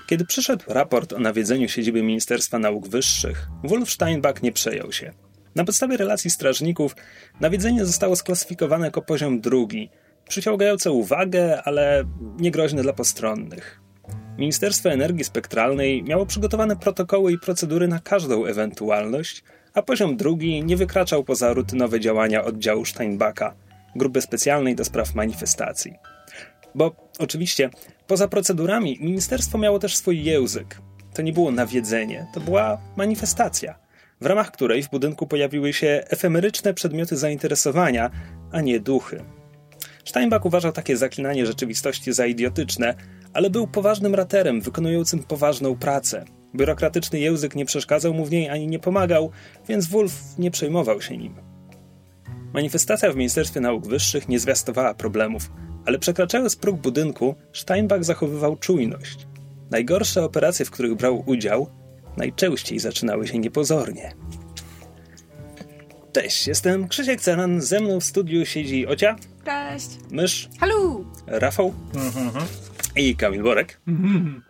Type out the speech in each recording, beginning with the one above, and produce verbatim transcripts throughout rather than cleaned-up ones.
Kiedy przyszedł raport o nawiedzeniu siedziby Ministerstwa Nauk Wyższych, Wolf Steinbach nie przejął się. Na podstawie relacji strażników nawiedzenie zostało sklasyfikowane jako poziom drugi, przyciągające uwagę, ale niegroźne dla postronnych. Ministerstwo Energii Spektralnej miało przygotowane protokoły i procedury na każdą ewentualność, a poziom drugi nie wykraczał poza rutynowe działania oddziału Steinbacha, grupy specjalnej do spraw manifestacji. Bo oczywiście poza procedurami ministerstwo miało też swój język. To nie było nawiedzenie, to była manifestacja, w ramach której w budynku pojawiły się efemeryczne przedmioty zainteresowania, a nie duchy. Steinbach uważał takie zaklinanie rzeczywistości za idiotyczne, ale był poważnym raterem wykonującym poważną pracę. Biurokratyczny język nie przeszkadzał mu w niej ani nie pomagał, więc Wolf nie przejmował się nim. Manifestacja w Ministerstwie Nauk Wyższych nie zwiastowała problemów, ale przekraczając próg budynku, Steinbach zachowywał czujność. Najgorsze operacje, w których brał udział, najczęściej zaczynały się niepozornie. Cześć, jestem Krzysiek Ceran, ze mną w studiu siedzi Ocia. Cześć. Mysz. Halo. Rafał. Mm-hmm. I Kamil Borek. Mm-hmm.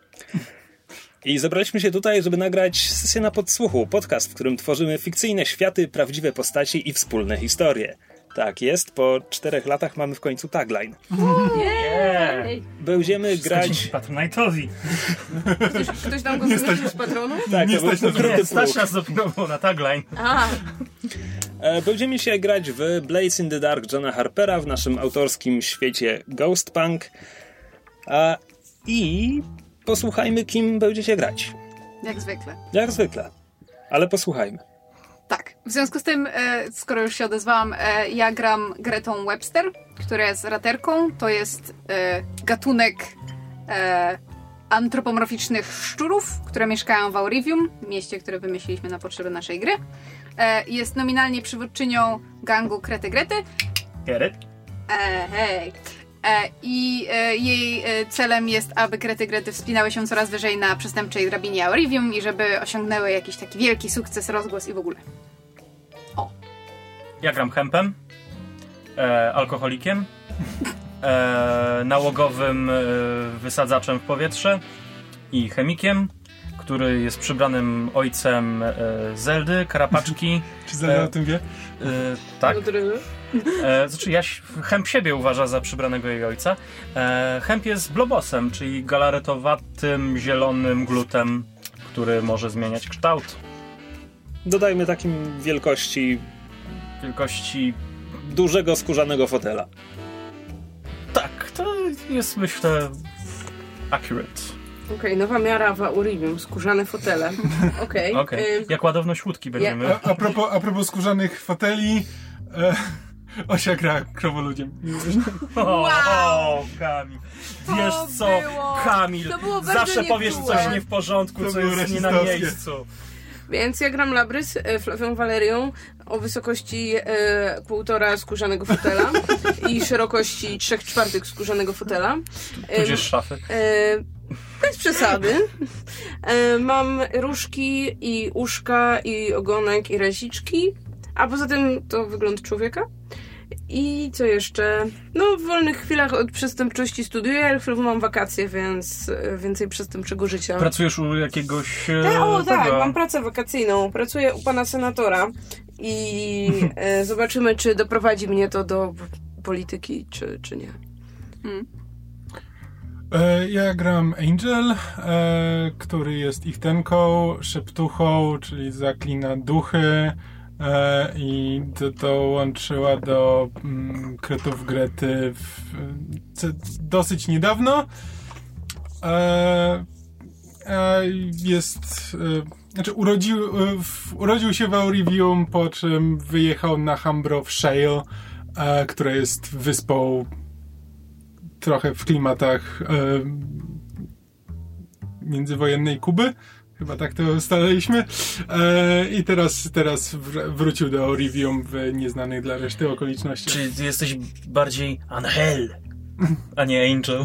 I zebraliśmy się tutaj, żeby nagrać sesję na podsłuchu, podcast, w którym tworzymy fikcyjne światy, prawdziwe postaci i wspólne historie. Tak jest, po czterech latach mamy w końcu tagline. Yeah. Będziemy grać... Patronite'owi. Ktoś, ktoś dał go z patronu? Tak, nie to był stać ukryty nie, stać próg. nas dopingował na tagline. A. E, Będziemy się grać w Blades in the Dark Johna Harpera w naszym autorskim świecie Ghostpunk. A, I posłuchajmy, kim będziecie grać. Jak zwykle. Jak zwykle. Ale posłuchajmy. Tak. W związku z tym, e, skoro już się odezwałam, e, ja gram Gretą Webster, która jest raterką. To jest e, gatunek e, antropomorficznych szczurów, które mieszkają w Aurivium, mieście, które wymyśliliśmy na potrzeby naszej gry. E, jest nominalnie przywódczynią gangu Krety Grety. Get it? E, hej. E, I e, jej e, celem jest, aby Krety Grety wspinały się coraz wyżej na przestępczej drabinie Aurivium i żeby osiągnęły jakiś taki wielki sukces, rozgłos i w ogóle. O. Ja gram hempem, e, alkoholikiem, e, nałogowym e, wysadzaczem w powietrze i chemikiem, który jest przybranym ojcem e, Zeldy, Karapaczki. Czy Zelda e, o tym wie? E, tak. E, znaczy, ja Hemp siebie uważa za przybranego jej ojca. E, Hemp jest blobosem, czyli galaretowatym, zielonym glutem, który może zmieniać kształt. Dodajmy takim wielkości Wielkości... dużego skórzanego fotela. Tak, to jest, myślę, accurate. Okej, okay, nowa miara w Aurivium, skórzane fotele. Okej. Okay. Okay. Y- Jak ładowność łódki będziemy... A, a, propos, a propos skórzanych foteli, e, Osia gra krowoludziem. O, Wow! o, Kamil. Wiesz To co, było- Kamil, to było bardzo zawsze powiesz nieczułe. coś nie w porządku, To co było jest nie na rasistowskie. miejscu. Więc ja gram Labrys, e, Flawią Walerią o wysokości e, półtora skórzanego fotela i szerokości trzech czwartych skórzanego fotela. E, Tudzież szafy. e, bez przesady. E, mam różki i uszka i ogonek i raziczki, a poza tym to wygląd człowieka. I co jeszcze? No, w wolnych chwilach od przestępczości studiuję, ale chwilowo mam wakacje, więc e, więcej przestępczego życia. Pracujesz u jakiegoś... E, Ta, o tego... tak, mam pracę wakacyjną. Pracuję u pana senatora i e, zobaczymy, czy doprowadzi mnie to do polityki, czy, czy nie. Hmm. E, ja gram Angel, e, który jest ich tenką, szeptuchą, czyli zaklina duchy e, i do, dołączyła do mm, Kretów Grety w, c, dosyć niedawno. E, e, jest... E, znaczy urodził, e, w, urodził się w Aurivium, po czym wyjechał na Hambrow Shale, e, która jest wyspą trochę w klimatach e, międzywojennej Kuby. Chyba tak to ustaliliśmy. E, I teraz, teraz wr- wrócił do Aurivium w nieznanych dla reszty okolicznościach. Czy ty jesteś bardziej Angel, a nie Angel?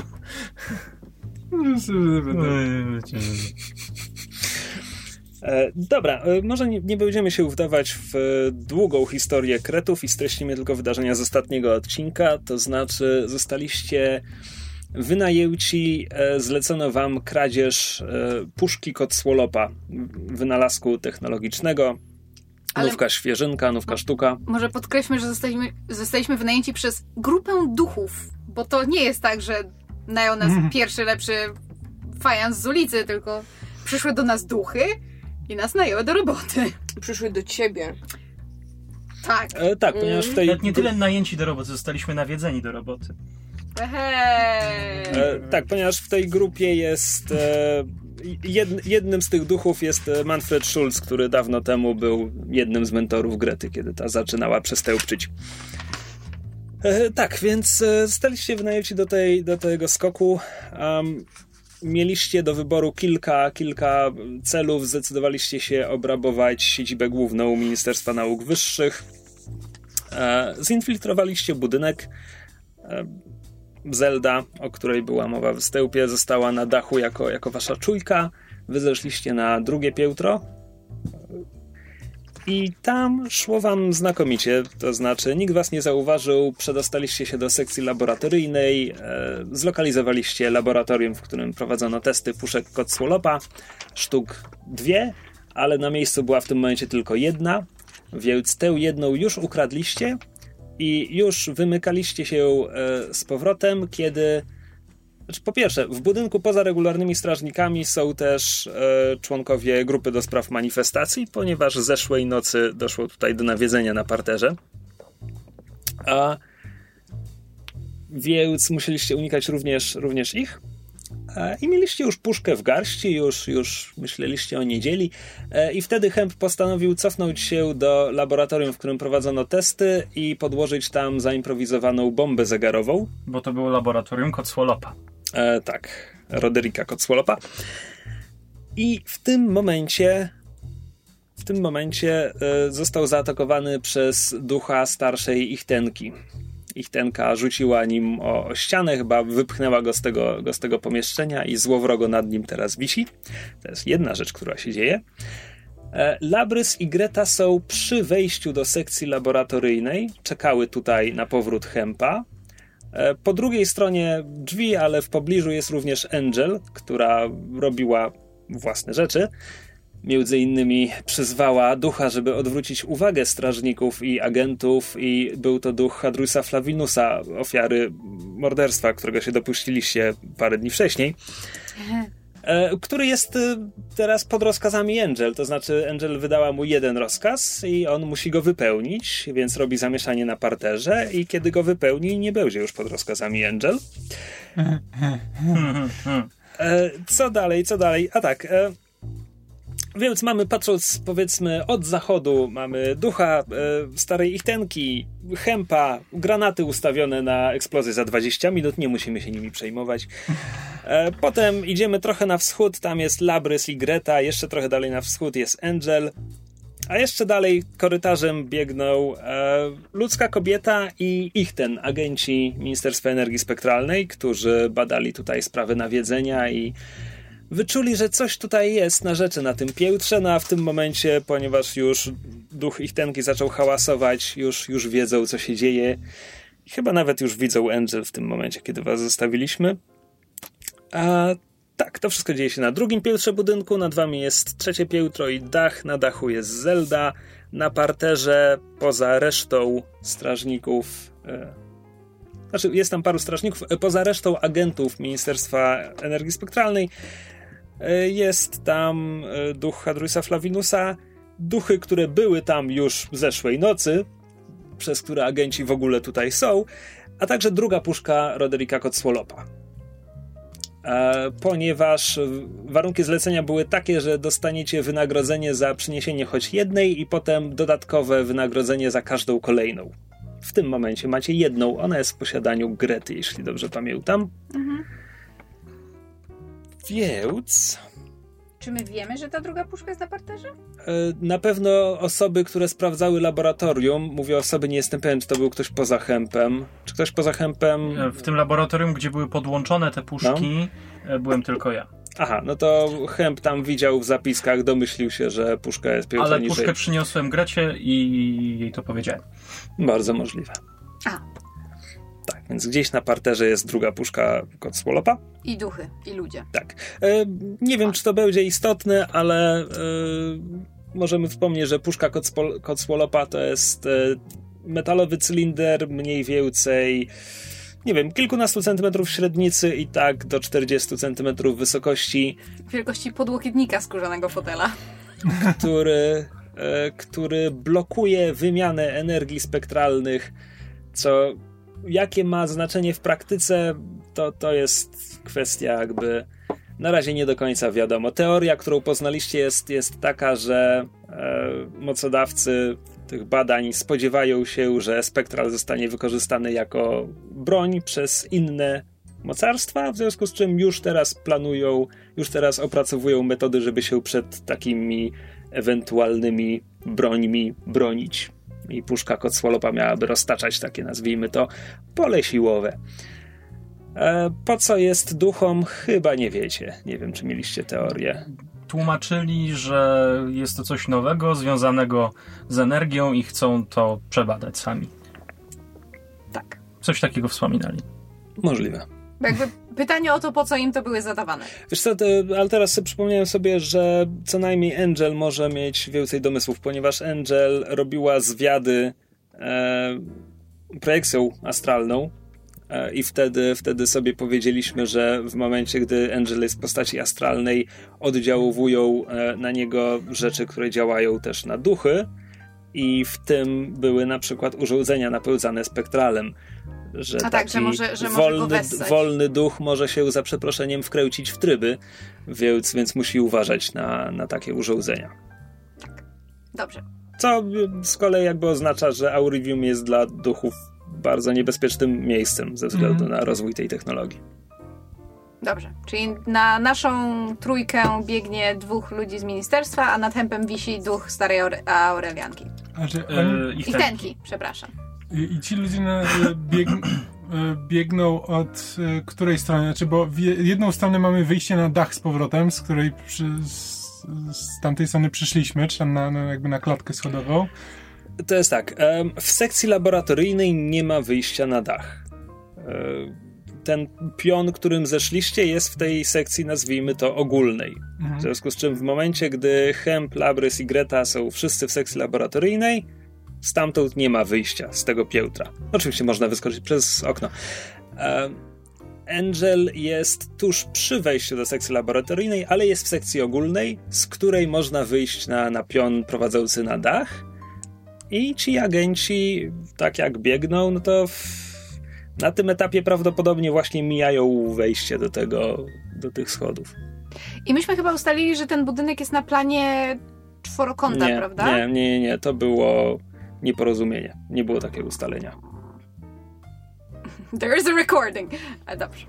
E, dobra, e, może nie, nie będziemy się wdawać w e, długą historię Kretów i streścimy tylko wydarzenia z ostatniego odcinka, to znaczy zostaliście wynajęci e, zlecono wam kradzież e, puszki Cotswollopa, wynalazku technologicznego. Ale... Nówka świeżynka, nówka sztuka. Może podkreślmy, że zostaliśmy, zostaliśmy wynajęci przez grupę duchów, bo to nie jest tak, że najął nas mm. pierwszy, lepszy fajans z ulicy, tylko przyszły do nas duchy i nas najęły do roboty. Przyszły do ciebie. Tak. E, tak, ponieważ w tej... Nie tyle najęci do roboty, zostaliśmy nawiedzeni do roboty. Hej. E, tak, ponieważ w tej grupie jest... E, jed, jednym z tych duchów jest Manfred Schulz, który dawno temu był jednym z mentorów Grety, kiedy ta zaczynała przestępczyć. E, tak, więc e, zostaliście wynajęci do, tej, do tego skoku. Um, mieliście do wyboru kilka, kilka celów. Zdecydowaliście się obrabować siedzibę główną Ministerstwa Nauk Wyższych. E, zinfiltrowaliście budynek. E, Zelda, o której była mowa w wstępie, została na dachu jako, jako wasza czujka. Wy zeszliście na drugie piętro i tam szło wam znakomicie, to znaczy nikt was nie zauważył, przedostaliście się do sekcji laboratoryjnej, e, zlokalizowaliście laboratorium, w którym prowadzono testy puszek Cotswollopa, sztuk dwie, ale na miejscu była w tym momencie tylko jedna, więc tę jedną już ukradliście i już wymykaliście się e, z powrotem, kiedy... Znaczy, po pierwsze, w budynku poza regularnymi strażnikami są też e, członkowie grupy do spraw manifestacji, ponieważ zeszłej nocy doszło tutaj do nawiedzenia na parterze. A więc musieliście unikać również, również ich. E, I mieliście już puszkę w garści, już, już myśleliście o niedzieli. E, I wtedy Hemp postanowił cofnąć się do laboratorium, w którym prowadzono testy i podłożyć tam zaimprowizowaną bombę zegarową. Bo to było laboratorium Cotswollopa. E, tak, Roderika Cotswollopa. I w tym momencie w tym momencie e, został zaatakowany przez ducha starszej Ichtenki. Ichtenka rzuciła nim o, o ścianę, chyba wypchnęła go z, tego, go z tego pomieszczenia i złowrogo nad nim teraz wisi. To jest jedna rzecz, która się dzieje. E, Labrys i Greta są przy wejściu do sekcji laboratoryjnej. Czekały tutaj na powrót Hempa. Po drugiej stronie drzwi, ale w pobliżu jest również Angel, która robiła własne rzeczy. Między innymi przyzwała ducha, żeby odwrócić uwagę strażników i agentów, i był to duch Hadrusa Flavinusa, ofiary morderstwa, którego się dopuściliście parę dni wcześniej. Który jest teraz pod rozkazami Angel, to znaczy Angel wydała mu jeden rozkaz i on musi go wypełnić, więc robi zamieszanie na parterze i kiedy go wypełni, nie będzie już pod rozkazami Angel. Co dalej, co dalej? A tak, więc mamy, patrząc powiedzmy od zachodu, mamy ducha e, starej Ichtenki, Hempa, granaty ustawione na eksplozję za dwadzieścia minut, nie musimy się nimi przejmować. E, potem idziemy trochę na wschód, tam jest Labrys i Greta, jeszcze trochę dalej na wschód jest Angel, a jeszcze dalej korytarzem biegną e, ludzka kobieta i Ichten, agenci Ministerstwa Energii Spektralnej, którzy badali tutaj sprawy nawiedzenia i wyczuli, że coś tutaj jest na rzeczy na tym piętrze, no a w tym momencie, ponieważ już duch Ichtenki zaczął hałasować, już, już wiedzą, co się dzieje. I chyba nawet już widzą Angel w tym momencie, kiedy was zostawiliśmy. A tak, to wszystko dzieje się na drugim piętrze budynku, nad wami jest trzecie piętro i dach, na dachu jest Zelda, na parterze poza resztą strażników... E, znaczy, jest tam paru strażników, poza resztą agentów Ministerstwa Energii Spektralnej jest tam duch Hadrusa Flavinusa, duchy, które były tam już zeszłej nocy, przez które agenci w ogóle tutaj są, a także druga puszka Roderika Cotswollopa. Ponieważ warunki zlecenia były takie, że dostaniecie wynagrodzenie za przyniesienie choć jednej i potem dodatkowe wynagrodzenie za każdą kolejną. W tym momencie macie jedną, ona jest w posiadaniu Grety, jeśli dobrze pamiętam. Mhm. Więc... Czy my wiemy, że ta druga puszka jest na parterze? Na pewno osoby, które sprawdzały laboratorium, mówię osoby, nie jestem pewien, czy to był ktoś poza Hempem. Czy ktoś poza Hempem... W tym laboratorium, gdzie były podłączone te puszki, no? Byłem tylko ja. Aha, no to Hemp tam widział w zapiskach, domyślił się, że puszka jest piętro Ale niżej. puszkę przyniosłem Grecie i jej to powiedziałem. Bardzo możliwe. A. Tak. więc gdzieś na parterze jest druga puszka Codswallopa. I duchy, i ludzie. Tak. E, nie wiem, czy to będzie istotne, ale e, możemy wspomnieć, że puszka Codswallopa to jest e, metalowy cylinder, mniej więcej, nie wiem, kilkunastu centymetrów średnicy i tak do czterdziestu centymetrów wysokości. Wielkości podłokietnika skórzanego fotela. Który, e, który blokuje wymianę energii spektralnych, co jakie ma znaczenie w praktyce, to, to jest kwestia jakby na razie nie do końca wiadomo. Teoria, którą poznaliście jest, jest taka, że e, mocodawcy tych badań spodziewają się, że spektral zostanie wykorzystany jako broń przez inne mocarstwa, w związku z czym już teraz planują, już teraz opracowują metody, żeby się przed takimi ewentualnymi brońmi bronić. I puszka Codswallopa miałaby roztaczać takie, nazwijmy to, pole siłowe. E, po co jest duchom? Chyba nie wiecie. Nie wiem, czy mieliście teorię. Tłumaczyli, że jest to coś nowego, związanego z energią i chcą to przebadać sami. Tak. Coś takiego wspominali. Możliwe. Jakby pytanie o to, po co im to były zadawane. Wiesz co, to, ale teraz sobie przypomniałem sobie, że co najmniej Angel może mieć więcej domysłów, ponieważ Angel robiła zwiady e, projekcją astralną e, i wtedy, wtedy sobie powiedzieliśmy, że w momencie, gdy Angel jest w postaci astralnej, oddziałowują e, na niego rzeczy, które działają też na duchy i w tym były na przykład urządzenia napełzane spektralem. Że A tak, że może, że może wolny, go wessać. wolny duch może się za przeproszeniem wkręcić w tryby, więc, więc musi uważać na, na takie urządzenia. Tak. Dobrze. Co z kolei jakby oznacza, że Aurivium jest dla duchów bardzo niebezpiecznym miejscem ze względu mm. na rozwój tej technologii. Dobrze, czyli na naszą trójkę biegnie dwóch ludzi z ministerstwa, a nad hempem wisi duch starej Aure- Aurelianki. Znaczy, Yy, I tenki, przepraszam. I, i ci ludzie na, bieg, biegną od której strony? Znaczy, bo w jedną stronę mamy wyjście na dach z powrotem, z której przy, z, z tamtej strony przyszliśmy, czy tam na, na, jakby na klatkę schodową. To jest tak, w sekcji laboratoryjnej nie ma wyjścia na dach. Ten pion, którym zeszliście, jest w tej sekcji, nazwijmy to, ogólnej. Mhm. W związku z czym w momencie, gdy Hemp, Labrys i Greta są wszyscy w sekcji laboratoryjnej, stamtąd nie ma wyjścia z tego piętra. Oczywiście można wyskoczyć przez okno. Angel jest tuż przy wejściu do sekcji laboratoryjnej, ale jest w sekcji ogólnej, z której można wyjść na, na pion prowadzący na dach. I ci agenci, tak jak biegną, no to w, na tym etapie prawdopodobnie właśnie mijają wejście do tego, do tych schodów. I myśmy chyba ustalili, że ten budynek jest na planie czworokąta, nie, prawda? Nie, nie, nie, to było nieporozumienie. Nie było takiego ustalenia. There is a recording. A, dobrze.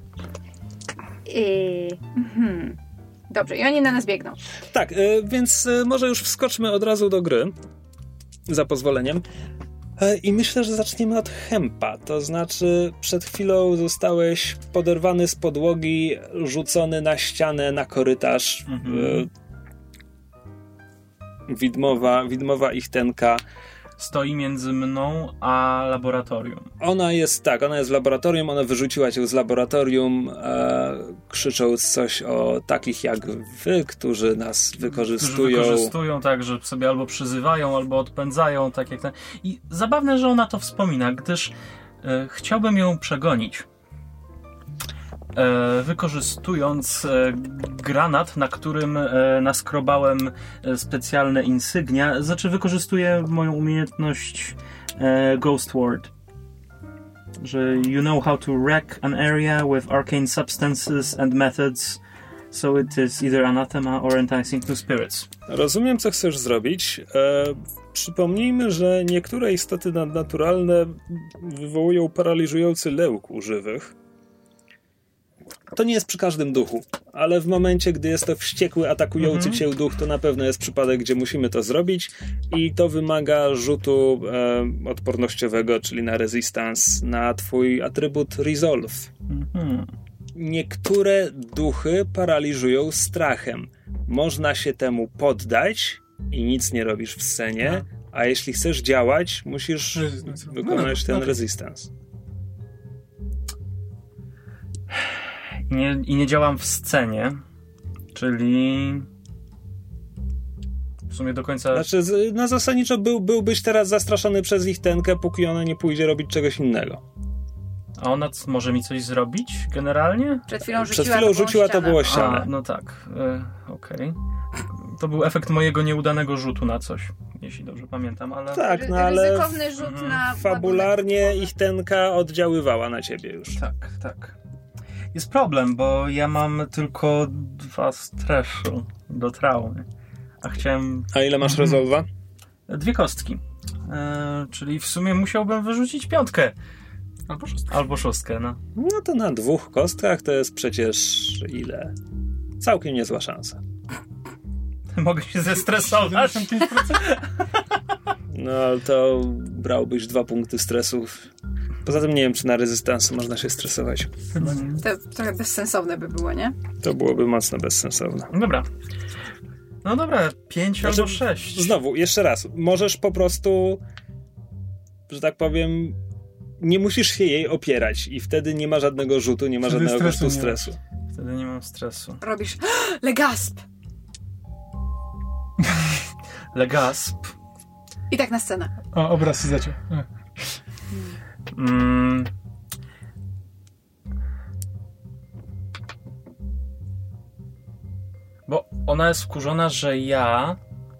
I... Mhm. Dobrze, i oni na nas biegną. Tak, y, więc y, może już wskoczmy od razu do gry. Za pozwoleniem. Y, I myślę, że zaczniemy od Hempa. To znaczy, przed chwilą zostałeś poderwany z podłogi, rzucony na ścianę, na korytarz. Mhm. Y, widmowa, widmowa ichtenka stoi między mną a laboratorium. Ona jest, tak, ona jest w laboratorium, ona wyrzuciła cię z laboratorium, e, krzycząc coś o takich jak wy, którzy nas wykorzystują. Którzy wykorzystują tak, że sobie albo przyzywają, albo odpędzają, tak jak ten. I zabawne, że ona to wspomina, gdyż e, chciałbym ją przegonić. E, wykorzystując e, granat, na którym e, naskrobałem e, specjalne insygnia, znaczy wykorzystuję moją umiejętność e, Ghost Ward, że you know how to wreck an area with arcane substances and methods, so it is either anathema or enticing to spirits. Rozumiem, co chcesz zrobić. E, przypomnijmy, że niektóre istoty nadnaturalne wywołują paraliżujący lełk u żywych. To nie jest przy każdym duchu, ale w momencie, gdy jest to wściekły, atakujący mhm. cię duch, to na pewno jest przypadek, gdzie musimy to zrobić i to wymaga rzutu e, odpornościowego, czyli na resistance, na twój atrybut resolve. Mhm. Niektóre duchy paraliżują strachem. Można się temu poddać i nic nie robisz w scenie, no. A jeśli chcesz działać, musisz wykonać no, no, ten okay. resistance. I nie, i nie działam w scenie, czyli w sumie do końca... Znaczy, no zasadniczo był, byłbyś teraz zastraszony przez ich tenkę, póki ona nie pójdzie robić czegoś innego. A ona c- może mi coś zrobić generalnie? Przed chwilą rzuciła, Przed chwilą taką rzuciła, to ścianę. było ścianę. A, no tak, e, okej. Okay. To był efekt mojego nieudanego rzutu na coś, jeśli dobrze pamiętam, ale... Tak, no ale Ryzykowny rzut Mhm. na fabularnie ładunek. ich tenka oddziaływała na ciebie już. Tak, tak. Jest problem, bo ja mam tylko dwa stresy do traumy, a chciałem A ile masz rezolwa? dwie kostki. E, czyli w sumie musiałbym wyrzucić piątkę. Albo szóstkę. Albo szóstkę, no. No to na dwóch kostkach to jest przecież ile? Całkiem niezła szansa. Mogę się zestresować. siedemdziesiąt pięć procent? No ale to brałbyś dwa punkty stresu. Poza tym nie wiem, czy na rezystansu można się stresować. Chyba nie. To trochę bezsensowne by było, nie? To byłoby mocno bezsensowne. Dobra. No dobra, pięć Znaczy, albo sześć. Znowu, jeszcze raz. Możesz po prostu, że tak powiem, nie musisz się jej opierać i wtedy nie ma żadnego rzutu, nie ma Wtedy żadnego stresu kosztu nie stresu. Wtedy nie mam stresu. Robisz legasp! Legasp. I tak na scenę. O, obraz się zaciął. E. Mm. Bo ona jest wkurzona, że ja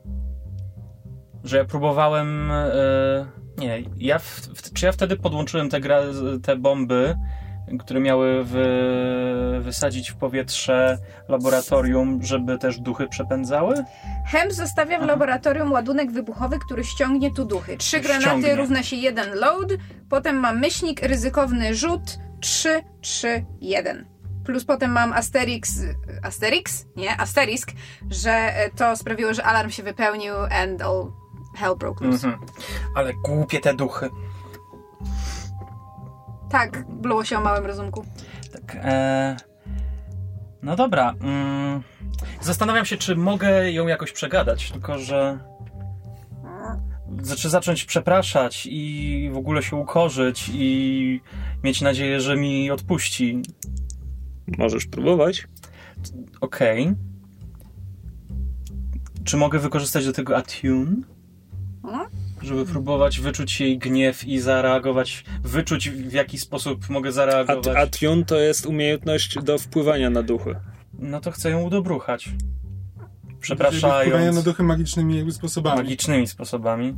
że ja próbowałem e, nie, ja w, w, czy ja wtedy podłączyłem te, gra, te bomby, które miały wy, wysadzić w powietrze laboratorium, żeby też duchy przepędzały? Hem zostawia w Aha. laboratorium ładunek wybuchowy, który ściągnie tu duchy. Trzy granaty Ściągnie. równa się jeden load, potem mam myślnik, ryzykowny rzut trzy, trzy, jeden. Plus potem mam Asterix, Asterix? Nie, Asterisk, że to sprawiło, że alarm się wypełnił and all hell broke loose. Mhm. Ale głupie te duchy. Tak, było się o małym rozumku. Tak, e... No dobra. Mm. Zastanawiam się, czy mogę ją jakoś przegadać, tylko że... Znaczy zacząć przepraszać i w ogóle się ukorzyć i mieć nadzieję, że mi odpuści. Możesz próbować. Okej. Okay. Czy mogę wykorzystać do tego attune? Hmm? Żeby próbować wyczuć jej gniew i zareagować, wyczuć w jaki sposób mogę zareagować. At- Attune to jest umiejętność do wpływania na duchy. No to chcę ją udobruchać. Wpływania Przepraszając na duchy magicznymi jakby sposobami. magicznymi sposobami.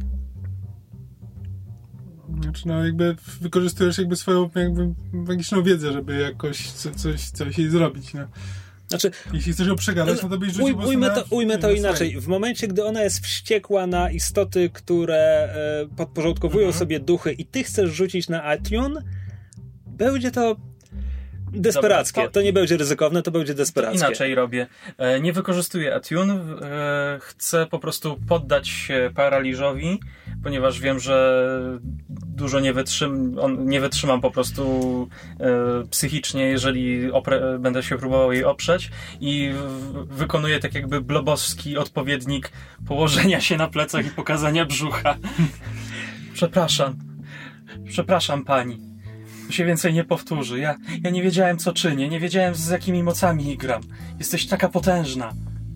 Znaczy, no jakby wykorzystujesz jakby swoją jakby magiczną wiedzę, żeby jakoś co, coś, coś jej zrobić, no. Znaczy, Jeśli chcesz ją przegadać, no to byś rzucił uj, po prostu ujmę na- to, ujmę to na inaczej. swoje. W momencie, gdy ona jest wściekła na istoty, które e, podporządkowują Mhm. sobie duchy i ty chcesz rzucić na Attune, będzie to desperackie. Dobra, to... to- nie będzie ryzykowne, to będzie desperackie. Inaczej robię. E, nie wykorzystuję attune. E, chcę po prostu poddać się paraliżowi, ponieważ wiem, że dużo nie, wytrzym, on, nie wytrzymam po prostu e, psychicznie, jeżeli opre, będę się próbował jej oprzeć i w, wykonuję tak jakby blobowski odpowiednik położenia się na plecach i pokazania brzucha. Przepraszam. Przepraszam pani. To się więcej nie powtórzy. Ja, ja nie wiedziałem, co czynię. Nie wiedziałem, z jakimi mocami gram. Jesteś taka potężna.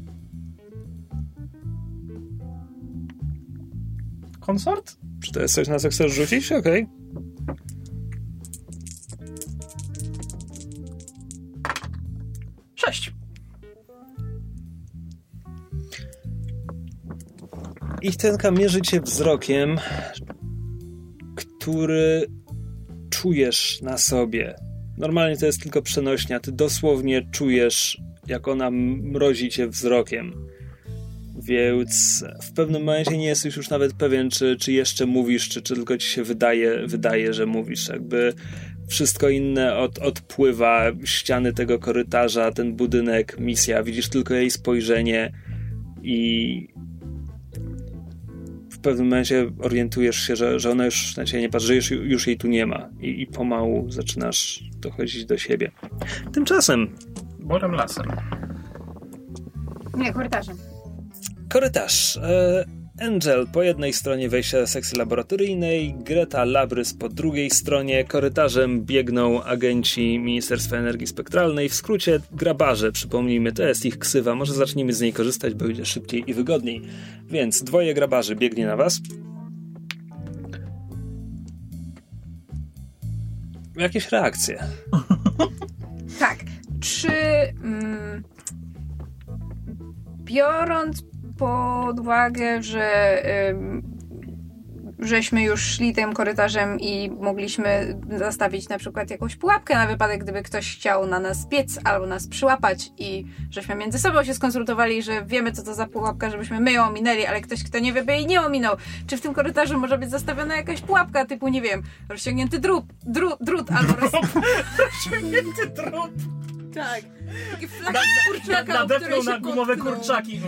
Konsort? Czy to jest coś, na co chcesz rzucić? Okej. Sześć. Ich tenka mierzy cię wzrokiem, który czujesz na sobie. Normalnie to jest tylko przenośnia. Ty dosłownie czujesz, jak ona mrozi cię wzrokiem. Więc w pewnym momencie nie jesteś już nawet pewien, czy, czy jeszcze mówisz, czy, czy tylko ci się wydaje, wydaje, że mówisz. Jakby wszystko inne od, odpływa, ściany tego korytarza, ten budynek, misja. Widzisz tylko jej spojrzenie i w pewnym momencie orientujesz się, że, że ona już na ciebie nie patrzy, że już, już jej tu nie ma. I, I pomału zaczynasz dochodzić do siebie. Tymczasem Borem lasem. Nie, korytarzem. korytarz. E, Angel po jednej stronie wejścia do sekcji laboratoryjnej, Greta Labrys po drugiej stronie. Korytarzem biegną agenci Ministerstwa Energii Spektralnej, w skrócie grabarze, przypomnijmy, to jest ich ksywa, może zacznijmy z niej korzystać, bo będzie szybciej i wygodniej. Więc dwoje grabarzy biegnie na was. Jakieś reakcje? Tak. Czy mm, biorąc pod uwagę, że ym, żeśmy już szli tym korytarzem i mogliśmy zastawić na przykład jakąś pułapkę na wypadek, gdyby ktoś chciał na nas biec albo nas przyłapać i żeśmy między sobą się skonsultowali, że wiemy, co to za pułapka, żebyśmy my ją ominęli, ale ktoś, kto nie wie, by jej nie ominął. Czy w tym korytarzu może być zastawiona jakaś pułapka typu, nie wiem, rozciągnięty drut, drut, drut albo roz... rozciągnięty drut. Tak. Taki flag Na, kurczaka, na, nadepnął się na gumowe potknął. kurczaki.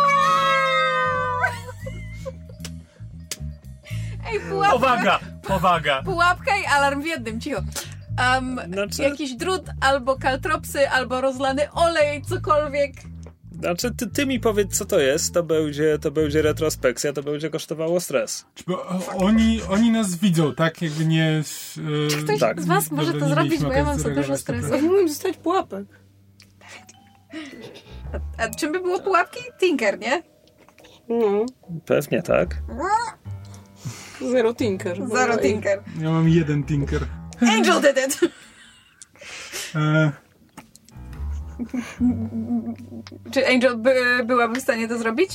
Ej, pułapka. Powaga, powaga. Pułapka i alarm w jednym, cicho. Um, Znaczy- Jakiś drut, albo kaltropsy, albo rozlany olej, cokolwiek. Znaczy, ty, ty mi powiedz, co to jest, to będzie, to będzie retrospekcja, to będzie kosztowało stres. Bo oni, oni nas widzą, tak? Jakby nie... Czy ktoś tak. z was może to Dobra, nie zrobić, mieliśmy bo ja mam okazji za dużo zareagować, stresu. Mógłbym dostać pułapek. A, a czym by było pułapki? Tinker, nie? No. Pewnie tak. Zero Tinker. Zero Tinker. Ja mam jeden Tinker. Angel did it! E, Czy Angel by, byłaby w stanie to zrobić?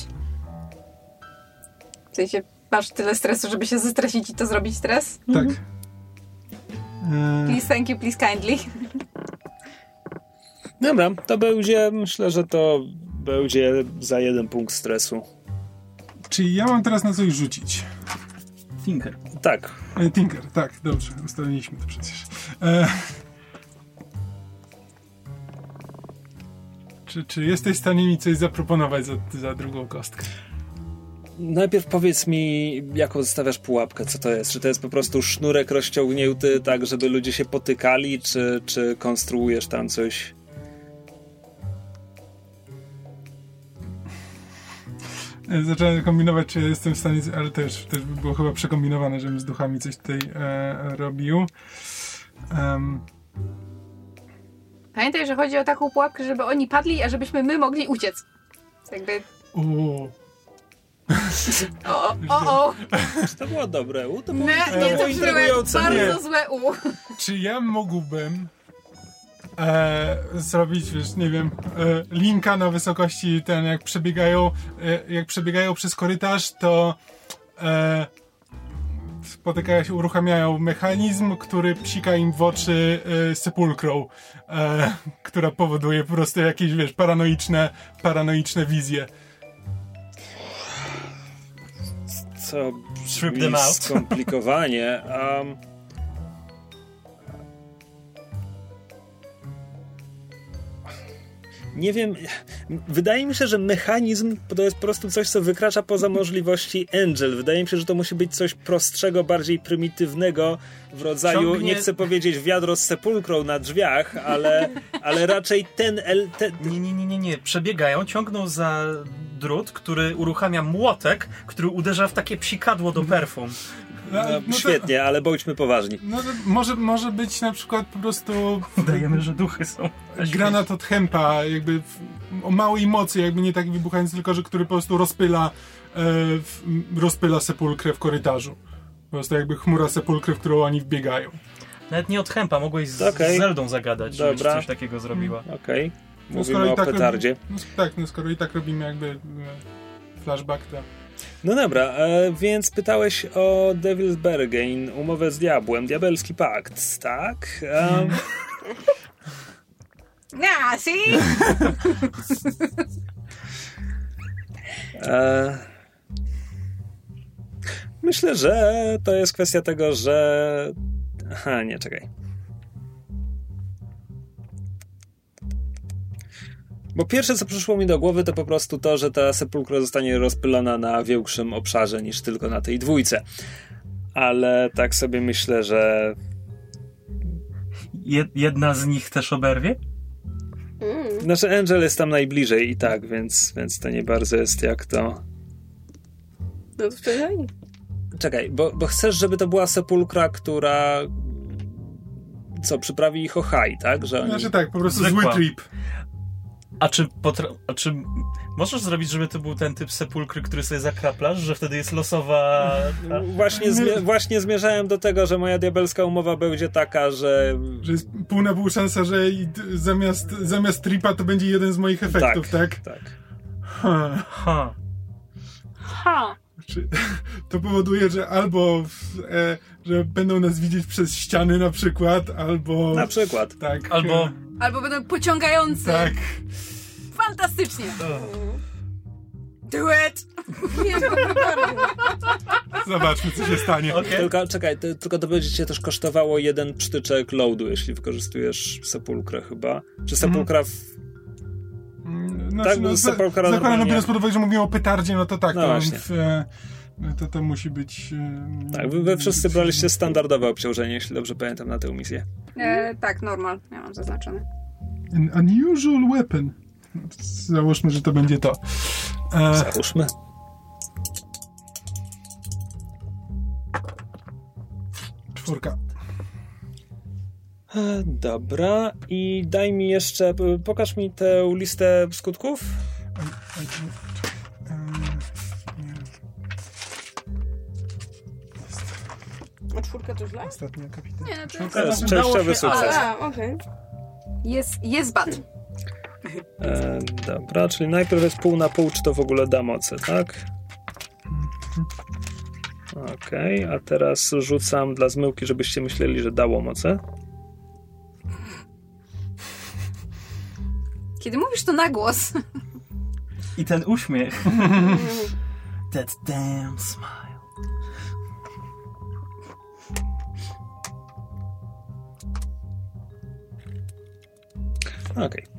W sensie, masz tyle stresu, żeby się zestresić i to zrobić stres? tak. E, Please, thank you, please, kindly. Dobra, to będzie, myślę, że to będzie za jeden punkt stresu. czyli ja mam teraz na coś rzucić. Tinker. Tak. E, Tinker, tak, dobrze, ustaliliśmy to przecież. E, czy, czy jesteś w stanie mi coś zaproponować za, za drugą kostkę? Najpierw powiedz mi, jaką stawiasz pułapkę, co to jest? Czy to jest po prostu sznurek rozciągnięty tak, żeby ludzie się potykali, czy, czy konstruujesz tam coś? E, Zacząłem kombinować, czy jestem w stanie, ale też, też by było chyba przekombinowane, żebym z duchami coś tutaj e, robił. Um, Pamiętaj, że chodzi o taką pułapkę, żeby oni padli, a żebyśmy my mogli uciec. Jakby... u, O, o, o! Czy to było dobre? U, to było, Nie, to nie, było to intrygujące. bardzo Nie. złe u. czy ja mógłbym e, zrobić, wiesz, nie wiem, e, linka na wysokości ten, jak przebiegają, e, jak przebiegają przez korytarz, to e, spotykają się, uruchamiają mechanizm, który psika im w oczy e, sepulkrą, e, która powoduje po prostu jakieś, wiesz, paranoiczne, paranoiczne wizje. Co Strip brzmi them out. skomplikowanie. Um, nie wiem, wydaje mi się, że mechanizm to jest po prostu coś, co wykracza poza możliwości Angel. Wydaje mi się, że to musi być coś prostszego, bardziej prymitywnego w rodzaju, Ciągnie- nie chcę powiedzieć wiadro z sepulkrą na drzwiach, ale, ale raczej ten... El, ten Nie, nie, nie, nie, nie. Przebiegają, ciągną za drut, który uruchamia młotek, który uderza w takie psikadło do perfum. No, no, no to- świetnie, ale bądźmy poważni. No to może, może być na przykład po prostu Udajemy, że duchy są. na granat od Hempa, jakby w, o małej mocy, jakby nie tak wybuchający, tylko że który po prostu rozpyla, e, w, rozpyla sepulkrę w korytarzu. Po prostu jakby chmura sepulkry, w którą oni wbiegają. Nawet nie od Hempa, mogłeś z, Okej. z Zeldą zagadać, żeby ci Dobra. coś takiego zrobiła. Okej, No, mówimy o petardzie. Robimy, no, tak, no skoro i tak robimy jakby e, flashback, to... No dobra, e, więc pytałeś o Devil's Bargain, umowę z diabłem, diabelski pakt, tak? Um, Ja, see? e, myślę, że to jest kwestia tego, że... Aha, nie, czekaj. Bo pierwsze, co przyszło mi do głowy, to po prostu to, że ta sepulkra zostanie rozpylona na większym obszarze niż tylko na tej dwójce. Ale tak sobie myślę, że... Je, jedna z nich też oberwie? Mm. Znaczy Angel jest tam najbliżej i tak, więc, więc to nie bardzo jest jak to... No to wczoraj. Czekaj, bo, bo chcesz, żeby to była sepulkra, która co, przyprawi ich o haj, tak? Że oni... Znaczy tak, po prostu Zwykła. zły trip. A czy, potra- a czy możesz zrobić, żeby to był ten typ sepulkry, który sobie zakraplasz, że wtedy jest losowa... Właśnie, zmie- właśnie zmierzałem do tego, że moja diabelska umowa będzie taka, że... Że jest pół na pół szansa, że i d- zamiast, zamiast tripa to będzie jeden z moich efektów, tak? Tak. Ha. Ha. Ha! Czy, to powoduje, że albo e, że będą nas widzieć przez ściany na przykład, albo... Na przykład. Tak. Albo... e, Albo będą pociągające. Tak. Fantastycznie. Do it! Nie, to bardzo. Zobaczmy, co się stanie. Okay. Tylko, czekaj, to, tylko to będzie cię też kosztowało jeden przytyczek loadu, jeśli wykorzystujesz sepulkrę chyba. Czy sepulkra w... Znaczy, Tak, no, sepulkra za- zakładam, normalnie. no biorąc pod uwagę, że mówimy o petardzie, no to tak, No to, właśnie. w, e, to, to musi być... E, Tak, wy, wy wszyscy braliście standardowe obciążenie, jeśli dobrze pamiętam, na tę misję. E, tak, normal. Ja mam zaznaczone. An unusual weapon. Załóżmy, że to będzie to. E, Załóżmy. czwórka. E, Dobra, i daj mi jeszcze, p- pokaż mi tę listę skutków. Oj, oj, oj. E, nie. A czwórka to źle? Ostatnia kapitan. Nie, no to jest, To jest Udało częściowy się, sukces. A, okej. jest, jest bad. E, dobra, czyli najpierw jest pół na pół, czy to w ogóle da mocy, tak? Okej, a teraz rzucam dla zmyłki, żebyście myśleli, że dało mocy. Kiedy mówisz to na głos, I ten uśmiech. That damn smile. Okej.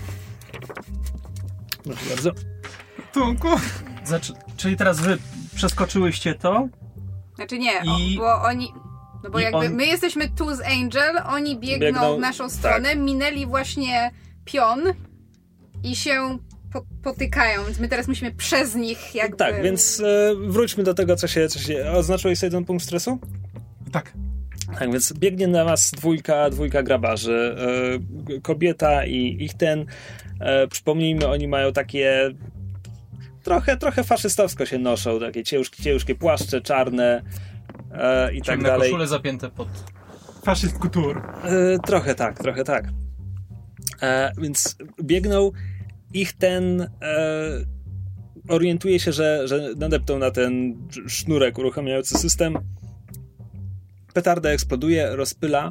Proszę bardzo. Tunku. Znaczy, czyli teraz wy przeskoczyłyście to? znaczy nie, I- o, bo oni... No bo i jakby on- my jesteśmy tu z Angel, oni biegną, Biegną, w naszą tak. stronę, minęli właśnie pion i się po, potykają, więc my teraz musimy przez nich jakby... Tak, więc e, wróćmy do tego, co się... Co się oznaczyłeś sobie ten punkt stresu? Tak. Tak, więc biegnie na was dwójka, dwójka grabarzy. E, kobieta i ich ten. E, przypomnijmy, oni mają takie... Trochę, trochę faszystowsko się noszą, takie ciężkie, ciężkie płaszcze czarne e, i tak Ciemne dalej. koszule zapięte pod... Faszyst couture. E, trochę tak, trochę tak. E, więc biegną, ich ten e, orientuje się, że, że nadeptą na ten sznurek uruchamiający system. Petarda eksploduje, rozpyla.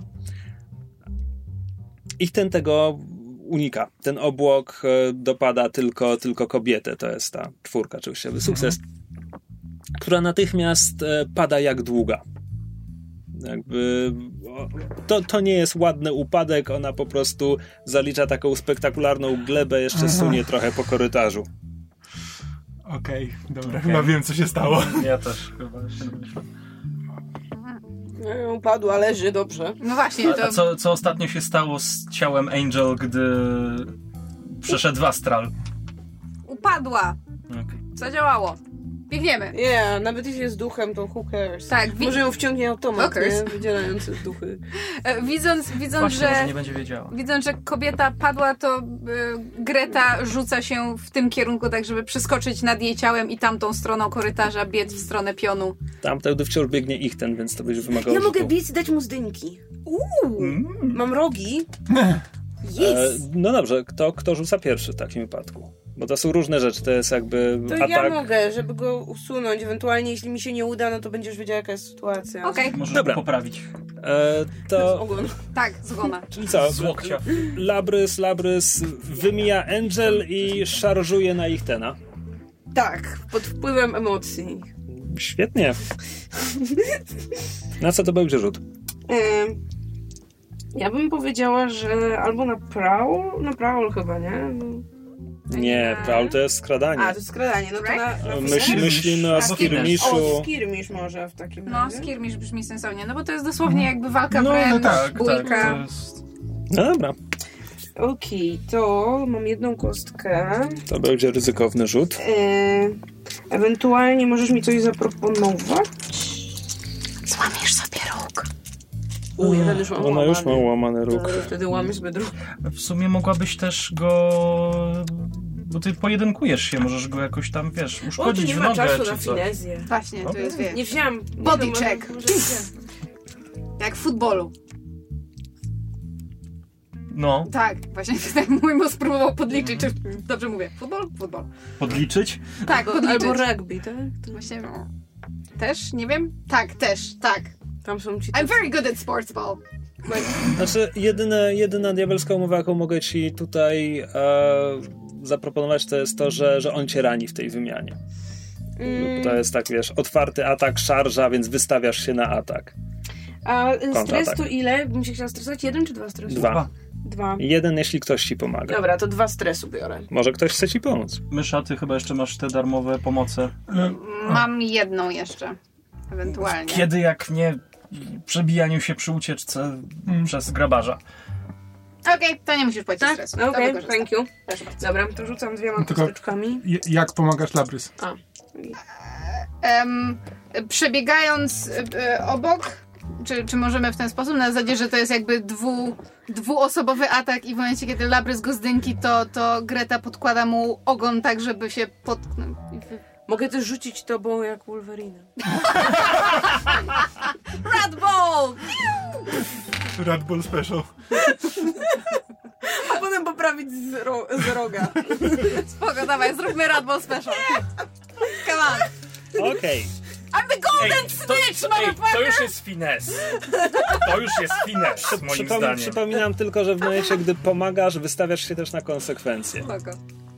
Ich ten tego unika. Ten obłok e, dopada tylko, tylko kobietę. To jest ta czwórka, oczywiście sukces, która natychmiast e, pada jak długa. Jakby o, to, to nie jest ładny upadek, ona po prostu zalicza taką spektakularną glebę, jeszcze Aha. sunie trochę po korytarzu. Okej, dobra, Okej. chyba wiem, co się stało. Ja też chyba się domyślam. No, upadła, leży, dobrze. No właśnie, A, to... a co, co ostatnio się stało z ciałem Angel, gdy przeszedł w astral? Upadła. Okay. Zadziałało. Biegniemy. Yeah, nawet jeśli jest duchem, to who cares? Tak, wi- Może ją wciągnie automat, Who cares? nie? Wydzielający duchy. E, Widząc, widząc, Właśnie, że... może nie będzie wiedziała. Widząc, że kobieta padła, to y, Greta rzuca się w tym kierunku, tak żeby przeskoczyć nad jej ciałem i tamtą stroną korytarza biec w stronę pionu. Tam wtedy wciąż biegnie ich ten, więc to będzie wymagało Ja mogę rzutu. biec i dać mu zdynki. Uuu, mam rogi. E, Yes. no dobrze, kto, kto rzuca pierwszy w takim wypadku? Bo to są różne rzeczy, to jest jakby To atak. ja mogę, żeby go usunąć. Ewentualnie, jeśli mi się nie uda, no to będziesz wiedziała, jaka jest sytuacja. Okej, Możesz Dobra. go poprawić. E, Z to, ogon. tak, zgona. czyli co? Z łokcia. Labrys, Labrys wymija Angel i szarżuje na ich tena. Tak, pod wpływem emocji. Świetnie. Na co to będzie rzut? Ym, ja bym powiedziała, że albo na prowl, na prowl chyba, nie? Nie, Paul, to jest skradanie. A, to skradanie, no to na... na Myśl, myślimy o A, skirmiszu. O, skirmisz może w takim No, razie. skirmisz brzmi sensownie, no bo to jest dosłownie jakby walka No, wręcz, no tak, bójka. tak. To jest... No dobra, Okej, to mam jedną kostkę. to będzie ryzykowny rzut. Yy, Ewentualnie możesz mi coś zaproponować? Złamiesz sobie róg. U, jeden już mam Ona już ma łamany. łamany róg. To wtedy łamiesz sobie drugą. W sumie mogłabyś też go... Bo ty pojedynkujesz się, możesz go jakoś tam, wiesz, O, tu uszkodzić nie w ma nogę czasu czy na coś. finezję. Właśnie, to jest wie. Nie wziąłem. Body nie, no, może- check. może wziąłem. Jak w futbolu. No, Tak, właśnie tutaj mój mózg spróbował podliczyć, czy dobrze mówię. Futbol? Futbol. podliczyć? Tak, Albo, podliczyć. albo rugby, tak? To Właśnie, no. Też? Nie wiem? Tak, też, tak. tam są ci... I'm very good at sports ball. Znaczy, jedyne, jedyna diabelska umowa, jaką mogę ci tutaj e, zaproponować, to jest to, że, że on cię rani w tej wymianie. Mm, To jest tak, wiesz, otwarty atak, szarża, więc wystawiasz się na atak. a stres kontratak. to ile? Bym się chciała stresować? Jeden czy dwa stresy? Dwa. Dwa. Jeden, jeśli ktoś ci pomaga. Dobra, to dwa stresu biorę. Może ktoś chce ci pomóc. Mysza, ty chyba jeszcze masz te darmowe pomoce. E, Mam jedną jeszcze. Ewentualnie. Kiedy jak nie przebijaniu się przy ucieczce przez grabarza. Okej, to nie musisz płacić Tak? stresu. Okej, To wykorzystam. thank you. Proszę bardzo. Dobra, to rzucam dwiema Tylko- kosteczkami. je- jak pomagasz Labrys? A. Em, przebiegając e, obok, czy, czy możemy w ten sposób, na zasadzie, że to jest jakby dwu, dwuosobowy atak i w momencie, kiedy Labrys go zdynki, to, to Greta podkłada mu ogon tak, żeby się potknął. i wy- Mogę też rzucić tobą jak Wolverine. Rat Ball! Red Bull Special. A potem poprawić z, ro- z roga. Spoko, dawaj, zróbmy Rat Ball Special. Come on. Okej. I'm the golden to, snitch, to, ej, motherfucker! to już jest fines. To już jest fines, moim Przypom- zdaniem. przypominam tylko, że w momencie, gdy pomagasz, wystawiasz się też na konsekwencje. Spoko.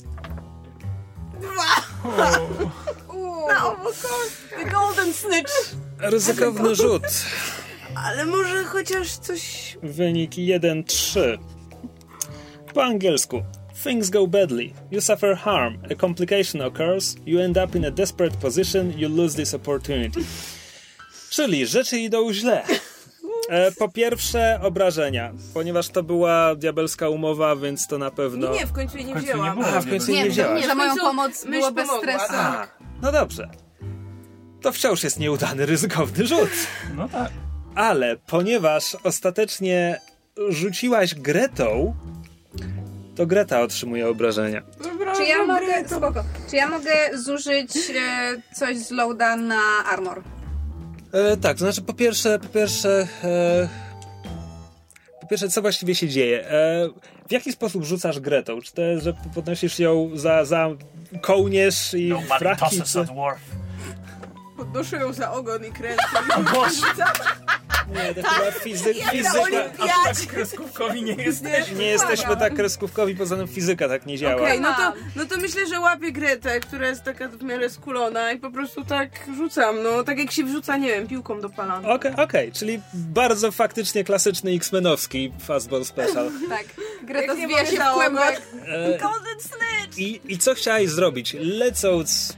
Na The golden snitch. Ryzykowny rzut. Ale może chociaż coś... Wynik jeden trzy. Po angielsku. Things go badly. You suffer harm. A complication occurs. You end up in a desperate position. You lose this opportunity. Czyli rzeczy idą źle. E, po pierwsze obrażenia. Ponieważ to była diabelska umowa, więc to na pewno... Nie, nie, w końcu jej nie W końcu nie wzięłam. było. A, w końcu nie Nie, wzięłaś. nie, za moją W końcu pomoc myśl było bez pomogła, stresu. tak. No dobrze. To wciąż jest nieudany, ryzykowny rzut. No tak. Ale ponieważ ostatecznie rzuciłaś Gretą, to Greta otrzymuje obrażenia. Dobra, Czy ja dobra, mogę, to- spoko, czy ja mogę zużyć e, coś z loada na armor? E, tak, to znaczy po pierwsze, po pierwsze, e, po pierwsze, co właściwie się dzieje? E, w jaki sposób rzucasz Gretą? Czy to jest, że podnosisz ją za, za kołnierz i Nobody fraki? tosses Czy... a dwarf. Podnoszę ją za ogon i kręcę. O Boże, Nie, to chyba fizy- fizyka... aż tak kreskówkowi nie jesteś. Nie jesteśmy tak kreskówkowi, poza tym fizyka tak nie działa. Okej, no to, no to myślę, że łapię Gretę, która jest taka w miarę skulona i po prostu tak rzucam, no tak jak się wrzuca, nie wiem, piłką do palana. Okej, okej, czyli bardzo faktycznie klasyczny X-Menowski Fastball Special. Tak. Greta Jak nie zwija mogę się za w kłębek. E, Golden snitch! i, I co chciałaś zrobić? Lecąc...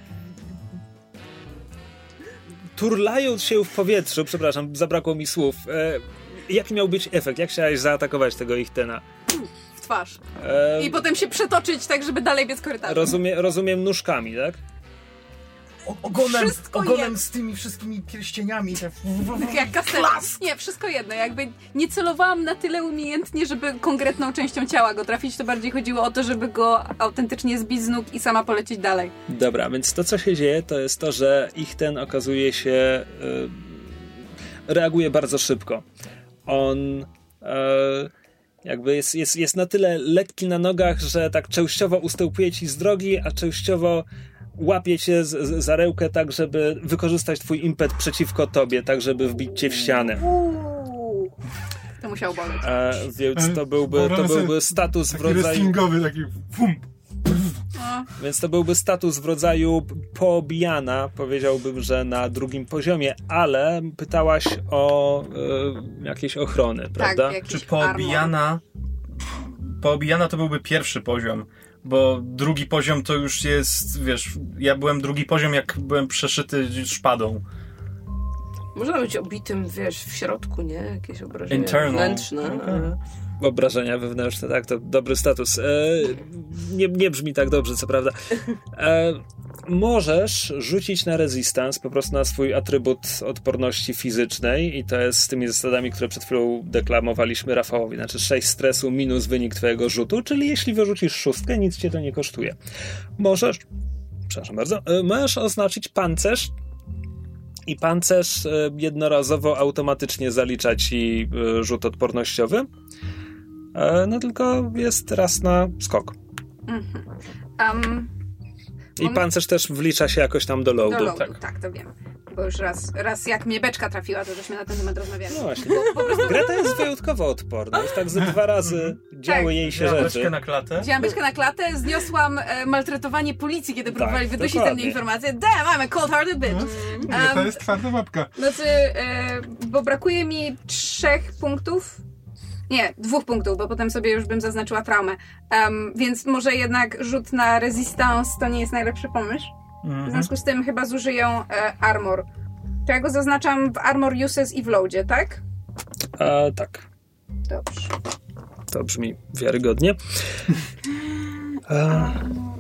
Turlając się w powietrzu, przepraszam, zabrakło mi słów. E, jaki miał być efekt? Jak chciałaś zaatakować tego Ichtena? W twarz. E, I potem się przetoczyć tak, żeby dalej biec korytarzem. rozumie, rozumiem nóżkami, tak? O, ogonem, Wszystko ogonem je- z tymi wszystkimi pierścieniami. Te... Tak jak kastetem. Nie, wszystko jedno. Jakby nie celowałam na tyle umiejętnie, żeby konkretną częścią ciała go trafić. To bardziej chodziło o to, żeby go autentycznie zbić z nóg i sama polecieć dalej. Dobra, więc to co się dzieje, to jest to, że Ichten okazuje się... E, reaguje bardzo szybko. On... E, jakby jest, jest, jest na tyle lekki na nogach, że tak częściowo ustępuje ci z drogi, a częściowo łapie cię z, z, za rękę tak, żeby wykorzystać twój impet przeciwko tobie, tak żeby wbić cię w ścianę. To musiał boleć. E, więc to byłby, to byłby status w Taki rodzaju... wrestlingowy, taki fum. No. Więc to byłby status w rodzaju poobijana, powiedziałbym, że na drugim poziomie, ale pytałaś o e, jakieś ochrony, prawda? Tak, jakiś Czy poobijana... Poobijana to byłby pierwszy poziom, bo drugi poziom to już jest, wiesz, ja byłem drugi poziom, jak byłem przeszyty szpadą. Można być obitym, wiesz, w środku, nie? Jakieś obrażenia Internal. wewnętrzne. Okay. Obrażenia wewnętrzne, tak, to dobry status. E, nie, nie brzmi tak dobrze, co prawda. E, możesz rzucić na resistance, po prostu na swój atrybut odporności fizycznej i to jest z tymi zasadami, które przed chwilą deklamowaliśmy Rafałowi. Znaczy sześć stresu minus wynik twojego rzutu, czyli jeśli wyrzucisz szóstkę, nic cię to nie kosztuje. Możesz, przepraszam bardzo, możesz oznaczyć pancerz i pancerz jednorazowo automatycznie zalicza ci rzut odpornościowy. No tylko jest raz na skok. Mhm. Um, I on... pancerz też wlicza się jakoś tam do loadu. Do loadu, tak. tak, to wiem. Bo już raz, raz jak mnie beczka trafiła, to żeśmy na ten temat rozmawiali. No właśnie. Po, po prostu... Greta jest wyjątkowo odporna. Już tak ze dwa razy działy tak. jej się Wzięłam rzeczy. beczkę na klatę. Wzięłam beczkę na klatę, zniosłam e, maltretowanie policji, kiedy próbowali tak, wydusić dokładnie. te mnie informacje. Damn, I'm a cold-hearted bitch. No, um, to jest twarda babka. Znaczy, e, bo brakuje mi trzech punktów. Nie, dwóch punktów, bo potem sobie już bym zaznaczyła traumę. Um, więc może jednak rzut na resistance to nie jest najlepszy pomysł. Mm-hmm. W związku z tym chyba zużyję e, armor. To ja go zaznaczam w armor uses i w loadzie, tak? A, tak. Dobrze. To brzmi wiarygodnie. A...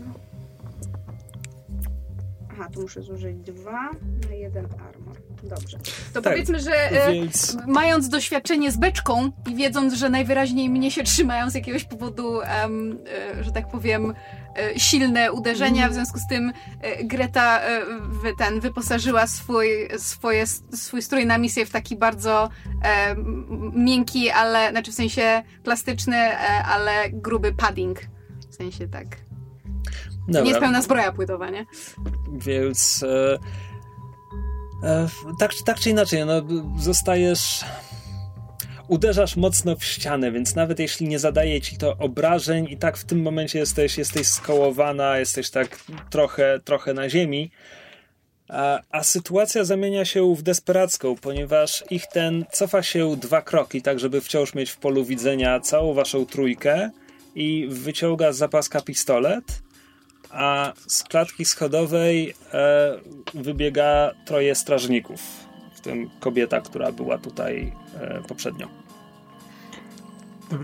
Aha, tu muszę zużyć dwa na jeden armor. Dobrze. To tak, powiedzmy, że e, więc... mając doświadczenie z beczką i wiedząc, że najwyraźniej mnie się trzymają z jakiegoś powodu, um, e, że tak powiem, e, silne uderzenia, w związku z tym e, Greta e, wy, ten, wyposażyła swój, swoje, swój strój na misję w taki bardzo e, miękki, ale, znaczy w sensie plastyczny, e, ale gruby padding. W sensie tak. Dobra. Nie jest pełna zbroja płytowa, nie? Więc e, e, tak, tak czy inaczej, no, zostajesz... Uderzasz mocno w ścianę, więc nawet jeśli nie zadaje ci to obrażeń i tak w tym momencie jesteś, jesteś skołowana, jesteś tak trochę, trochę na ziemi, a, a sytuacja zamienia się w desperacką, ponieważ ich ten cofa się dwa kroki, tak żeby wciąż mieć w polu widzenia całą waszą trójkę i wyciąga z zapaska pistolet, a z klatki schodowej e, wybiega troje strażników, w tym kobieta, która była tutaj e, poprzednio. Dobra.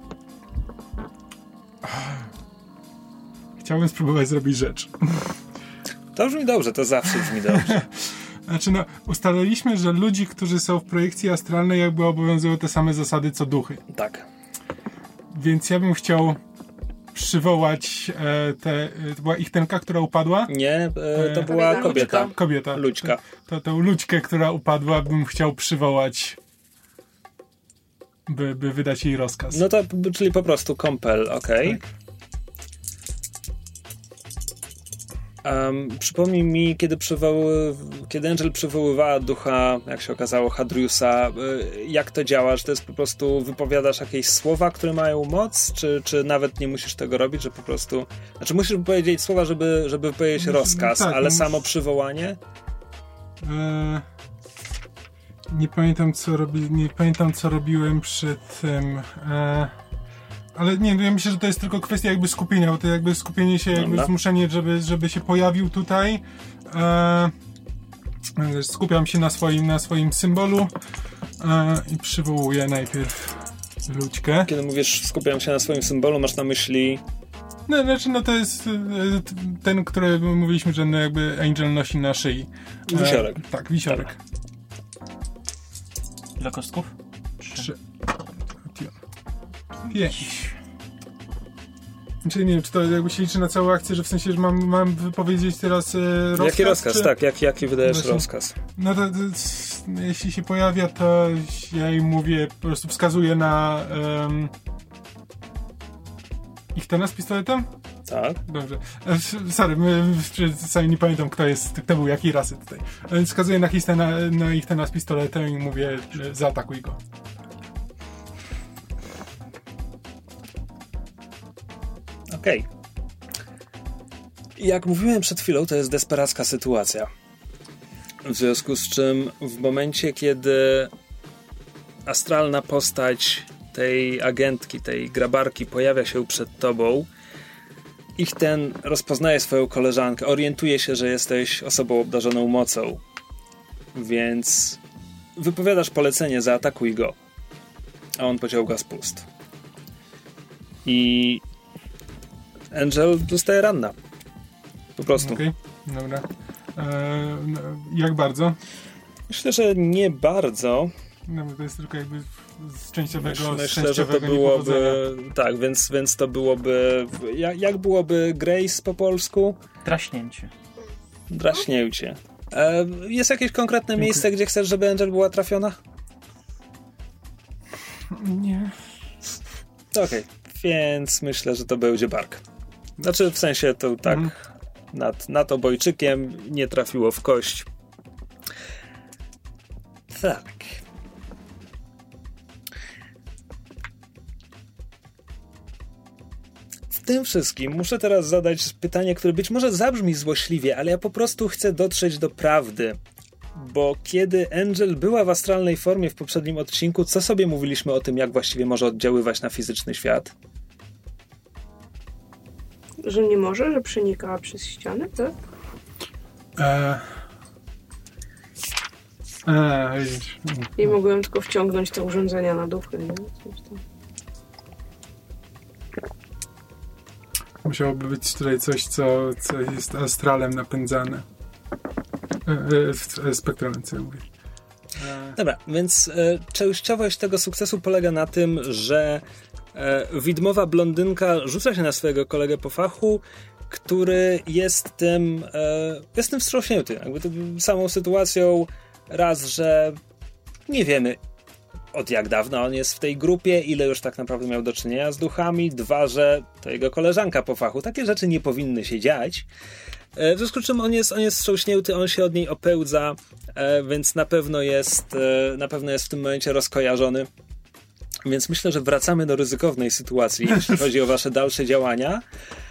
Chciałbym spróbować zrobić rzecz. To brzmi dobrze, to zawsze brzmi dobrze. Znaczy no, ustaliliśmy, że ludzi, którzy są w projekcji astralnej, jakby obowiązują te same zasady co duchy. Tak. Więc ja bym chciał przywołać e, te, to była ich tenka, która upadła? Nie, e, to była kobieta. kobieta. Kobieta. Lućka. To, tę Lućkę, która upadła, bym chciał przywołać, by, by wydać jej rozkaz. No to, czyli po prostu compel, okej. Okay. Tak. Um, przypomnij mi, kiedy, przywoły, kiedy Angel przywoływała ducha, jak się okazało, Hadriusa, jak to działa? Czy to jest po prostu wypowiadasz jakieś słowa, które mają moc? Czy, czy nawet nie musisz tego robić, że po prostu... Znaczy musisz powiedzieć słowa, żeby, żeby powiedzieć rozkaz, tak, ale no, samo przywołanie? E, nie pamiętam, co robi, nie pamiętam, co robiłem przy tym... E, Ale nie, ja myślę, że to jest tylko kwestia jakby skupienia, bo to jakby skupienie się, jakby Dobra. zmuszenie, żeby, żeby się pojawił tutaj. E, skupiam się na swoim, na swoim symbolu e, i przywołuję najpierw Lućkę. Kiedy mówisz, skupiam się na swoim symbolu, masz na myśli... No, znaczy, no to jest e, ten, który mówiliśmy, że no jakby Angel nosi na szyi. E, Wisiorek. Tak, wisiorek. Tak. Ile kostków? Trzy. Pięć. Czyli nie wiem, czy to jakby się liczy na całą akcję, że w sensie, że mam, mam wypowiedzieć teraz e, rozkaz? Jaki rozkaz? Czy... Tak, jaki, jaki wydajesz Właśnie. rozkaz? No to, to no, jeśli się pojawia, to ja jej mówię, po prostu wskazuję na um... ich ten z pistoletem? Tak. Dobrze. E, sorry, my, sami nie pamiętam, kto jest, kto był jakiej rasy tutaj. E, wskazuję na, na, na ich ten z pistoletem i mówię, że zaatakuj go. Okej. Okay. Jak mówiłem przed chwilą, to jest desperacka sytuacja. W związku z czym w momencie, kiedy astralna postać tej agentki, tej grabarki pojawia się przed tobą, ich ten rozpoznaje swoją koleżankę, orientuje się, że jesteś osobą obdarzoną mocą, więc wypowiadasz polecenie, zaatakuj go, a on pociąga spust. I Angel zostaje ranna. Po prostu. Okay. Dobra. E, jak bardzo? Myślę, że nie bardzo. No, bo to jest tylko jakby z częściowego, Myślę, z częściowego że to byłoby... niepowodzenia. Tak, więc, więc to byłoby... Jak, jak byłoby Grace po polsku? Draśnięcie. Draśnięcie. E, jest jakieś konkretne Dziękuję. miejsce, gdzie chcesz, żeby Angel była trafiona? Nie. Okej, okay. Więc myślę, że to będzie bark. Znaczy, w sensie to tak Mhm. nad, nad obojczykiem nie trafiło w kość. Tak. W tym wszystkim muszę teraz zadać pytanie, które być może zabrzmi złośliwie, ale ja po prostu chcę dotrzeć do prawdy. Bo kiedy Angel była w astralnej formie w poprzednim odcinku, co sobie mówiliśmy o tym, jak właściwie może oddziaływać na fizyczny świat? Że nie może, że przenikała przez ścianę, tak? E... E, widzisz. I mogłem tylko wciągnąć te urządzenia na duchy, nie? Coś tam. Musiałoby być tutaj coś, co, co jest astralem napędzane. E, e, spektralem, co ja mówię. E... Dobra, więc e, częściowość tego sukcesu polega na tym, że e, widmowa blondynka rzuca się na swojego kolegę po fachu, który jest tym e, jest tym wstrząśnięty. Jakby tym samą sytuacją raz, że nie wiemy od jak dawna on jest w tej grupie, ile już tak naprawdę miał do czynienia z duchami. Dwa, że to jego koleżanka po fachu. Takie rzeczy nie powinny się dziać. W związku z czym on jest, on jest wstrząśnięty, on się od niej opełdza, więc na pewno jest na pewno jest w tym momencie rozkojarzony. Więc myślę, że wracamy do ryzykownej sytuacji, jeśli chodzi o wasze dalsze działania.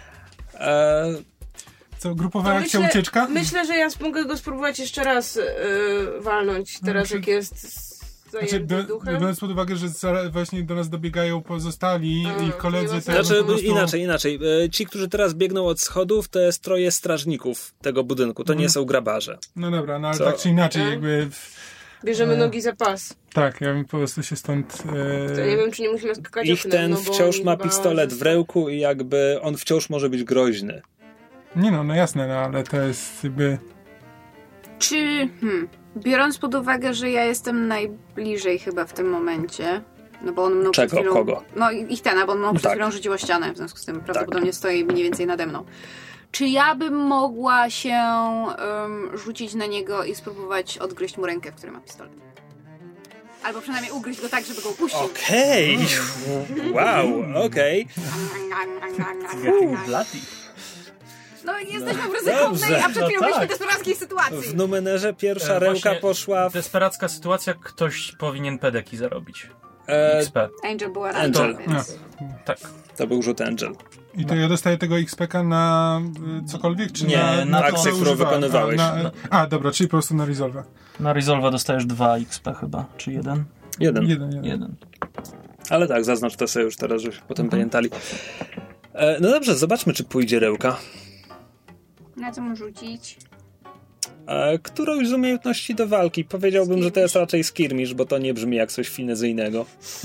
Co, grupowa To akcja myślę, ucieczka? Myślę, że ja mogę go spróbować jeszcze raz yy, walnąć, teraz Znaczy- jak jest zajęty Znaczy, be, duchem. biorąc pod uwagę, że za, właśnie do nas dobiegają pozostali A, i koledzy... nie ma to sensu. Znaczy, po prostu... inaczej, inaczej. Ci, którzy teraz biegną od schodów, to jest troje strażników tego budynku. To nie Mhm. są grabarze. No dobra, no ale Co? tak czy inaczej, Tak? jakby... Bierzemy E, nogi za pas. Tak, ja bym po prostu się stąd... E... To nie wiem, czy nie musimy skakać Ich oknem, ten no bo wciąż oni ma chyba pistolet w zostali- ręku i jakby on wciąż może być groźny. Nie no, no jasne, no ale to jest jakby... Czy, hmm, biorąc pod uwagę, że ja jestem najbliżej chyba w tym momencie, no bo on mną Czego? przed chwilą... Kogo? No ich ten, bo on mną przed Tak. chwilą rzucił o ścianę, w związku z tym prawdopodobnie stoi mniej więcej nade mną. Czy ja bym mogła się um, rzucić na niego i spróbować odgryźć mu rękę, w której ma pistolet? Albo przynajmniej ugryźć go tak, żeby go upuścił. Okej! Wow, okej. Getting bloody. No jesteśmy w ryzykownej, dobrze, a przed no chwilą byliśmy tak. w desperackiej sytuacji. W numerze pierwsza E, ręka właśnie poszła w... Desperacka sytuacja, ktoś powinien pedeki zarobić. E, X P. Angel była Angel. ranna, więc... Tak. to był rzut Angel. I to ja dostaję tego X P K na y, cokolwiek, czy Nie, na... na to, akcję, co którą używałem? wykonywałeś. A, na, a, dobra, czyli po prostu na resolve. Na Resolve'a dostajesz dwa X P chyba, czy jeden? Jeden. Jeden, jeden. Jeden. Ale tak, zaznacz to sobie już teraz, żebyśmy potem pamiętali. E, no dobrze, zobaczmy, czy pójdzie Rełka. Na co mu rzucić? E, którąś z umiejętności do walki. Powiedziałbym, że to jest raczej skirmish, bo to nie brzmi jak coś finezyjnego.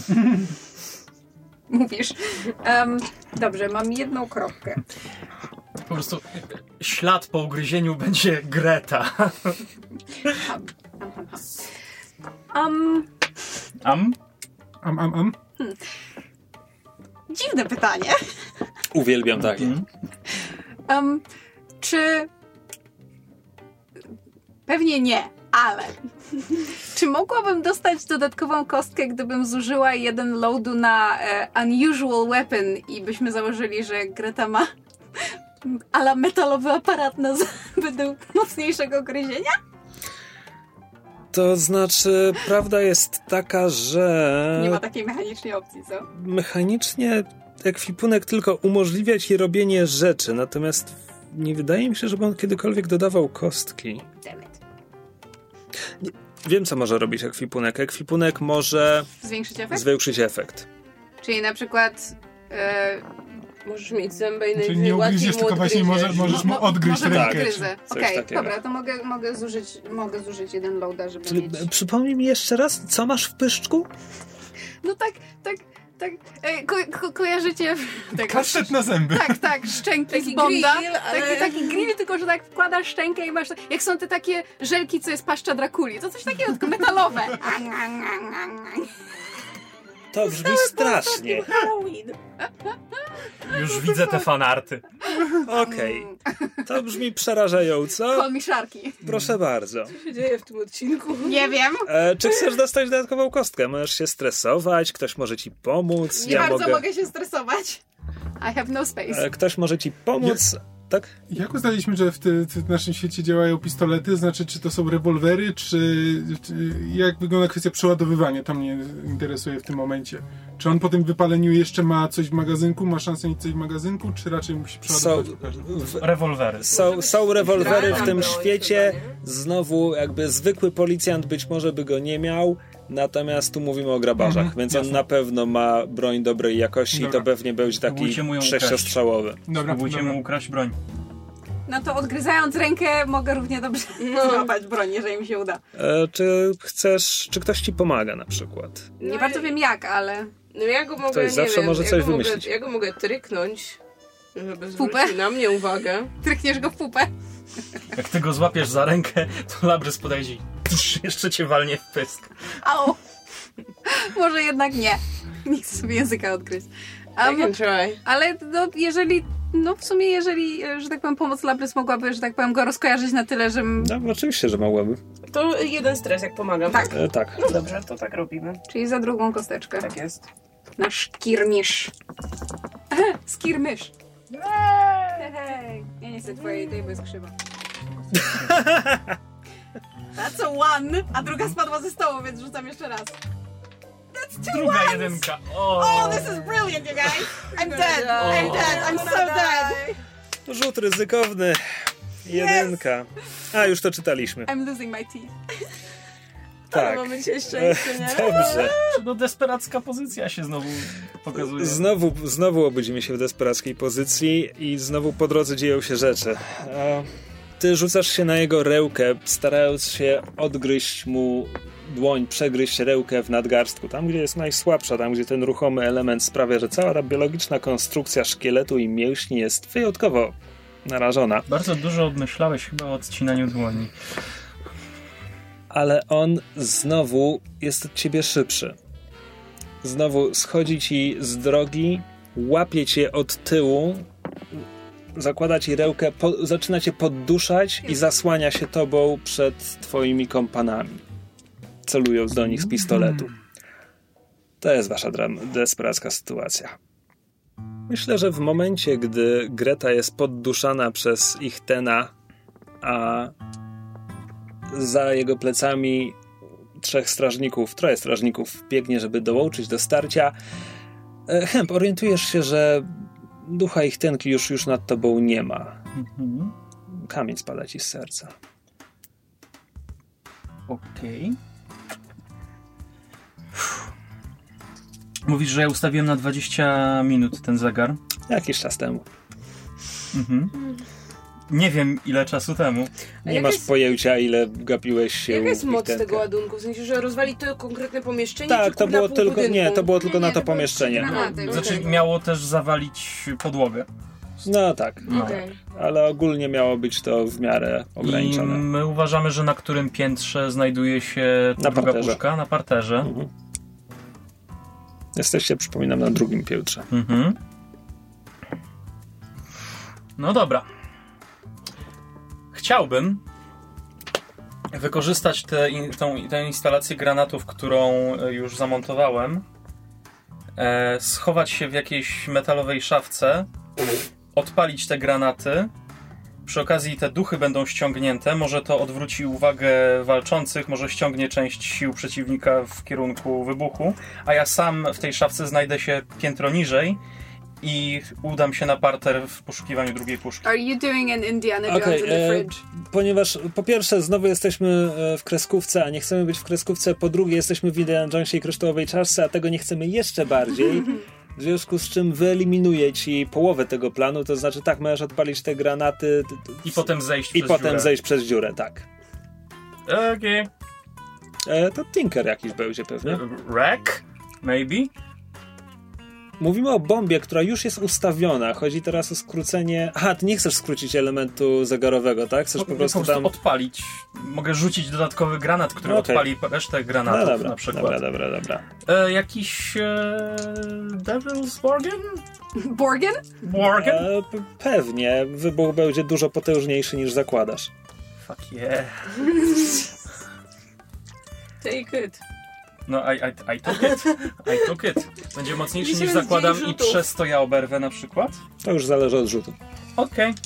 Mówisz. Um, dobrze, mam jedną kropkę. Po prostu ślad po ugryzieniu będzie Greta. Ham, ham, ham, ham. Um, Am? Am, am, am. dziwne pytanie. Uwielbiam takie. Mhm. Um, czy... Pewnie nie, ale... Czy mogłabym dostać dodatkową kostkę, gdybym zużyła jeden loadu na e, unusual weapon i byśmy założyli, że Greta ma ala metalowy aparat na zbyt mocniejszego gryzienia? To znaczy, prawda jest taka, że... Nie ma takiej mechanicznej opcji, co? Mechanicznie ekwipunek tylko umożliwia ci robienie rzeczy, natomiast nie wydaje mi się, żeby on kiedykolwiek dodawał kostki. Damn it. Wiem, co może robić ekwipunek. Ekwipunek może Zwiększyć efekt? zwiększyć efekt. Czyli na przykład... E, Możesz mieć zęby i Czyli nie najłatwiej ugryziesz, mu tylko właśnie odgryziesz. może, możesz mu mo- odgryźć może rękę. odgryzę. Coś Okej, takiego. dobra, to mogę, mogę, zużyć, mogę zużyć jeden loada, żeby Czyli, mieć... przypomnij mi jeszcze raz, co masz w pyszczku? No tak, tak, Tak, e, ko- ko- kojarzycie... Tego, Kasztet na zęby. Tak, tak, szczęki Taki z Bonda. grill, ale- taki, taki grill, tylko że tak wkładasz szczękę i masz... Jak są te takie żelki, co jest paszcza Drakuli. To coś takiego, tylko metalowe. To brzmi strasznie. Halloween. Już widzę te fanarty. Okej. To brzmi przerażająco. Call me Sharky. Proszę bardzo. Co się dzieje w tym odcinku? Nie wiem. E, czy chcesz dostać dodatkową kostkę? Możesz się stresować, ktoś może ci pomóc. Nie ja bardzo mogę... mogę się stresować. I have no space. E, ktoś może ci pomóc. Tak? Jak uznaliśmy, że w, te, w naszym świecie działają pistolety? Znaczy, czy to są rewolwery, czy, czy jak wygląda kwestia przeładowywania? To mnie interesuje w tym momencie. Czy on po tym wypaleniu jeszcze ma coś w magazynku, ma szansę mieć coś w magazynku, czy raczej musi przeładować? Są, w, Rewolwery. są, są rewolwery w tym broń świecie. chyba, nie? Znowu jakby zwykły policjant być może by go nie miał. Natomiast tu mówimy o grabarzach, Mhm, więc jasne. on na pewno ma broń dobrej jakości i Dobra. to pewnie będzie taki Spróbujcie mu ją ukraść. sześciostrzałowy. Dobra, Próbujcie dobra. mu ukraść broń. No to odgryzając rękę mogę równie dobrze No. złapać broń, jeżeli mi się uda. E, czy chcesz, czy ktoś ci pomaga na przykład? Nie No bardzo i- wiem jak, ale... No ja go mogę, Ktoś nie zawsze wiem, może ja coś go mogę, wymyślić. ja go mogę tryknąć, żeby Pupę? zwrócił na mnie uwagę. Trychniesz go w pupę. Jak ty go złapiesz za rękę, to Labrys podejdzie i tsz, jeszcze cię walnie w pysk. Au! Może jednak nie. Nie chcę sobie języka odgryźć. I Um, can try. ale no, jeżeli... No w sumie jeżeli, że tak powiem, pomoc Labrys mogłaby, że tak powiem, go rozkojarzyć na tyle, że... No oczywiście, że mogłaby. To jeden stres, jak pomagam. Tak. E, tak. No dobrze, to tak robimy. Czyli za drugą kosteczkę. Tak jest. Na szkirmisz. Skirmysz. Hej, ja nie chcę twojej tej, bo jest krzywa. That's a one, a druga spadła ze stołu, więc rzucam jeszcze raz. That's two Druga ones! jedynka. O! Oh, this is brilliant, you guys! I'm dead! I'm dead! I'm so dead! Rzut ryzykowny. Jedynka. A, już to czytaliśmy. I'm losing my teeth. Tak. Mamy dzisiaj E, szczęście, nie? Dobrze. No desperacka pozycja się znowu pokazuje. Znowu, znowu obudzimy się w desperackiej pozycji i znowu po drodze dzieją się rzeczy. A ty rzucasz się na jego rełkę, starając się odgryźć mu dłoń, przegryźć rełkę w nadgarstku, tam gdzie jest najsłabsza, tam gdzie ten ruchomy element sprawia, że cała ta biologiczna konstrukcja szkieletu i mięśni jest wyjątkowo narażona. Bardzo dużo obmyślałeś chyba o odcinaniu dłoni. Ale on znowu jest od ciebie szybszy. Znowu schodzi ci z drogi, łapie cię od tyłu, zakłada ci rełkę, po, zaczyna cię podduszać i zasłania się tobą przed twoimi kompanami, celując do nich z pistoletu. To jest wasza dram- desperacka sytuacja. Myślę, że w momencie, gdy Greta jest podduszana przez Ichtena, a za jego plecami trzech strażników, troje strażników biegnie, żeby dołączyć do starcia. Hemp, orientujesz się, że ducha Ichtenki już, już nad tobą nie ma. Mhm. Kamień spada ci z serca. Okej. Mówisz, że ja ustawiłem na dwadzieścia minut ten zegar. Jakiś czas temu. Mhm. Nie wiem ile czasu temu. Nie jak masz jest- pojęcia, ile gapiłeś się Jaka w jest moc Ichtenkę. tego ładunku? W sensie, że rozwali to konkretne pomieszczenie? Tak, czy to kurna było pół tylko, budynku? nie, to było tylko Nie, na nie, to to były pomieszczenie. trzy granaty. No, Znaczy okej. miało też zawalić podłogę. No tak, No. Okej. ale ogólnie miało być to w miarę I ograniczone. my uważamy, że na którym piętrze znajduje się ta Na druga parterze. puszka? Na parterze. Mhm. Jesteście, przypominam, na drugim piętrze. Mhm. No dobra. Chciałbym wykorzystać tę in, tą, tę instalację granatów, którą e, już zamontowałem, e, schować się w jakiejś metalowej szafce, odpalić te granaty. Przy okazji te duchy będą ściągnięte. Może to odwróci uwagę walczących, może ściągnie część sił przeciwnika w kierunku wybuchu, a ja sam w tej szafce znajdę się piętro niżej i udam się na parter w poszukiwaniu drugiej puszki. Are you doing an Indiana Jones Okej, in the e, fridge? ponieważ po pierwsze znowu jesteśmy e, w kreskówce, a nie chcemy być w kreskówce, po drugie jesteśmy w Indiana Jonesie i kryształowej czaszce, a tego nie chcemy jeszcze bardziej, w związku z czym wyeliminuję ci połowę tego planu, to znaczy tak, możesz odpalić te granaty t- t- I potem zejść i przez potem dziurę. zejść przez dziurę, tak. Okej. E, to Tinker jakiś będzie pewnie. Wreck? Maybe? Mówimy o bombie, która już jest ustawiona. Chodzi teraz o skrócenie... Aha, ty nie chcesz skrócić elementu zegarowego, tak? Chcesz Mogę po prostu, po prostu tam... odpalić. Mogę rzucić dodatkowy granat, który Okay. odpali resztę granatów no dobra, na przykład. Dobra, dobra, dobra. E, jakiś e, Devil's Borgen? Borgen? Borgen? E, p- pewnie. Wybuch będzie dużo potężniejszy niż zakładasz. Fuck yeah. Take it. No, I, I, I took it. I took it. Będzie mocniejszy niż dziesięć zakładam i rzutów. przez to ja oberwę na przykład? To już zależy od rzutu. Okej. Okay.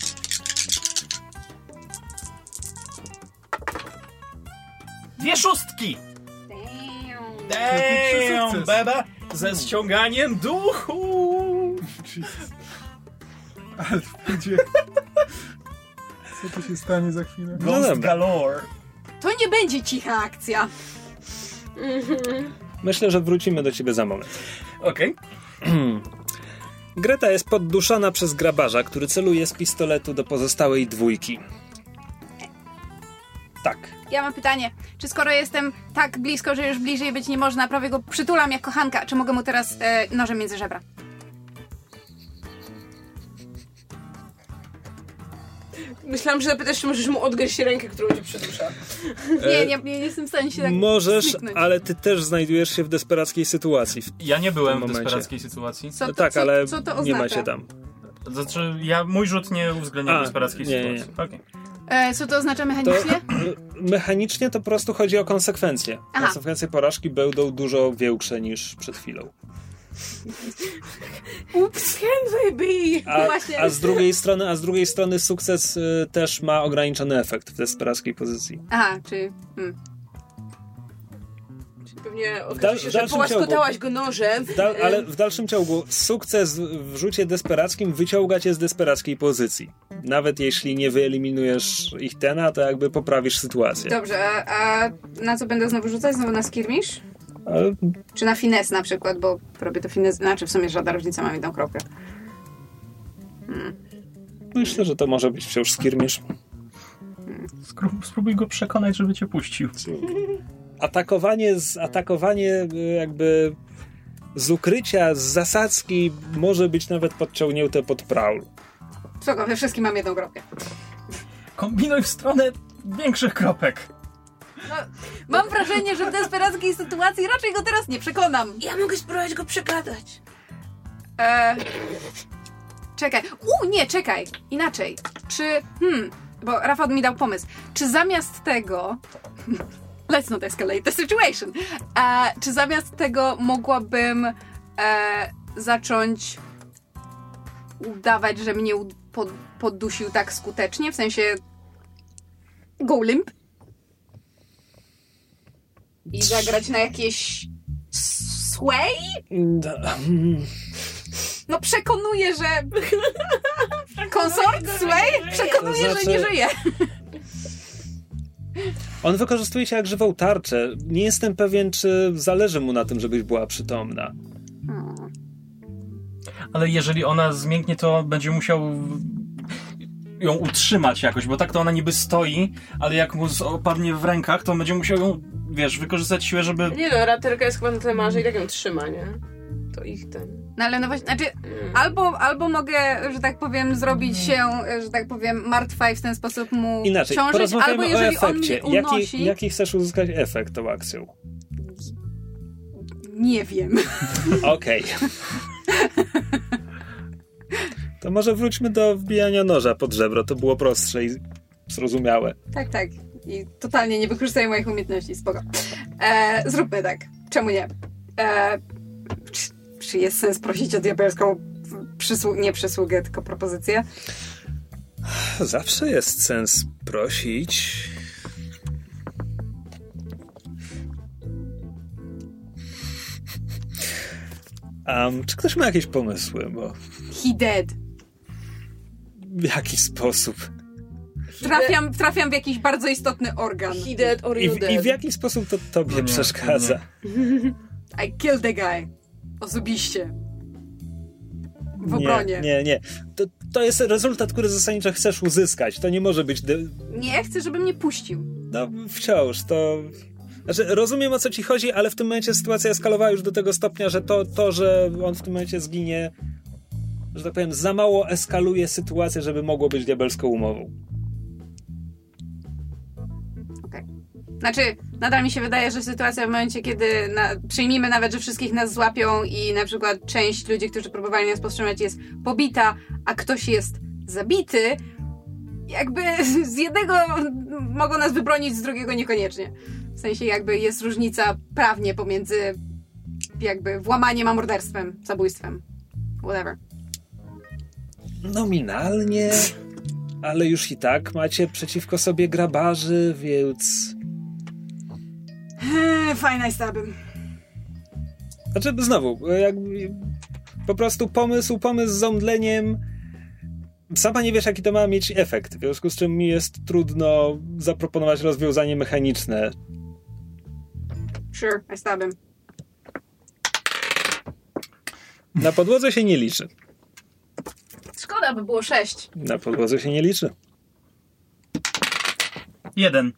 Dwie szóstki! Damn, sukces. bebe! Ze ściąganiem duchu! Jesus. Ale będzie... Co tu się stanie za chwilę? No Ghost dobra. galore. To nie będzie cicha akcja. Myślę, że wrócimy do ciebie za moment. Okej. Greta jest podduszana przez grabarza, który celuje z pistoletu do pozostałej dwójki. Tak. Ja mam pytanie. Czy skoro jestem tak blisko, że już bliżej być nie można, prawie go przytulam jak kochanka, czy mogę mu teraz e, nożem między żebra? Myślałam, że zapytasz, czy możesz mu odgryźć rękę, którą ci przydusza. Nie, nie, nie jestem w stanie się tak Możesz, zniknąć. ale ty też znajdujesz się w desperackiej sytuacji. Ja nie byłem W tym w momencie. desperackiej sytuacji. Co No to, tak, co, ale co to nie oznacza? ma się tam. Znaczy, ja, mój rzut nie uwzględnia A, desperackiej nie, nie, nie. sytuacji. Okej. E, co to oznacza To mechanicznie? mechanicznie to po prostu chodzi o konsekwencje. Aha. Konsekwencje porażki będą dużo większe niż przed chwilą. Ups, can they be? A, Właśnie. a z drugiej strony, a z drugiej strony sukces y, też ma ograniczony efekt w desperackiej pozycji. Aha, czyli... Hmm. Pewnie dal- okaże się, w że dalszym połaskotałaś ciągu- go nożem. W dal, ale w dalszym ciągu sukces w rzucie desperackim wyciąga cię z desperackiej pozycji. Nawet jeśli nie wyeliminujesz ich tena, to jakby poprawisz sytuację. Dobrze, a, a na co będę znowu rzucać? Znowu na skirmish? Ale Czy na finesse na przykład, bo robię to finesse, znaczy w sumie żadna różnica, mam jedną kropkę. myślę, że to może być wciąż skirmisz. Skró- Spróbuj go przekonać, żeby cię puścił. Atakowanie z atakowanie y, jakby z ukrycia, z zasadzki może być nawet podciągnięte pod prowl. Spoko, we wszystkim mam jedną kropkę. Kombinuj w stronę większych kropek. No, mam wrażenie, że w desperackiej sytuacji raczej go teraz nie przekonam. Ja mogę spróbować go przegadać. E... Czekaj. U, nie, czekaj. Inaczej. Czy... Hmm, bo Rafał mi dał pomysł. Czy zamiast tego... Let's not escalate the situation. E, czy zamiast tego mogłabym e, zacząć udawać, że mnie u- pod, poddusił tak skutecznie? W sensie... Go limp? I zagrać na jakieś... Sway? No przekonuje, że... Konsort Sway? Przekonuje, To znaczy- że nie żyje. On wykorzystuje cię jak żywą tarczę. Nie jestem pewien, czy zależy mu na tym, żebyś była przytomna. Ale jeżeli ona zmięknie, to będzie musiał ją utrzymać jakoś, bo tak to ona niby stoi, ale jak mu z- opadnie w rękach, to będzie musiał ją, wiesz, wykorzystać siłę, żeby... Nie no, raterka jest chyba na tyle mała, że i tak ją trzyma, nie? To ich ten... No ale no właśnie, znaczy albo, albo mogę, że tak powiem, zrobić się, że tak powiem, martwa i w ten sposób mu Inaczej, ciążyć, albo porozmawiajmy o jeżeli on efekcie. mnie unosi... Jaki, jaki chcesz uzyskać efekt tą akcją? Nie wiem. Okej. To może wróćmy do wbijania noża pod żebro. To było prostsze i zrozumiałe. Tak, tak. I totalnie nie wykorzystaję moich umiejętności, spoko. E, zróbmy tak. Czemu nie? E, czy, czy jest sens prosić o diabelską przysłu- nie przysługę, tylko propozycję? Zawsze jest sens prosić. Um, czy ktoś ma jakieś pomysły? Bo He dead. w jaki sposób? Trafiam, trafiam w jakiś bardzo istotny organ. He dead or I you w, dead. i w jaki sposób to tobie No nie, przeszkadza? I killed the guy. Osobiście. W Nie, obronie. nie, nie. To, to jest rezultat, który zasadniczo chcesz uzyskać. To nie może być... De- Nie chcę, żeby mnie puścił. no wciąż, to... Znaczy, rozumiem, o co ci chodzi, ale w tym momencie sytuacja eskalowała już do tego stopnia, że to, to że on w tym momencie zginie, że tak powiem, za mało eskaluje sytuację, żeby mogło być diabelską umową. Okej. Okay. Znaczy, nadal mi się wydaje, że sytuacja w momencie, kiedy na, przyjmijmy nawet, że wszystkich nas złapią i na przykład część ludzi, którzy próbowali nas powstrzymać, jest pobita, a ktoś jest zabity, jakby z jednego mogą nas wybronić, z drugiego niekoniecznie. W sensie jakby jest różnica prawnie pomiędzy jakby włamaniem a morderstwem, zabójstwem. Whatever. Nominalnie, ale już i tak macie przeciwko sobie grabarzy, więc... Fajna stabym. Znaczy, znowu, jakby po prostu pomysł, pomysł z omdleniem. Sama nie wiesz, jaki to ma mieć efekt, w związku z czym mi jest trudno zaproponować rozwiązanie mechaniczne. Sure, I stab him. Na podłodze się nie liczy. Szkoda, by było sześć. Na podłodze się nie liczy. Jeden.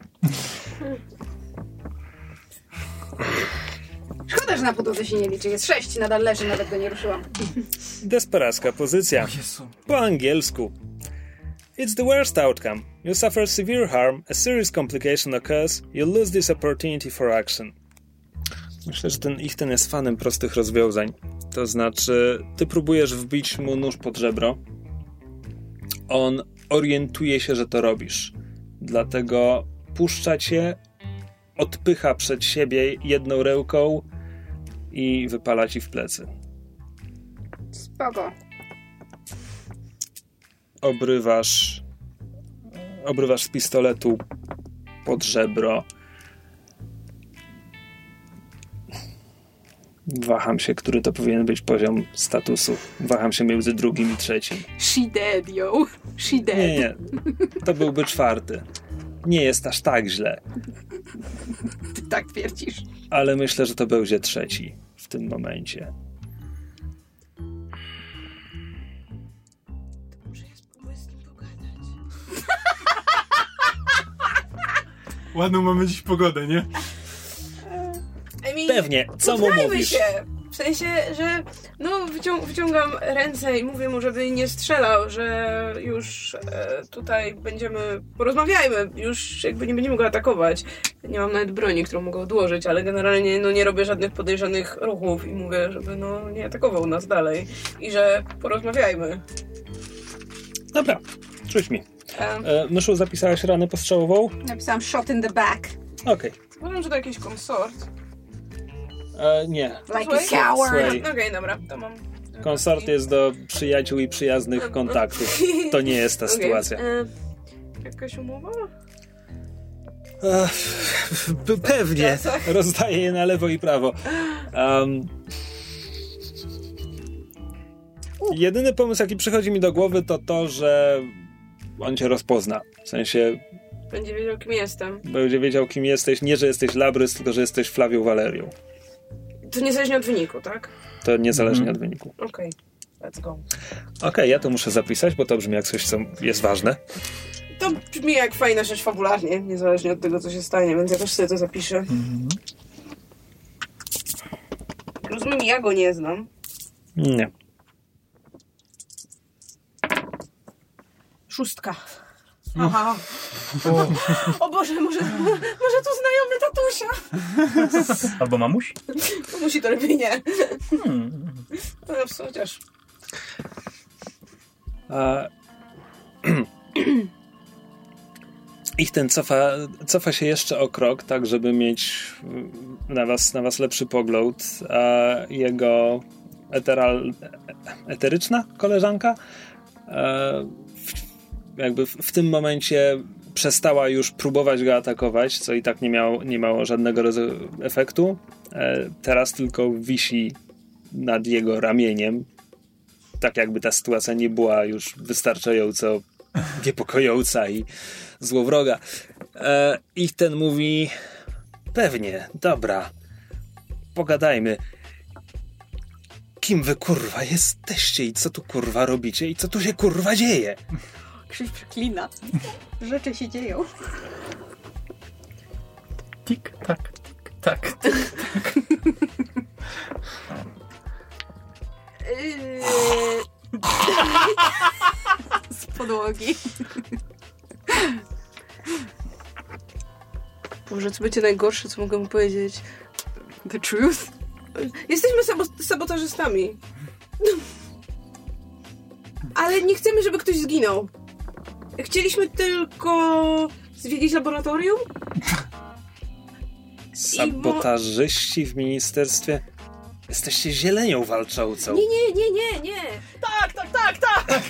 Szkoda, że na podłodze się nie liczy. Jest sześć, nadal leży, nawet go nie ruszyłam. Desperacka pozycja. Po angielsku. It's the worst outcome. You suffer severe harm, a serious complication occurs, you lose this opportunity for action. Myślę, że ten ich ten jest fanem prostych rozwiązań. To znaczy, ty próbujesz wbić mu nóż pod żebro. On orientuje się, że to robisz. Dlatego puszcza cię, odpycha przed siebie jedną ręką i wypala ci w plecy. Spoko. Obrywasz obrywasz z pistoletu pod żebro. Waham się, który to powinien być poziom statusu. Waham się między drugim i trzecim. She dead, yo. She dead. Nie, nie. To byłby czwarty. Nie jest aż tak źle. Ty tak twierdzisz. Ale myślę, że to będzie trzeci w tym momencie. To może ja spróbuję z nim pogadać. Ładną mamy dziś pogodę, nie? I mean, Pewnie. Co mu mówisz? się. W sensie, że no wycią- wyciągam ręce i mówię mu, żeby nie strzelał, że już e, tutaj będziemy, porozmawiajmy, już jakby nie będziemy go atakować. Nie mam nawet broni, którą mogę odłożyć, ale generalnie no nie robię żadnych podejrzanych ruchów i mówię, żeby no nie atakował nas dalej i że porozmawiajmy. Dobra, rzuć mi. Um, E, Myszu, zapisałaś ranę postrzałową? Napisałam shot in the back. Okej. Okay. Uważam, że to jakiś konsort. E, nie. Like a coward. Słuchaj. Okej, okay, dobra, to mam... Konsort jest do przyjaciół i przyjaznych kontaktów. To nie jest ta okay. sytuacja. E, jakaś umowa? Ech, pewnie. Rozdaję je na lewo i prawo. Um, jedyny pomysł, jaki przychodzi mi do głowy, to to, że on cię rozpozna. W sensie... Będzie wiedział, kim jestem. Będzie wiedział, kim jesteś. Nie, że jesteś Labrys, tylko że jesteś Flawią Valerią. To niezależnie od wyniku, tak? To niezależnie Mhm. od wyniku. Okej, okay. Let's go. Okej, okay, ja to muszę zapisać, bo to brzmi jak coś, co jest ważne. To brzmi jak fajna rzecz fabularnie, niezależnie od tego, co się stanie, więc ja też sobie to zapiszę. Mhm. Rozumiem, ja go nie znam. Nie. Szóstka. Aha. O, o Boże, może, może to znajomy tatusia. Albo mamuś? To musi to lepiej nie. Hmm. No, chociaż. A... Ich ten cofa, cofa się jeszcze o krok, tak żeby mieć na was, na was lepszy pogląd, a jego eteral, eteryczna koleżanka e, w, jakby w, w tym momencie przestała już próbować go atakować, co i tak nie miało, nie miało żadnego efektu. E, teraz tylko wisi nad jego ramieniem, tak jakby ta sytuacja nie była już wystarczająco niepokojąca i złowroga. E, ich ten mówi: pewnie, dobra, pogadajmy. Kim wy kurwa jesteście i co tu kurwa robicie i co tu się kurwa dzieje? Krzyś przeklina. Rzeczy się dzieją. Tik, tak, tik, Tak, tak, tak. Z podłogi. Boże, co będzie najgorsze, co mogę mu powiedzieć? The truth? Jesteśmy sabo- sabotażystami. Ale nie chcemy, żeby ktoś zginął. Chcieliśmy tylko zwiedzić laboratorium. Sabotażyści w ministerstwie? Jesteście zielenią walczącą. Nie, nie, nie, nie, nie. Tak, tak, tak, tak!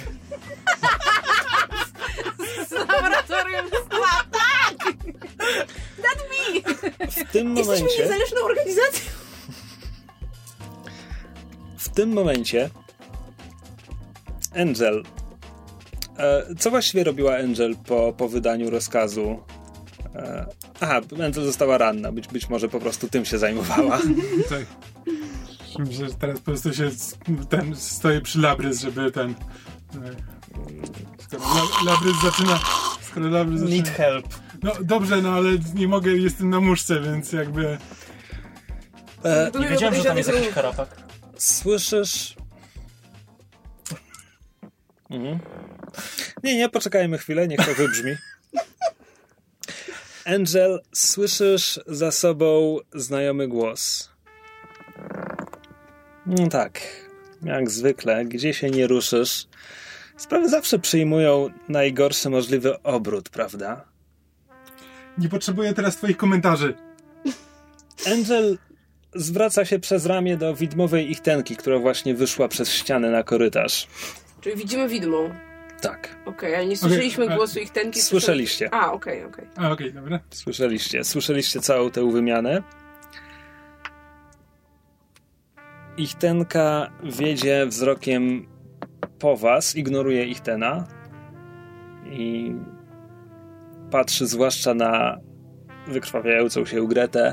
Z laboratorium zła, tak! That me! W tym Jesteśmy momencie... niezależną organizacją. W tym momencie Angel. E, co właściwie robiła Angel po, po wydaniu rozkazu? E, aha, Angel została ranna. Być, być może po prostu tym się zajmowała. Tak. Myślę, że teraz po prostu się ten stoi przy Labrys, żeby ten... Skoro la, Labrys zaczyna... Skoro Labrys zaczyna... Need help. No dobrze, no ale nie mogę, jestem na muszce, więc jakby... E, Nie wiedziałem, że tam jest jakiś karapak. Słyszysz... Mhm. Nie, nie, poczekajmy chwilę, niech to wybrzmi. Angel, słyszysz za sobą znajomy głos. No tak, jak zwykle, gdzie się nie ruszysz, sprawy zawsze przyjmują najgorszy możliwy obrót, prawda? Nie potrzebuję teraz twoich komentarzy. Angel zwraca się przez ramię do widmowej ichtenki, która właśnie wyszła przez ścianę na korytarz. Czyli widzimy widmo. Tak. Okej, okay, ale nie słyszeliśmy okay, głosu ich tenki. Słyszeliście. A, okej, okay, okej. Okay. A, okej, okay, dobra. Słyszeliście. Słyszeliście całą tę wymianę. Ichtenka wiedzie wzrokiem po was, ignoruje Ichtena i patrzy zwłaszcza na wykrwawiającą się Gretę,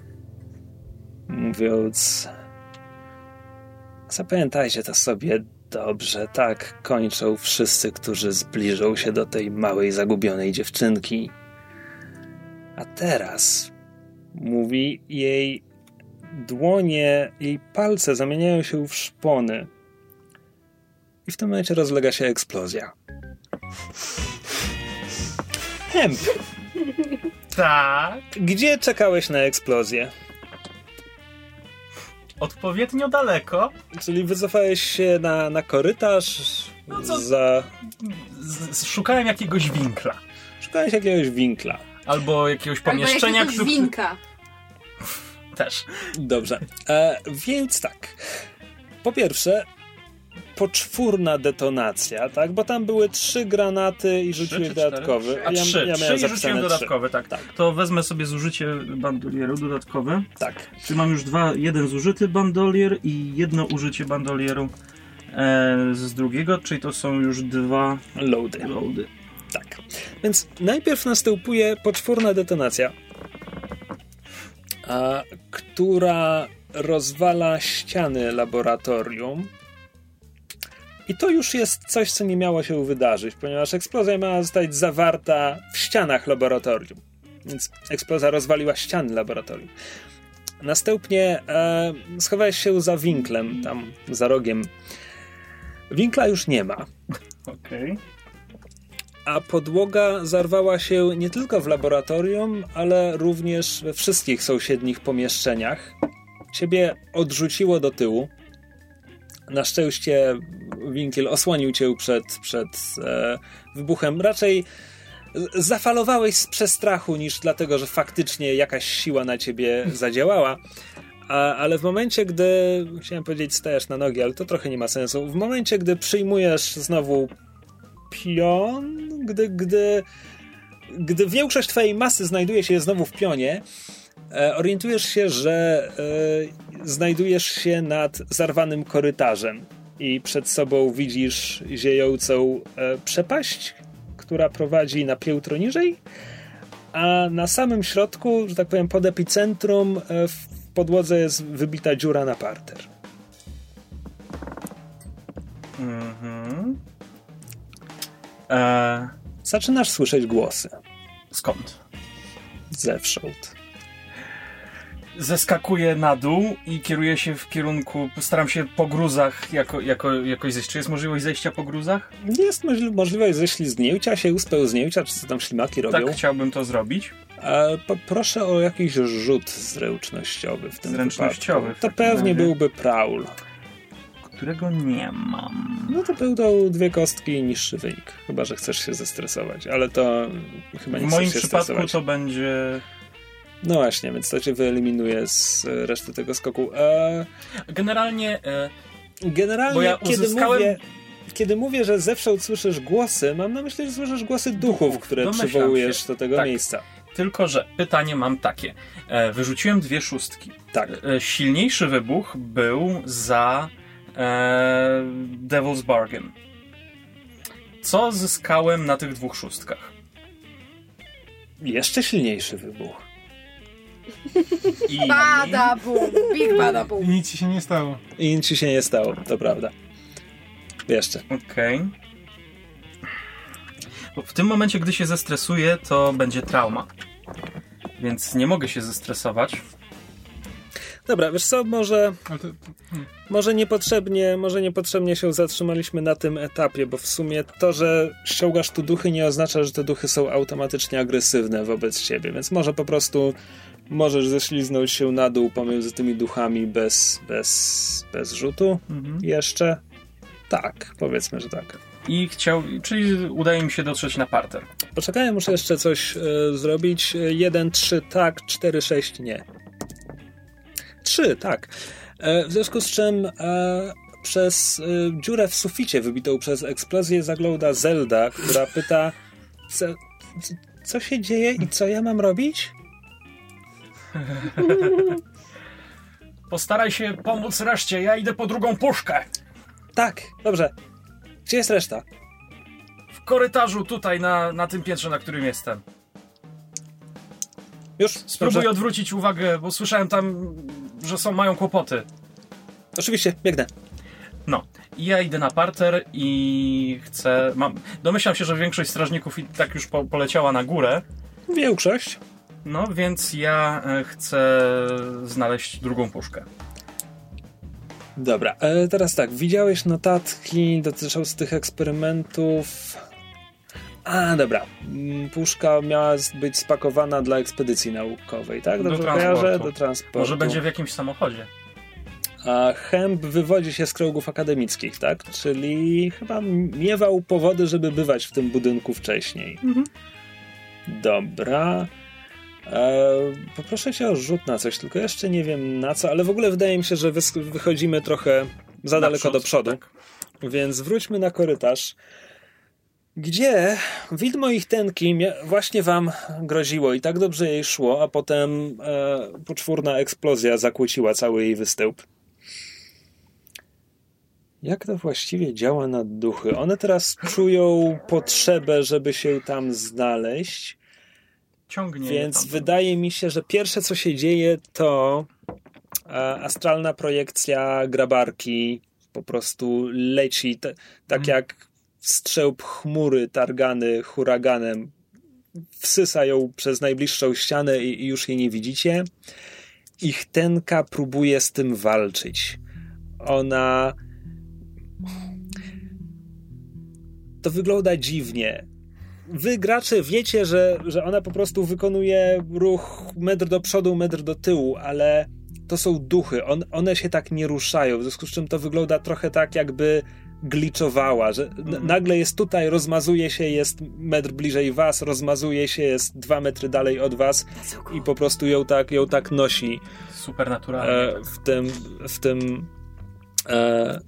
mówiąc: zapamiętajcie to sobie dobrze, tak kończą wszyscy, którzy zbliżą się do tej małej, zagubionej dziewczynki. A teraz, mówi, jej dłonie, jej palce zamieniają się w szpony. I w tym momencie rozlega się eksplozja. Hemp, Tak. gdzie czekałeś na eksplozję? Odpowiednio daleko. Czyli wycofałeś się na, na korytarz No co? za... Z, z, szukałem jakiegoś winkla. Szukałeś jakiegoś winkla. Albo jakiegoś Albo pomieszczenia, jakiegoś które... winka. Też. Dobrze. E, więc tak. Po pierwsze, poczwórna detonacja, tak? Bo tam były trzy granaty i rzuciłeś czy dodatkowy. A ja, trzy, ja trzy miałem i zapisane rzuciłem trzy. dodatkowe, tak. Tak. To wezmę sobie zużycie bandolieru dodatkowe. Tak. Czyli mam już dwa, jeden zużyty bandolier i jedno użycie bandolieru e, z drugiego, czyli to są już dwa Loady. loady. Tak. Więc najpierw następuje poczwórna detonacja, a, która rozwala ściany laboratorium. I to już jest coś, co nie miało się wydarzyć, ponieważ eksplozja miała zostać zawarta w ścianach laboratorium. Więc eksplozja rozwaliła ściany laboratorium. Następnie e, schowałeś się za winklem, tam za rogiem. Winkla już nie ma. Okej. Okay. A podłoga zarwała się nie tylko w laboratorium, ale również we wszystkich sąsiednich pomieszczeniach. Ciebie odrzuciło do tyłu. Na szczęście winkiel osłonił cię przed, przed e, wybuchem. Raczej zafalowałeś z przestrachu niż dlatego, że faktycznie jakaś siła na ciebie zadziałała. A, ale w momencie, gdy... Chciałem powiedzieć, stajesz na nogi, ale to trochę nie ma sensu. W momencie, gdy przyjmujesz znowu pion, gdy, gdy, gdy większość twojej masy znajduje się znowu w pionie, e, orientujesz się, że e, znajdujesz się nad zarwanym korytarzem i przed sobą widzisz ziejącą e, przepaść, która prowadzi na piętro niżej, a na samym środku, że tak powiem, pod epicentrum e, w podłodze jest wybita dziura na parter. Mhm. Eee, Zaczynasz słyszeć głosy. skąd? Zewsząd. zeskakuję na dół i kieruję się w kierunku, staram się po gruzach jako, jako, jakoś zejść. Czy jest możliwość zejścia po gruzach? Jest możli- możliwość ześlizgnięcia się, uspełznięcia, czy co tam ślimaki robią. Tak, chciałbym to zrobić. A poproszę o jakiś rzut zręcznościowy w tym Zręcznościowy wypadku. w To pewnie razie. byłby Prowl. Którego nie mam. No to będą dwie kostki i niższy wynik. Chyba że chcesz się zestresować, ale to chyba nie W chcesz moim się przypadku stresować. to będzie... No właśnie, więc to cię wyeliminuje z e, reszty tego skoku. E, Generalnie... E, generalnie, Bo ja kiedy, uzyskałem- mówię, kiedy mówię, że zewsząd słyszysz głosy, mam na myśli, że słyszysz głosy duchów, Duchów, które domyślam przywołujesz się. do tego Tak. miejsca. Tylko że pytanie mam takie. E, wyrzuciłem dwie szóstki. Tak. E, silniejszy wybuch był za e, Devil's Bargain. Co zyskałem na tych dwóch szóstkach? Jeszcze silniejszy wybuch. I Bada boom, big bada I boom. nic ci się nie stało. I nic ci się nie stało, to prawda. Jeszcze. Okej. Bo w tym momencie, gdy się zestresuję, to będzie trauma. Więc nie mogę się zestresować. Dobra, wiesz co, może... Ale to, to, hmm. Może niepotrzebnie, może niepotrzebnie się zatrzymaliśmy na tym etapie, bo w sumie to, że ściągasz tu duchy, nie oznacza, że te duchy są automatycznie agresywne wobec ciebie, więc może po prostu możesz ześliznąć się na dół pomiędzy tymi duchami bez, bez, bez rzutu Mhm. jeszcze. Tak, powiedzmy, że tak. I chciał, czyli udaje mi się dotrzeć na parter. Poczekaj, muszę jeszcze coś e, zrobić. jeden, trzy, tak, cztery, sześć, nie. trzy, tak. E, w związku z czym e, przez e, dziurę w suficie wybitą przez eksplozję zagląda Zelda, która pyta co, co, co się dzieje i co ja mam robić? Postaraj się pomóc reszcie, ja idę po drugą puszkę. Tak, dobrze. Gdzie jest reszta? W korytarzu tutaj, na, na tym piętrze, na którym jestem. Już? Spróbuj Dobrze. odwrócić uwagę, bo słyszałem tam, że są, mają kłopoty. Oczywiście, biegnę. No, i ja idę na parter i chcę... Mam, domyślam się, że większość strażników i tak już po, poleciała na górę. Większość. No, więc ja e, chcę znaleźć drugą puszkę. Dobra, e, teraz tak, widziałeś notatki dotyczące tych eksperymentów. A, dobra. Mm, Puszka miała być spakowana dla ekspedycji naukowej, tak? Do Dobrze transportu. kojarzę? Do transportu. Może będzie w jakimś samochodzie. A Hemp wywodzi się z kręgów akademickich, tak? Czyli chyba miewał powody, żeby bywać w tym budynku wcześniej. Mhm. Dobra. E, poproszę cię o rzut na coś, tylko jeszcze nie wiem na co, ale w ogóle wydaje mi się, że wys- wychodzimy trochę za daleko Naprzód, do przodu. tak. Więc wróćmy na korytarz, gdzie widmo ich tenki mia- właśnie wam groziło i tak dobrze jej szło, a potem e, poczwórna eksplozja zakłóciła cały jej występ. Jak to właściwie działa na duchy? One teraz czują potrzebę, żeby się tam znaleźć, Ciągnie. więc tam. wydaje mi się, że pierwsze co się dzieje to e, astralna projekcja grabarki po prostu leci, te, tak Mhm. jak strzęp chmury targany huraganem, wsysa ją przez najbliższą ścianę i, i już jej nie widzicie. Ich tenka próbuje z tym walczyć. Ona... To wygląda dziwnie. Wy, gracze, wiecie, że, że ona po prostu wykonuje ruch metr do przodu, metr do tyłu, ale to są duchy. On, one się tak nie ruszają, w związku z czym to wygląda trochę tak, jakby gliczowała, że n- nagle jest tutaj, rozmazuje się, jest metr bliżej was, rozmazuje się, jest dwa metry dalej od was i po prostu ją tak, ją tak nosi Supernaturalnie. e, w tym w tym e,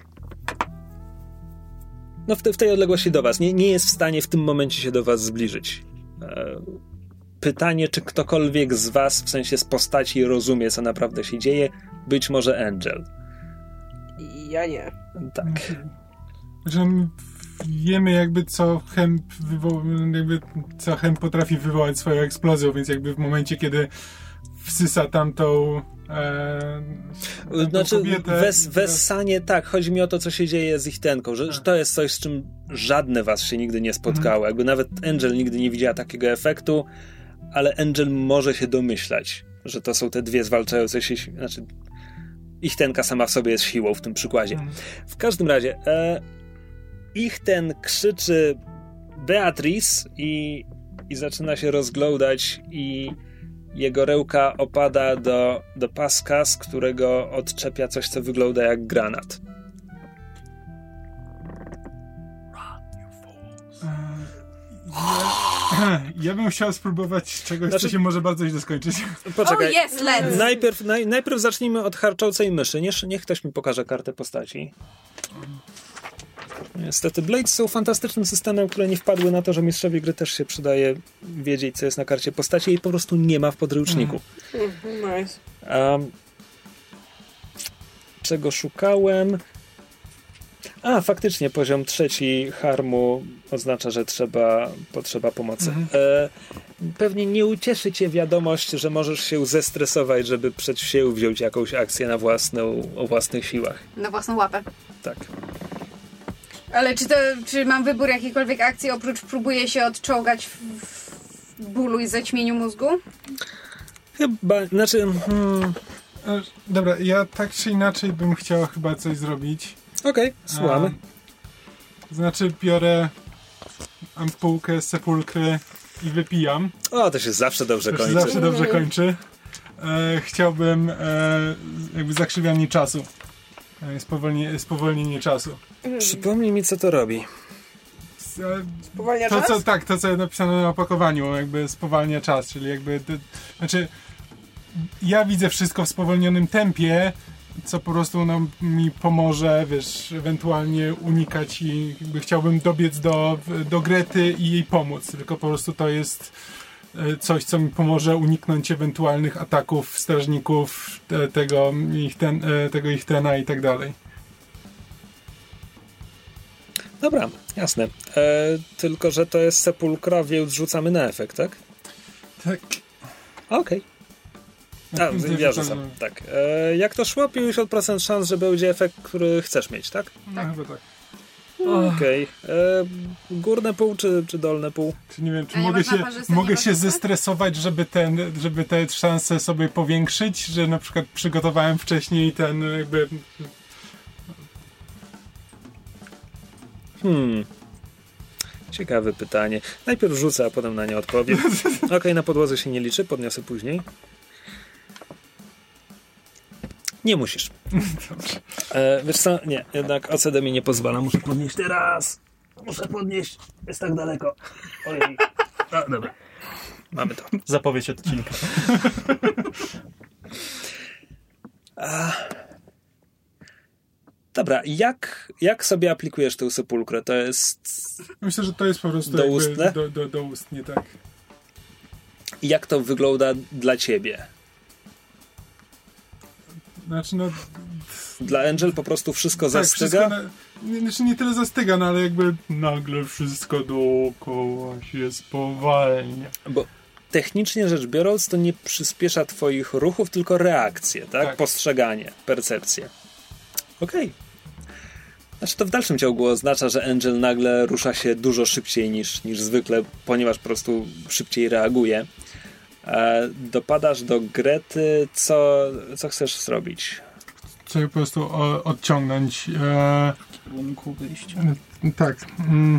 no w, te, w tej odległości do was. Nie, nie jest w stanie w tym momencie się do was zbliżyć. E, pytanie, czy ktokolwiek z was, w sensie z postaci, rozumie, co naprawdę się dzieje? Być może Angel. Ja nie. Tak. Że wiemy jakby co Hemp wywo- jakby co Hemp potrafi wywołać swoją eksplozją, więc jakby w momencie, kiedy wsysa tamtą, e, tamtą Znaczy, kobietę... wes, wessanie, tak, chodzi mi o to, co się dzieje z ich tenką, że, że to jest coś, z czym żadne was się nigdy nie spotkało. Mhm. Jakby nawet Angel nigdy nie widziała takiego efektu, ale Angel może się domyślać, że to są te dwie zwalczające się, znaczy ich tenka sama w sobie jest siłą w tym przykładzie. Mm. W każdym razie e, ich ten krzyczy Beatrice i, i zaczyna się rozglądać i jego rełka opada do, do paska, z którego odczepia coś, co wygląda jak granat. Ja, ja bym chciał spróbować czegoś, znaczy, co się może bardzo źle skończyć. Poczekaj. Oh, yes, let's. Najpierw, naj, najpierw zacznijmy od harczącej myszy. Niech, niech ktoś mi pokaże kartę postaci. Niestety Blades są fantastycznym systemem, które nie wpadły na to, że mistrzowi gry też się przydaje wiedzieć, co jest na karcie postaci i po prostu nie ma w podręczniku. Mm. Mm, nice. Um, czego szukałem? A, faktycznie poziom trzeci harmu oznacza, że trzeba, potrzeba pomocy. Mhm. E, pewnie nie ucieszy cię wiadomość, że możesz się zestresować, żeby przedsięwziąć jakąś akcję na własną, o własnych siłach. Na własną łapę. Tak. Ale czy, to, czy mam wybór jakiejkolwiek akcji, oprócz próbuję się odczołgać w, w bólu i zaćmieniu mózgu? Chyba, znaczy... Hmm. Dobra, ja tak czy inaczej bym chciał chyba coś zrobić. Okej, okay, słuchamy. A, znaczy biorę ampułkę z sepulkry i wypijam. O, to się zawsze dobrze to kończy. To się zawsze dobrze kończy. E, chciałbym e, jakby zakrzywianie czasu. E, spowolnienie, spowolnienie czasu. Przypomnij mi, co to robi. Spowalnia to, czas? Co, tak, to co jest napisane na opakowaniu, jakby spowalnia czas, czyli jakby to, znaczy ja widzę wszystko w spowolnionym tempie, co po prostu no, mi pomoże, wiesz, ewentualnie unikać i jakby chciałbym dobiec do, do Grety i jej pomóc, tylko po prostu to jest coś, co mi pomoże uniknąć ewentualnych ataków strażników, te, tego, ich ten, tego ich tena i tak dalej. Dobra, jasne. E, tylko, że to jest sepulkra, więc rzucamy na efekt, tak? Tak. Okej. Okay. A, ja rzucam, tak. E, jak to szło? pięćdziesiąt procent szans, że będzie efekt, który chcesz mieć, tak? No chyba tak. Okej. Okay. Górne pół czy, czy dolne pół? Czy nie wiem, czy mogę się, mogę się zestresować, żeby, ten, żeby te szanse sobie powiększyć, że na przykład przygotowałem wcześniej ten jakby... Hmm. Ciekawe pytanie. Najpierw rzucę, a potem na nie odpowiem. Okej, okay, na podłodze się nie liczy, podniosę później. Nie musisz. E, wiesz co? Nie, jednak O C D mi nie pozwala. Muszę podnieść teraz. Muszę podnieść. Jest tak daleko. Ojej. No, dobra. Mamy to. Zapowiedź odcinka. A... Dobra, jak, jak sobie aplikujesz tę sepulkrę? To jest... Myślę, że to jest po prostu doustne? Do, do, doustnie, tak. I jak to wygląda dla ciebie? Znaczy no... Dla Angel po prostu wszystko tak, zastyga? Wszystko na, nie, znaczy nie tyle zastyga, no ale jakby nagle wszystko dookoła się spowalnia. Bo technicznie rzecz biorąc, to nie przyspiesza twoich ruchów, tylko reakcje, tak? tak. Postrzeganie, percepcję. Okej. Okay. Znaczy to w dalszym ciągu oznacza, że Angel nagle rusza się dużo szybciej niż, niż zwykle, ponieważ po prostu szybciej reaguje. E, dopadasz do Grety, co, co chcesz zrobić? Chcę po prostu o, odciągnąć. E, w kierunku wyjścia. E, tak. Mm.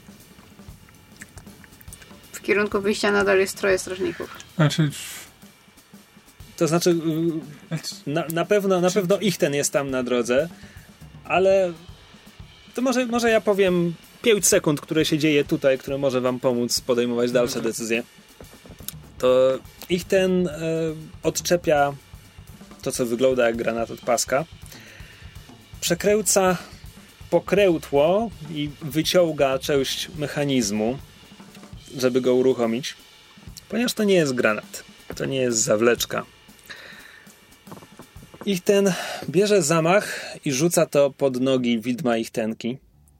W kierunku wyjścia nadal jest troje strażników. Znaczy... To znaczy, na, na, pewno, na pewno ich ten jest tam na drodze, ale to może, może ja powiem pięć sekund, które się dzieje tutaj, które może wam pomóc podejmować dalsze decyzje. To ich ten e, odczepia to, co wygląda jak granat od paska, przekręca pokrętło i wyciąga część mechanizmu, żeby go uruchomić, ponieważ to nie jest granat, to nie jest zawleczka. Ich ten bierze zamach i rzuca to pod nogi widma ich tenki,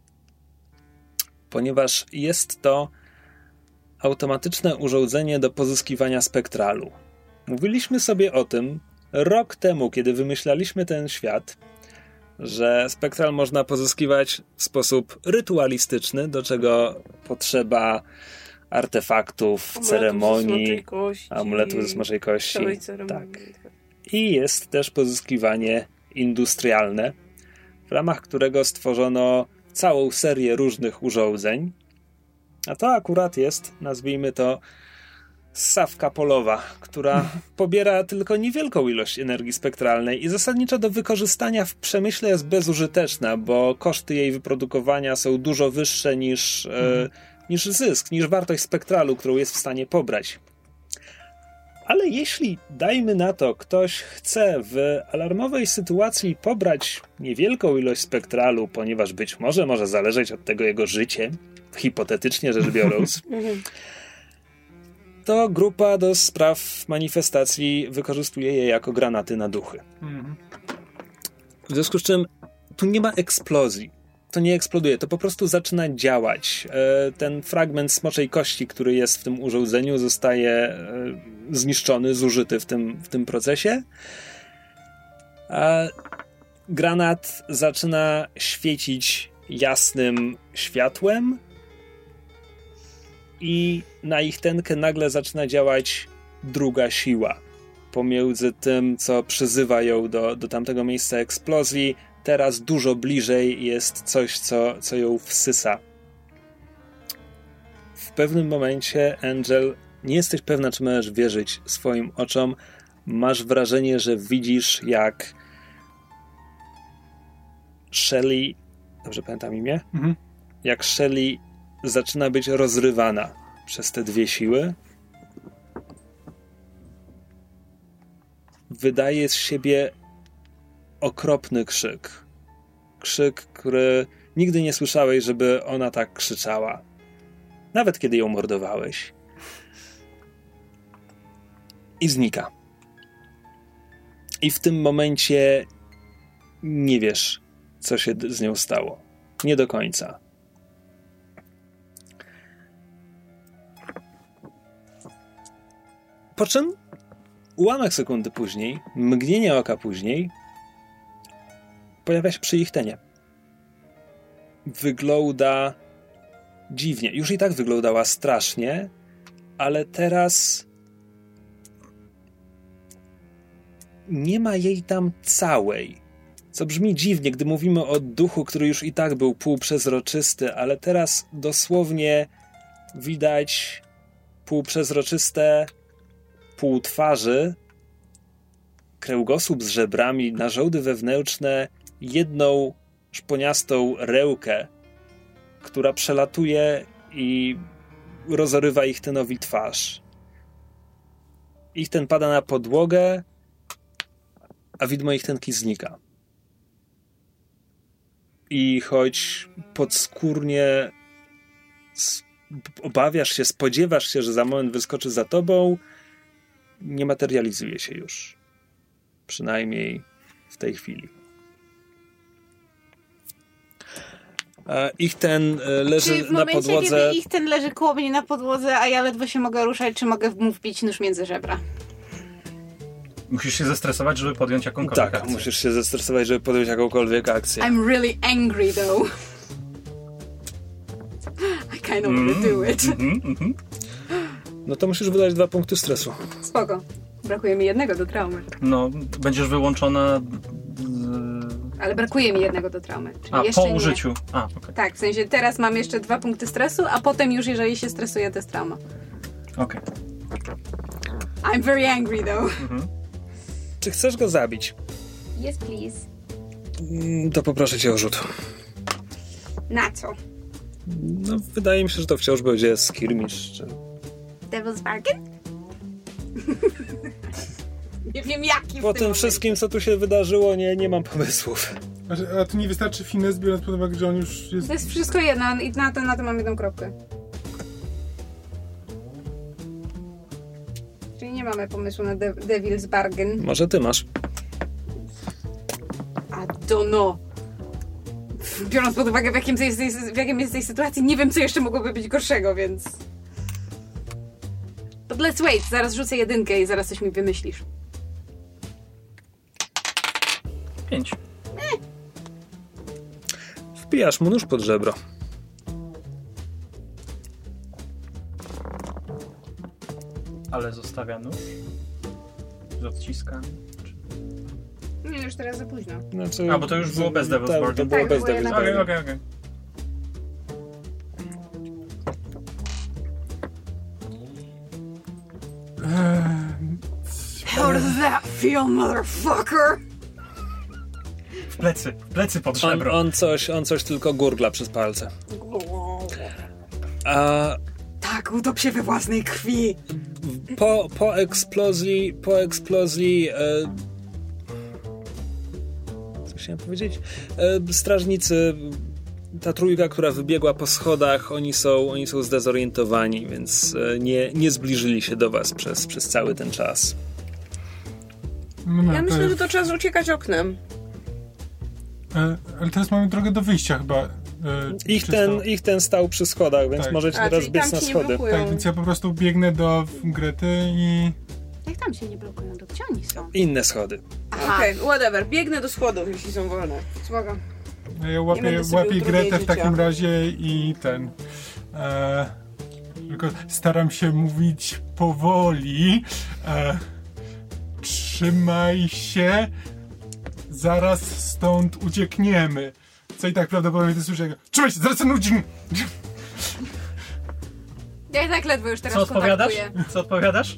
ponieważ jest to automatyczne urządzenie do pozyskiwania spektralu. Mówiliśmy sobie o tym rok temu, kiedy wymyślaliśmy ten świat, że spektral można pozyskiwać w sposób rytualistyczny, do czego potrzeba artefaktów, Amuletów ceremonii, ze smoczej kości. amuletów ze smoczej kości. Całej ceremonii. Tak. I jest też pozyskiwanie industrialne, w ramach którego stworzono całą serię różnych urządzeń. A to akurat jest, nazwijmy to, ssawka polowa, która pobiera tylko niewielką ilość energii spektralnej i zasadniczo do wykorzystania w przemyśle jest bezużyteczna, bo koszty jej wyprodukowania są dużo wyższe niż, e, niż zysk, niż wartość spektralu, którą jest w stanie pobrać. Ale jeśli, dajmy na to, ktoś chce w alarmowej sytuacji pobrać niewielką ilość spektralu, ponieważ być może może zależeć od tego jego życie, hipotetycznie rzecz biorąc, to grupa do spraw manifestacji wykorzystuje je jako granaty na duchy. W związku z czym tu nie ma eksplozji. To nie eksploduje, to po prostu zaczyna działać. Ten fragment smoczej kości, który jest w tym urządzeniu, zostaje zniszczony, zużyty w tym, w tym procesie. A granat zaczyna świecić jasnym światłem i na ich tętkę nagle zaczyna działać druga siła. Pomiędzy tym, co przyzywa ją do, do tamtego miejsca eksplozji, teraz dużo bliżej jest coś, co, co ją wsysa. W pewnym momencie, Angel, nie jesteś pewna, czy możesz wierzyć swoim oczom. Masz wrażenie, że widzisz, jak Shelly, dobrze pamiętam imię? Mhm. Jak Shelly zaczyna być rozrywana przez te dwie siły. Wydaje z siebie okropny krzyk. Krzyk, który nigdy nie słyszałeś, żeby ona tak krzyczała. Nawet kiedy ją mordowałeś. I znika. I w tym momencie nie wiesz, co się z nią stało. Nie do końca. Po czym ułamek sekundy później, mgnienie oka później, pojawia się przy ich tenie. Wygląda dziwnie. Już i tak wyglądała strasznie, ale teraz nie ma jej tam całej. Co brzmi dziwnie, gdy mówimy o duchu, który już i tak był półprzezroczysty, ale teraz dosłownie widać półprzezroczyste pół twarzy, kręgosłup z żebrami, narządy wewnętrzne, jedną szponiastą rełkę, która przelatuje i rozrywa ich tenowi twarz. Ich ten pada na podłogę, a widmo ich tenki znika. I choć podskórnie obawiasz się, spodziewasz się, że za moment wyskoczy za tobą, nie materializuje się już. Przynajmniej w tej chwili. Ich ten leży Czy w na momencie, podłodze. kiedy ich ten leży koło mnie na podłodze, a ja ledwo się mogę ruszać, czy mogę mu wbić nóż między żebra? Musisz się zestresować, żeby podjąć jakąkolwiek tak, akcję. musisz się zestresować, żeby podjąć jakąkolwiek akcję. I'm really angry though. I kind of want to do it. Mm, mm, mm. No to musisz wydać dwa punkty stresu. Spoko. Brakuje mi jednego do traumy. No, będziesz wyłączona... Ale brakuje mi jednego do traumy. Czyli A, jeszcze po nie. użyciu. A, okay. Tak, w sensie teraz mam jeszcze dwa punkty stresu, a potem już jeżeli się stresuję, to jest trauma. Okej. Okay. I'm very angry though. Mhm. Czy chcesz go zabić? Yes, please. To poproszę cię o rzut. Na co? No, wydaje mi się, że to wciąż będzie skirmish, czy... Devil's Bargain? Nie wiem jaki w Po tym tym wszystkim, co tu się wydarzyło, nie, nie mam pomysłów. A, a tu nie wystarczy finesse, biorąc pod uwagę, że on już jest... To jest wszystko jedno i na to, na to mam jedną kropkę. Czyli nie mamy pomysłu na De- Devil's Bargain. Może ty masz. A don't know. Biorąc pod uwagę, w jakim, jest, w jakim jest tej sytuacji, nie wiem, co jeszcze mogłoby być gorszego, więc... But let's wait. Zaraz rzucę jedynkę i zaraz coś mi wymyślisz. Pięć. Wpijasz mu nóż pod żebro. Ale zostawia nóż z odciskami. Nie, już teraz za późno. Znaczy, A, bo to już było bez Devil's tak, Bargain. to było Tak, bez było Devil's jednak- Okej, Bargain. okej, okej. How does that feel, motherfucker? W plecy, w plecy pod On, żebro. on, coś, on coś tylko gurgla przez palce. A Tak, utop się we własnej krwi. po, po eksplozji, po eksplozji e, co chciałem powiedzieć? E, strażnicy, ta trójka, która wybiegła po schodach, oni są, oni są zdezorientowani, więc e, nie, nie zbliżyli się do was przez, przez cały ten czas. No, Ja to myślę, jest- że to czas uciekać oknem. E, ale teraz mamy drogę do wyjścia chyba. E, Ich czysto. ten, ich ten stał przy schodach, więc Tak. możecie A, teraz czyli biec tam na ci nie schody. blokują. Tak, więc ja po prostu biegnę do Grety i... Jak tam się nie blokują, to gdzie oni są? Inne schody. Aha, Okej, whatever. Biegnę do schodów, jeśli są wolne. spoko. Ja Nie łapię, będę sobie łapię utrudniać Gretę w życia. takim razie i ten... E, tylko staram się mówić powoli. E, trzymaj się. Zaraz stąd uciekniemy. Co i tak prawdopodobnie to słyszę. Trzymaj się, zaraz stąd uciekniemy. Ja i tak ledwo już teraz Co odpowiadasz? kontaktuję. Co odpowiadasz?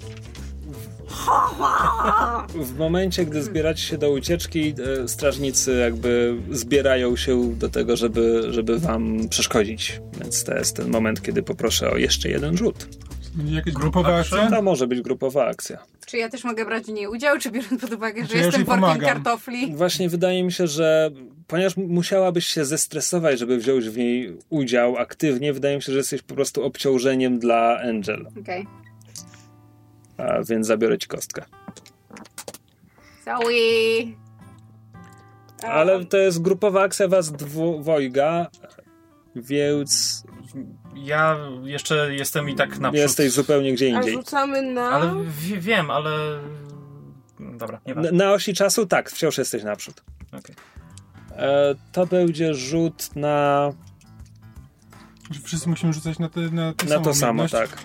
W momencie, gdy zbieracie się do ucieczki, e, strażnicy jakby zbierają się do tego, żeby, żeby wam przeszkodzić. Więc to jest ten moment, kiedy poproszę o jeszcze jeden rzut. Będzie jakaś Group grupowa action? akcja? To może być grupowa akcja. Czy ja też mogę brać w niej udział, czy biorąc pod uwagę, że Znaczy, ja już jestem jej workiem pomagam. kartofli? Właśnie wydaje mi się, że ponieważ musiałabyś się zestresować, żeby wziąć w niej udział aktywnie, wydaje mi się, że jesteś po prostu obciążeniem dla Angel. Okej. A więc zabiorę ci kostkę. Sorry. Ale to jest grupowa akcja was dwojga, więc Ja jeszcze jestem i tak naprzód. jesteś zupełnie gdzie A indziej. rzucamy na... Ale w- wiem, ale... Dobra, nie Na, ważne. na osi czasu tak, wciąż jesteś naprzód. Okej. E, to będzie rzut na, Że wszyscy musimy rzucać na, te, na, tę na samą to samo, umiejętność? tak.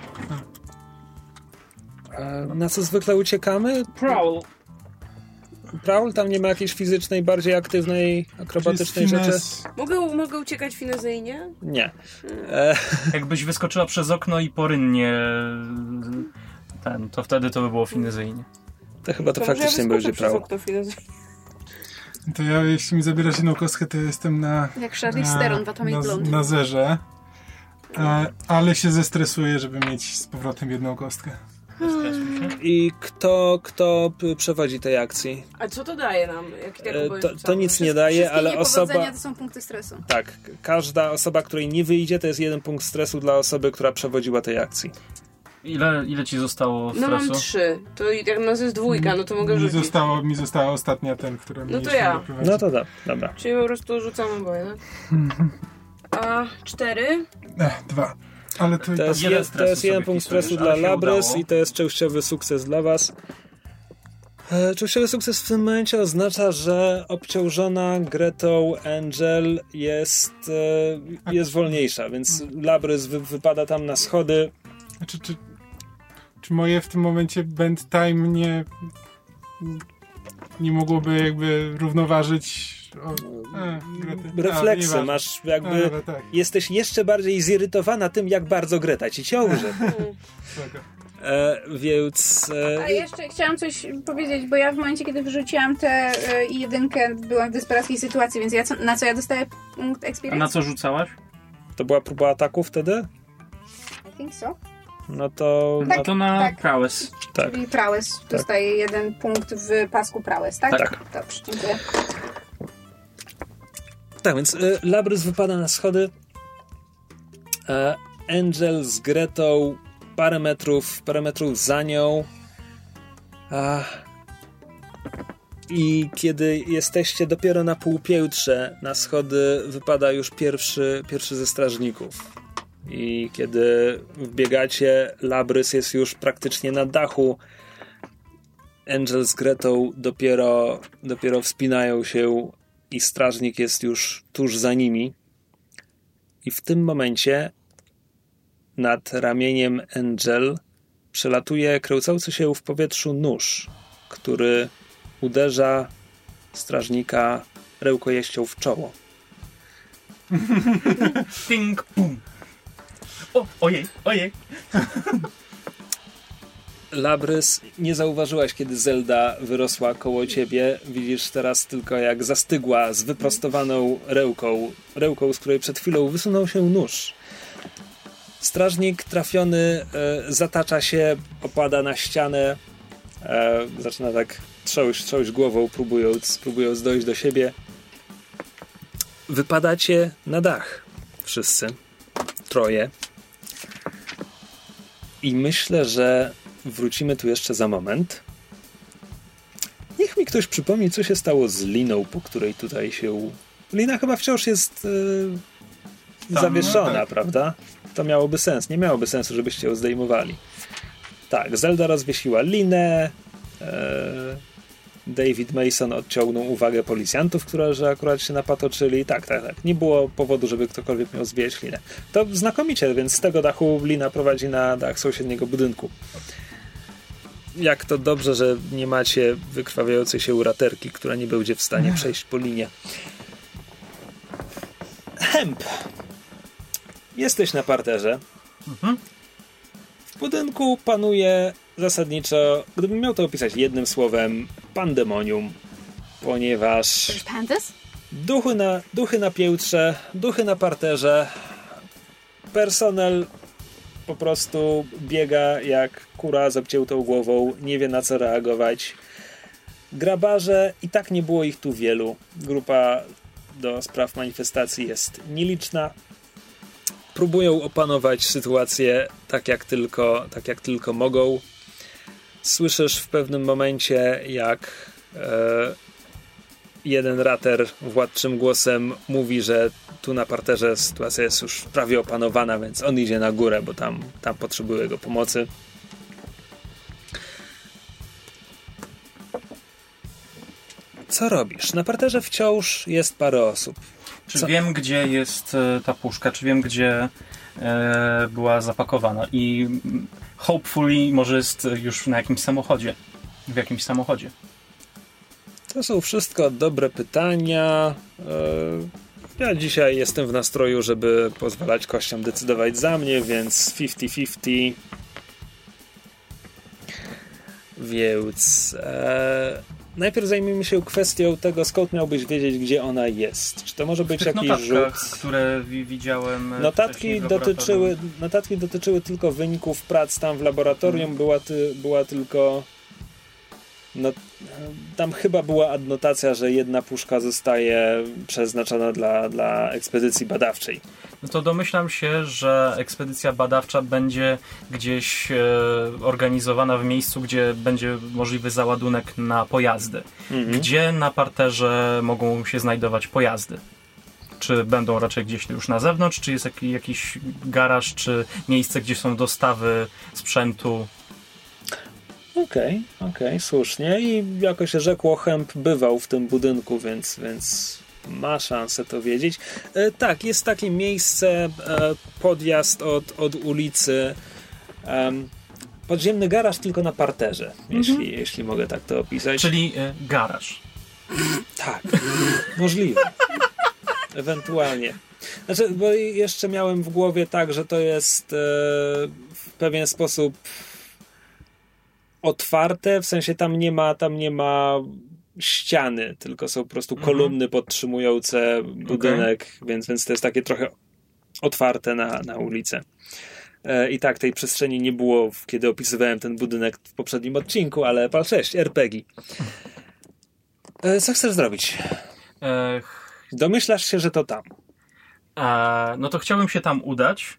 E, na co zwykle uciekamy? Prowl. Prowl? Tam nie ma jakiejś fizycznej, bardziej aktywnej, akrobatycznej Czy jest rzeczy? finesse? Mogę, mogę uciekać finezyjnie? Nie. E, Jakbyś wyskoczyła przez okno i porynnie ten, to wtedy to by było finezyjnie. to chyba to, To może faktycznie ja będzie wyskoczę przez Prowl. okno finezyjnie. To ja, jeśli mi zabierasz jedną kostkę, to jestem na... Jak Charlize Theron w na, Atomic na, Blonde. na zerze. E, ale się zestresuję, żeby mieć z powrotem jedną kostkę. Stresuj się. I kto, kto p- przewodzi tej akcji? A co to daje nam? Jak tak E, oboje to, rzucamy? to nic nie Wszystkie daje, ale niepowodzenia osoba... to są punkty stresu. Tak, k- każda osoba, której nie wyjdzie, to jest jeden punkt stresu dla osoby, która przewodziła tej akcji. Ile, ile ci zostało No mam stresu? trzy. To i jak nas jest dwójka, no to mogę Mi, rzucić. zostało, mi została ostatnia ten, która mnie No to jeszcze ja. doprowadzi. No to da, dobra. Czyli po prostu rzucam oboje, tak? A cztery? Ech, dwa. Ale to, i To tak... jest, jeden je, to stresu jest jeden sobie punkt wpisujesz, stresu ale dla się Labrys udało. i to jest częściowy sukces dla was. E, częściowy sukces w tym momencie oznacza, że obciążona Gretą Angel jest, e, jest wolniejsza, więc Labrys wy, wypada tam na schody. Czy, czy, czy moje w tym momencie bend time nie... nie mogłoby jakby równoważyć... O, e, Grety. Refleksy, A, nieważne. masz A, jakby... dobra, tak, Jesteś jeszcze bardziej zirytowana tym, jak bardzo Greta ci ciąży. spoko. E, więc... E, A jeszcze chciałam coś powiedzieć, bo ja w momencie, kiedy wyrzuciłam tę y, jedynkę, byłam w desperackiej sytuacji, więc ja co, na co ja dostaję punkt A experience? na co rzucałaś? to była próba ataku wtedy? I think so. No to... Tak. No, To na tak. prowess. tak. Czyli prowess. Dostaję jeden punkt w pasku prowess, tak? Tak. Dobrze, dziękuję. Tak, więc y, Labrys wypada na schody. E, Angel z Gretą parę metrów, parę metrów za nią. A, I kiedy jesteście dopiero na półpiętrze, na schody wypada już pierwszy, pierwszy ze strażników. I kiedy wbiegacie, Labrys jest już praktycznie na dachu. Angel z Gretą dopiero, dopiero wspinają się i strażnik jest już tuż za nimi. I w tym momencie nad ramieniem Angel przelatuje kręcący się w powietrzu nóż, który uderza strażnika rękojeścią w czoło. Ping, pum. O, ojej, ojej. Labrys, nie zauważyłaś, kiedy Zelda wyrosła koło ciebie. Widzisz teraz tylko, jak zastygła z wyprostowaną ręką, ręką, z której przed chwilą wysunął się nóż. Strażnik trafiony e, zatacza się, opada na ścianę, e, zaczyna tak trząść, trząść głową, próbując, próbując dojść do siebie. Wypadacie na dach. Wszyscy. Troje. I myślę, że wrócimy tu jeszcze za moment. Niech mi ktoś przypomni, co się stało z liną, po której tutaj się... Lina chyba wciąż jest yy, Tam, zawieszona, no tak. prawda? To miałoby sens. Nie miałoby sensu, żebyście ją zdejmowali. Tak, Zelda rozwiesiła linę. Yy, David Mason odciągnął uwagę policjantów, którzy akurat się napatoczyli. Tak, tak, tak. Nie było powodu, żeby ktokolwiek miał zwijać linę. To znakomicie, więc z tego dachu lina prowadzi na dach sąsiedniego budynku. Jak to dobrze, że nie macie wykrwawiającej się uraterki, która nie będzie w stanie przejść po linie. Hemp. Jesteś na parterze. Mhm. W budynku panuje zasadniczo, gdybym miał to opisać jednym słowem, pandemonium. Ponieważ Pandas? duchy na, duchy na piętrze, duchy na parterze, personel po prostu biega jak kura z obciętą głową, nie wie na co reagować. Grabarze, i tak nie było ich tu wielu. Grupa do spraw manifestacji jest nieliczna. Próbują opanować sytuację tak jak tylko, tak jak tylko mogą. Słyszysz w pewnym momencie, jak e, jeden rater władczym głosem mówi, że tu na parterze sytuacja jest już prawie opanowana, więc on idzie na górę, bo tam, tam potrzebuje jego pomocy. Co robisz? Na parterze wciąż jest parę osób. Czy Co? wiem, gdzie jest e, ta puszka? Czy wiem, gdzie e, była zapakowana? I mm, hopefully może jest już na jakimś samochodzie. W jakimś samochodzie. To są wszystko dobre pytania. Ja dzisiaj jestem w nastroju, żeby pozwalać kościom decydować za mnie, więc pięćdziesiąt pięćdziesiąt. Więc e, najpierw zajmijmy się kwestią tego, skąd miałbyś wiedzieć, gdzie ona jest. Czy to może być W tych jakiś notatkach, rzut? które wi- widziałem Notatki w dotyczyły, notatki dotyczyły tylko wyników prac tam w laboratorium. Była, ty, była tylko... No, tam chyba była adnotacja, że jedna puszka zostaje przeznaczona dla, dla ekspedycji badawczej. No to domyślam się, że ekspedycja badawcza będzie gdzieś e, organizowana w miejscu, gdzie będzie możliwy załadunek na pojazdy. Mhm. Gdzie na parterze mogą się znajdować pojazdy? Czy będą raczej gdzieś już na zewnątrz, czy jest jaki, jakiś garaż, czy miejsce, gdzie są dostawy sprzętu? Okej, okay, okej, okay, słusznie. I jako się rzekło, Hemp bywał w tym budynku, więc, więc ma szansę to wiedzieć. E, tak, jest takie miejsce, e, podjazd od, od ulicy, e, podziemny garaż tylko na parterze, mhm. jeśli, jeśli mogę tak to opisać. Czyli e, garaż. Tak, możliwe. Ewentualnie. Znaczy, bo jeszcze miałem w głowie tak, że to jest e, w pewien sposób otwarte, w sensie tam nie ma, tam nie ma ściany, tylko są po prostu kolumny mhm. podtrzymujące budynek, okay. więc, więc to jest takie trochę otwarte na, na ulicę. E, I tak, tej przestrzeni nie było, kiedy opisywałem ten budynek w poprzednim odcinku, ale pal sześć, er pe gie. E, co chcesz zrobić? Ech. Domyślasz się, że to tam. E, no to chciałbym się tam udać.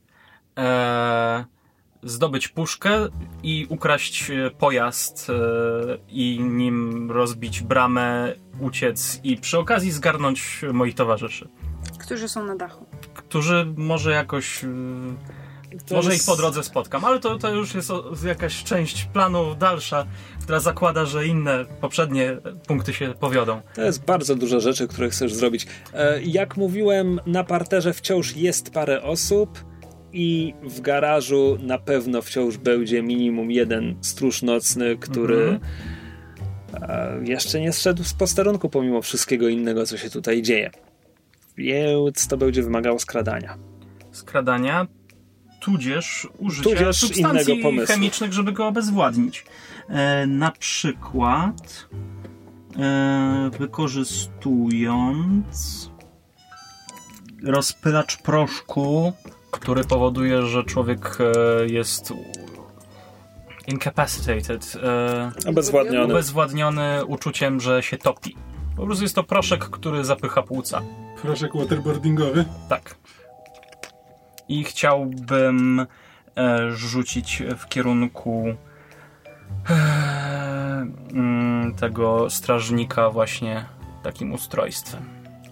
E, zdobyć puszkę i ukraść pojazd e, i nim rozbić bramę, uciec i przy okazji zgarnąć moich towarzyszy. Którzy są na dachu. Którzy może jakoś... E, może jest... ich po drodze spotkam, ale to, to już jest o, jakaś część planu dalsza, która zakłada, że inne poprzednie punkty się powiodą. To jest bardzo dużo rzeczy, które chcesz zrobić. E, jak mówiłem, na parterze wciąż jest parę osób. i w garażu na pewno wciąż będzie minimum jeden stróż nocny, który mm-hmm. jeszcze nie zszedł z posterunku pomimo wszystkiego innego, co się tutaj dzieje. Więc to będzie wymagało skradania. Skradania, tudzież użycia tudzież substancji chemicznych, żeby go obezwładnić. E, na przykład e, wykorzystując rozpylacz proszku, który powoduje, że człowiek e, jest incapacitated, e, obezwładniony. obezwładniony uczuciem, że się topi. Po prostu jest to proszek, który zapycha płuca. Proszek waterboardingowy? Tak. I chciałbym e, rzucić w kierunku e, mm, tego strażnika właśnie takim ustrojstwem.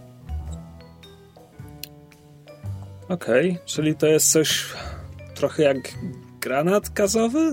Okej, okay, czyli to jest coś trochę jak granat gazowy?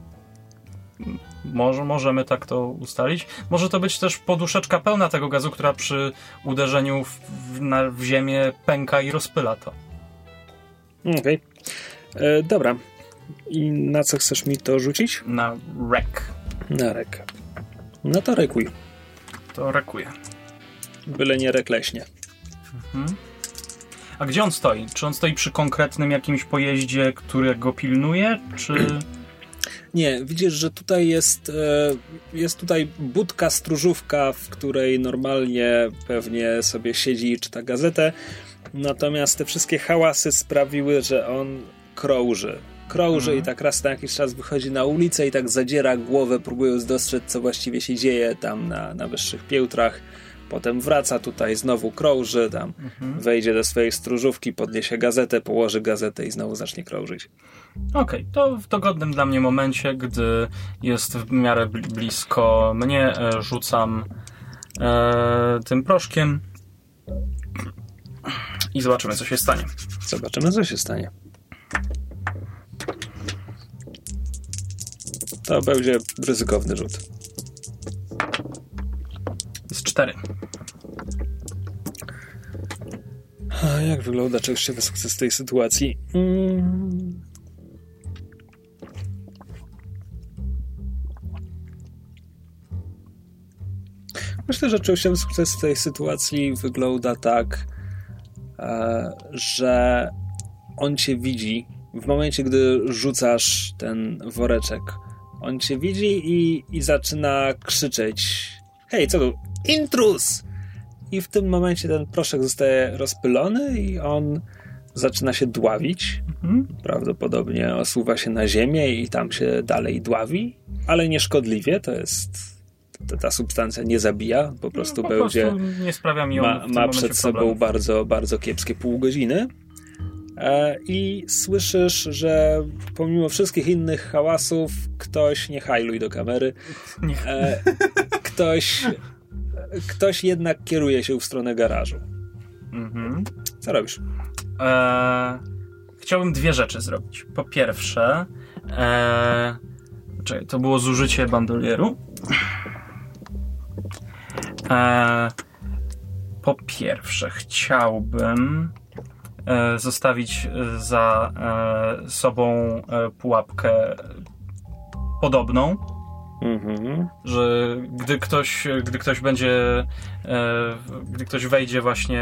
Może, możemy tak to ustalić. Może to być też poduszeczka pełna tego gazu, która przy uderzeniu w, w, na, w ziemię pęka i rozpyla to. Okej. Okay. Dobra. I na co chcesz mi to rzucić? Na rek. Na rek. No to rekuj. To rekuję. Byle nie rekleśnie. Mhm. A gdzie on stoi? Czy on stoi przy konkretnym jakimś pojeździe, który go pilnuje, czy... Nie, widzisz, że tutaj jest jest tutaj budka, stróżówka, w której normalnie pewnie sobie siedzi i czyta gazetę, natomiast te wszystkie hałasy sprawiły, że on krąży. Krąży mhm. i tak raz na jakiś czas wychodzi na ulicę i tak zadziera głowę, próbując dostrzec, co właściwie się dzieje tam na, na wyższych piętrach. Potem wraca tutaj, znowu krąży, tam mhm. wejdzie do swojej stróżówki, podniesie gazetę, położy gazetę i znowu zacznie krążyć. Okej, okay, to w dogodnym dla mnie momencie, gdy jest w miarę blisko mnie, e, rzucam e, tym proszkiem i zobaczymy, co się stanie. Zobaczymy, co się stanie. To będzie ryzykowny rzut. Jest cztery. A jak wygląda częściowy sukces tej sytuacji? Hmm. Myślę, że częściowy sukces tej sytuacji wygląda tak, że on cię widzi w momencie, gdy rzucasz ten woreczek. On cię widzi i, i zaczyna krzyczeć: hej, co tu? Intruz! I w tym momencie ten proszek zostaje rozpylony i on zaczyna się dławić. Mhm. Prawdopodobnie osuwa się na ziemię i tam się dalej dławi, ale nieszkodliwie. To jest... Ta substancja nie zabija, po prostu no, po będzie... prostu nie sprawia mi ma, ma przed sobą bardzo, bardzo kiepskie pół godziny. E, I słyszysz, że pomimo wszystkich innych hałasów ktoś, nie hajluj do kamery, e, ktoś... Ktoś jednak kieruje się w stronę garażu. Mhm. Co robisz? Eee, chciałbym dwie rzeczy zrobić. Po pierwsze, eee, czekaj, to było zużycie bandolieru. Eee, po pierwsze, chciałbym e, zostawić za e, sobą e, pułapkę podobną. Mhm. Że gdy ktoś, gdy ktoś będzie, e, gdy ktoś wejdzie właśnie,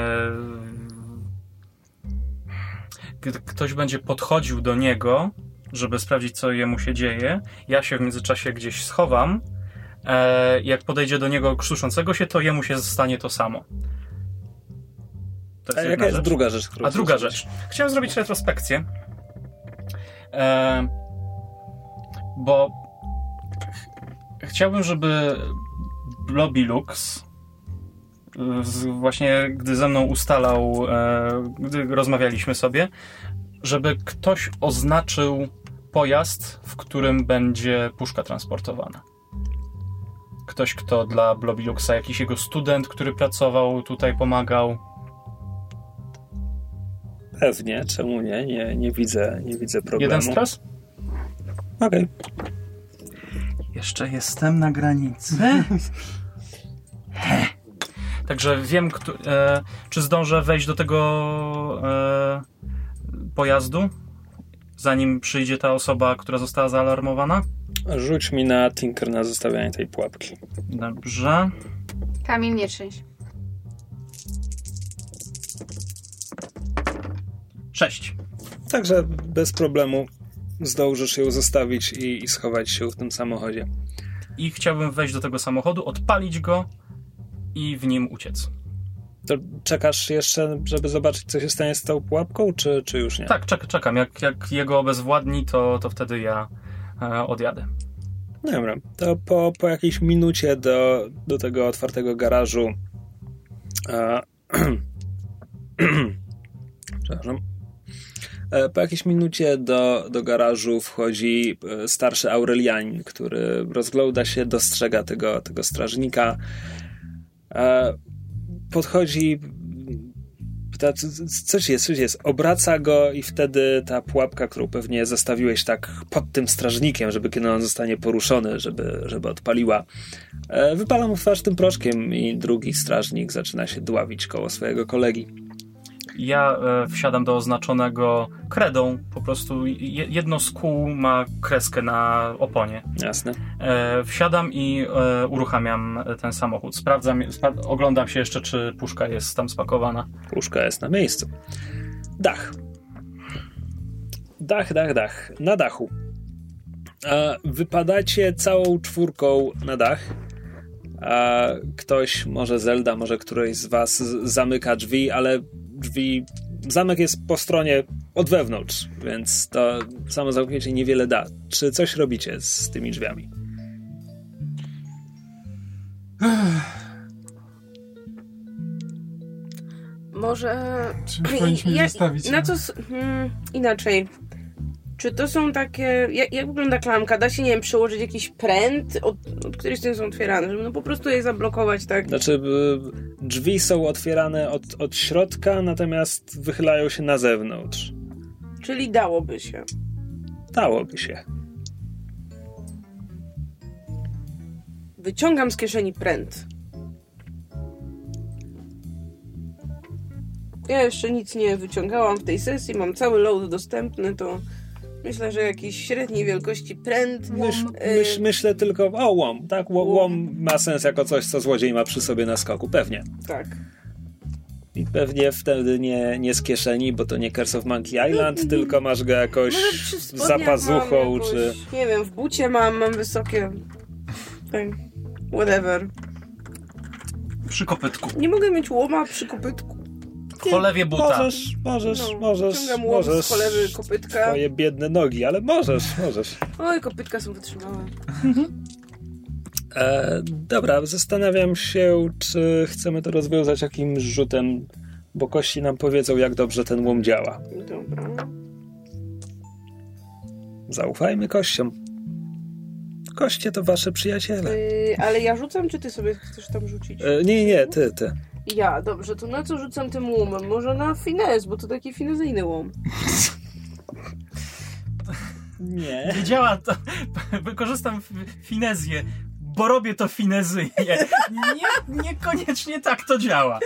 gdy ktoś będzie podchodził do niego, żeby sprawdzić, co jemu się dzieje, ja się w międzyczasie gdzieś schowam. E, jak podejdzie do niego krztuszącego się, to jemu się stanie to samo. To jest A jaka jest druga rzecz? A druga rzecz. Chciałem zrobić retrospekcję. E, bo chciałbym, żeby Blobby Lux właśnie gdy ze mną ustalał, e, gdy rozmawialiśmy sobie, żeby ktoś oznaczył pojazd, w którym będzie puszka transportowana. Ktoś, kto dla Blobby Luxa, jakiś jego student, który pracował tutaj, pomagał. Pewnie, czemu nie? Nie, nie widzę, nie widzę problemu. Jeden stres? Okej. Okay. Jeszcze jestem na granicy. Także wiem, kto, e, czy zdążę wejść do tego e, pojazdu zanim przyjdzie ta osoba, która została zaalarmowana? Rzuć mi na Tinker na zostawianie tej pułapki. Dobrze. Kamil, nie trzęś. Sześć. Także bez problemu zdążysz ją zostawić i, i schować się w tym samochodzie. I chciałbym wejść do tego samochodu, odpalić go i w nim uciec. To czekasz jeszcze, żeby zobaczyć, co się stanie z tą pułapką, czy, czy już nie? Tak, czek- czekam. Jak, jak jego obezwładni, to, to wtedy ja e, odjadę. Dobra, to po, po jakiejś minucie do, do tego otwartego garażu e, przepraszam. E, po jakiejś minucie do, do garażu wchodzi starszy Aurelianin, który rozgląda się, dostrzega tego, tego strażnika. E, podchodzi, pyta, coś jest, coś jest, obraca go i wtedy ta pułapka, którą pewnie zostawiłeś tak pod tym strażnikiem, żeby kiedy on zostanie poruszony, żeby, żeby odpaliła, e, wypala mu w twarz tym proszkiem i drugi strażnik zaczyna się dławić koło swojego kolegi. Ja e, wsiadam do oznaczonego kredą, po prostu je, jedno z kół ma kreskę na oponie. Jasne. E, wsiadam i e, uruchamiam ten samochód. Sprawdzam, spra- oglądam się jeszcze, czy puszka jest tam spakowana. Puszka jest na miejscu. Dach. Dach, dach, dach. Na dachu. A wypadacie całą czwórką na dach. A ktoś, może Zelda, może któryś z was zamyka drzwi, ale drzwi, zamek jest po stronie od wewnątrz, więc to samo zamknięcie niewiele da. Czy coś robicie z tymi drzwiami? Może... Czy powinniśmy je zostawić? Na co... s- Hmm, inaczej. Czy to są takie... Jak, jak wygląda klamka? Da się, nie wiem, przyłożyć jakiś pręt, od, od której strony są otwierane, żeby no po prostu je zablokować, tak? Znaczy, y, drzwi są otwierane od, od środka, natomiast wychylają się na zewnątrz. Czyli dałoby się. Dałoby się. Wyciągam z kieszeni pręt. Ja jeszcze nic nie wyciągałam w tej sesji, mam cały load dostępny, to myślę, że jakiś średniej wielkości pręt. Myś, y- myś, myślę tylko, o łom, tak? Łom, łom ma sens jako coś, co złodziej ma przy sobie na skoku, pewnie. Tak. I pewnie wtedy nie, nie z kieszeni, bo to nie Curse of Monkey Island, tylko masz go jakoś Może przy za spodniach pazuchą, mam jakoś, czy... Nie wiem, w bucie mam, mam wysokie... Tak, whatever. Przy kopytku. Nie mogę mieć łoma przy kopytku. W cholewie buta. Możesz, możesz, No, możesz, ciągam łom z możesz. cholewy kopytka. Twoje biedne nogi, ale możesz, możesz. Oj, kopytka są wytrzymałe. E, dobra, zastanawiam się, czy chcemy to rozwiązać jakimś rzutem, bo kości nam powiedzą, jak dobrze ten łom działa. Dobra. Zaufajmy kościom. Koście to wasze przyjaciele. Yy, ale ja rzucam, czy ty sobie chcesz tam rzucić? E, nie, nie, ty, ty. Ja, dobrze, to na co rzucam tym łomem? Może na finez, bo to taki finezyjny łom. Nie. Nie działa to. Wykorzystam f- finezję, bo robię to finezyjnie. Nie, niekoniecznie tak to działa.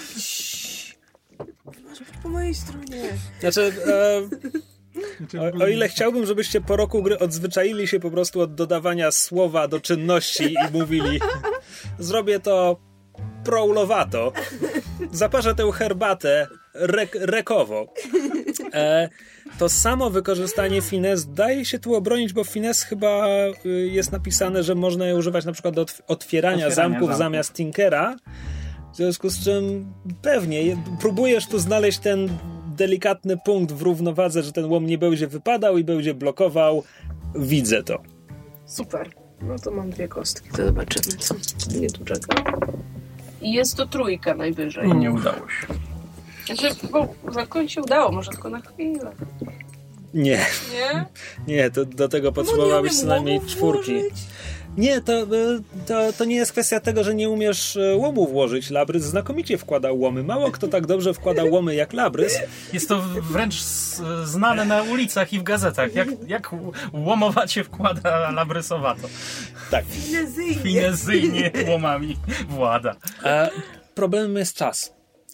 Masz być po mojej stronie. Znaczy, e, o, o ile chciałbym, żebyście po roku gry odzwyczaili się po prostu od dodawania słowa do czynności i mówili, zrobię to proulowato, zaparzę tę herbatę rek, rekowo. E, to samo wykorzystanie finez daje się tu obronić, bo finez chyba y, jest napisane, że można je używać na przykład do otw- otwierania, Otwierania zamków zamków. zamiast Tinkera. W związku z czym pewnie je, próbujesz tu znaleźć ten delikatny punkt w równowadze, że ten łom nie będzie wypadał i będzie blokował. Widzę to. Super. No to mam dwie kostki, to zobaczymy, co mnie tu czeka. I jest to trójka najwyżej. Nie udało się. Znaczy, bo zamknąć się udało, może tylko na chwilę. Nie, Nie? nie, to do tego No potrzebowałbyś nie co umiem najmniej łomów czwórki. włożyć. Nie, to, y, to, to nie jest kwestia tego, że nie umiesz y, łomu włożyć. Labrys znakomicie wkłada łomy. Mało kto tak dobrze wkłada łomy jak Labrys. Jest to wręcz s- znane na ulicach i w gazetach. Jak, jak łomowacie wkłada labrysowato. Tak. Finezyjnie. Finezyjnie łomami włada. A problemem jest czas.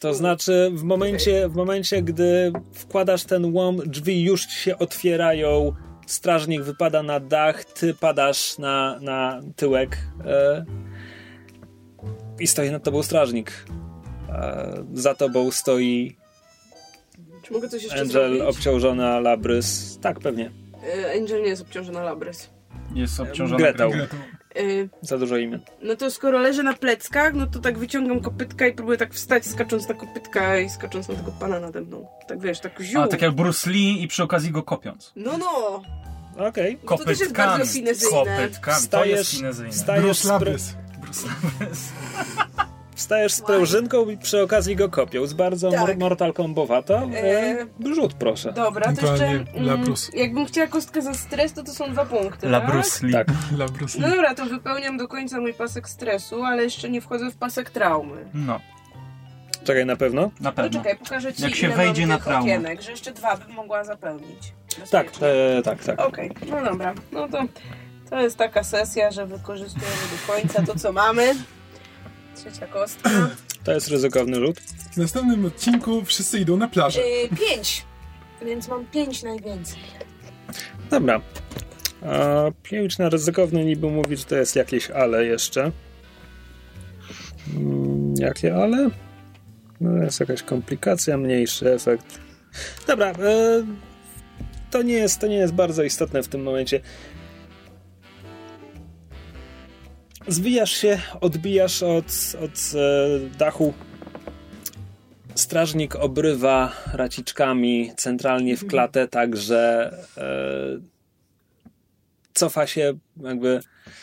To znaczy w momencie, w momencie, gdy wkładasz ten łom, drzwi już ci się otwierają, strażnik wypada na dach, ty padasz na, na tyłek e, i stoi nad tobą strażnik. E, za tobą stoi Czy mogę coś jeszcze Angel zrobić? obciążona Labrys. Tak, pewnie. E, Angel nie jest obciążona Labrys. Jest obciążona Gretą. Gretą. E, Za dużo imion. no to skoro leżę na pleckach, no to tak wyciągam kopytka i próbuję tak wstać, skacząc na kopytka i skacząc na tego pana nade mną. Tak wiesz, tak ziół. A, tak jak Bruce Lee i przy okazji go kopiąc. No, no. Okej. No to też jest bardzo Kopytkami. finezyjne. Kopytkami. To Wstajesz, jest finezyjne. wstajesz, Bruce z, pre, Labrys. Bruce Lee. wstajesz z prężynką i przy okazji go kopią. Z bardzo Tak. mor- Mortal Kombowato. E, E, rzut, proszę. Dobra, to jeszcze... Ewentualnie Labrus. Mm, jakbym chciała kostkę za stres, to to są dwa punkty, La tak? Bruce Lee. Tak. Labrys. No dobra, to wypełniam do końca mój pasek stresu, ale jeszcze nie wchodzę w pasek traumy. No, Czekaj, na pewno? na No pewno. czekaj, pokażę ci, Jak się ile wejdzie mam na tych traumę. okienek, że jeszcze dwa bym mogła zapełnić. Tak, Bezpiecznie. e, tak, tak. Okej, no dobra. No to, to jest taka sesja, że wykorzystujemy do końca to, co mamy. Trzecia kostka. To jest ryzykowny rzut. W następnym odcinku wszyscy idą na plażę. Yy, pięć. Więc mam pięć najwięcej. Dobra. A pięć na ryzykowny niby mówi, że to jest jakieś ale jeszcze. Mm, jakie ale? No jest jakaś komplikacja, mniejszy efekt. Dobra, e, to nie jest, to nie jest bardzo istotne w tym momencie. Zwijasz się, odbijasz od, od e, dachu. Strażnik obrywa raciczkami centralnie w klatę, tak że e, cofa się, jakby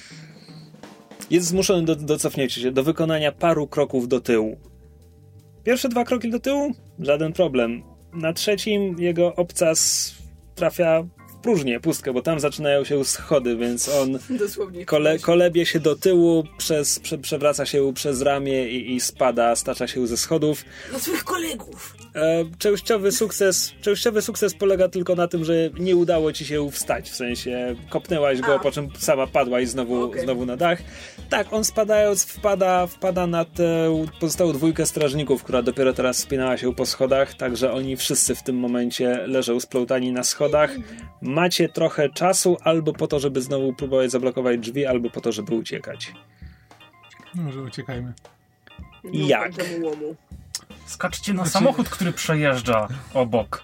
jest zmuszony do, do cofnięcia się, do wykonania paru kroków do tyłu. Pierwsze dwa kroki do tyłu? Żaden problem. Na trzecim jego obcas trafia w próżnię, pustkę, bo tam zaczynają się schody, więc on Dosłownie. kole, kolebie się do tyłu, przez, prze, przewraca się przez ramię i, i spada, stacza się ze schodów. Na swoich kolegów. E, częściowy sukces, częściowy sukces polega tylko na tym, że nie udało ci się wstać, w sensie kopnęłaś go, A. po czym sama padłaś znowu, Okay. znowu na dach. Tak, on spadając wpada, wpada na tę pozostałą dwójkę strażników, która dopiero teraz wspinała się po schodach, także oni wszyscy w tym momencie leżą splątani na schodach. Macie trochę czasu albo po to, żeby znowu próbować zablokować drzwi, albo po to, żeby uciekać. No może uciekajmy. Nie Jak? ufam temu łomu. Skaczcie na Znaczy- samochód, który przejeżdża obok.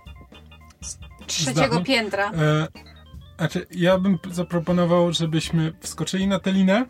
Trzeciego Zdachu? piętra. E, znaczy, ja bym p- zaproponował, żebyśmy wskoczyli na tę linę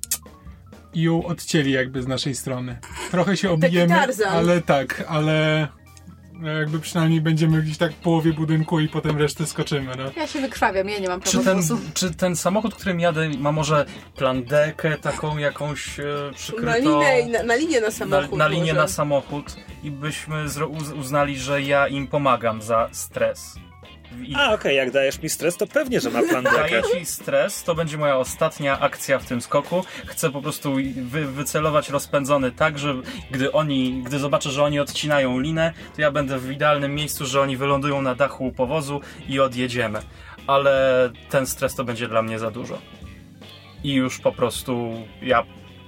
i ją odcięli jakby z naszej strony. Trochę się obijemy, Tarzan. ale tak, ale jakby przynajmniej będziemy gdzieś tak w połowie budynku i potem resztę skoczymy, no. Ja się wykrwawiam, ja nie mam Czy prawa ten, głosu. czy ten samochód, którym jadę, ma może plandekę taką jakąś e, Na, przykrytą linę, na, na linię na na, samochód. na linię może. na samochód i byśmy zro, uz, uznali, że ja im pomagam za stres. I A, okej, jak dajesz mi stres, to pewnie, że ma plan daję dekę. ci stres, to będzie moja ostatnia akcja w tym skoku. Chcę po prostu wy, wycelować rozpędzony tak, że gdy oni, gdy zobaczę, że oni odcinają linę, to ja będę w idealnym miejscu, że oni wylądują na dachu powozu i odjedziemy. Ale ten stres to będzie dla mnie za dużo. I już po prostu ja,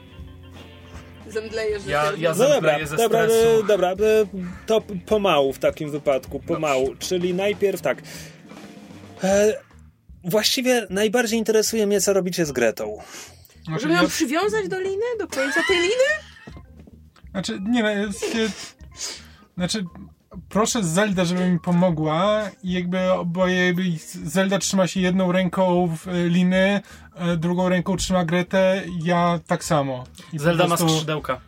Zemdleję, że Ja- ten- ja No dobra, zemdleję ze dobra, stresu. e, dobra, e, to p- pomału w takim wypadku, pomału. Czyli najpierw tak. E, właściwie najbardziej interesuje mnie, co robicie z Gretą. Znaczy, Możemy ją przywiązać do liny? Do końca tej liny? Znaczy, nie no, jest się... Znaczy, proszę Zelda, żeby mi pomogła i jakby oboje, jakby Zelda trzyma się jedną ręką w e, liny, e, drugą ręką trzyma Gretę, ja tak samo. I po Zelda ma prostu- skrzydełka.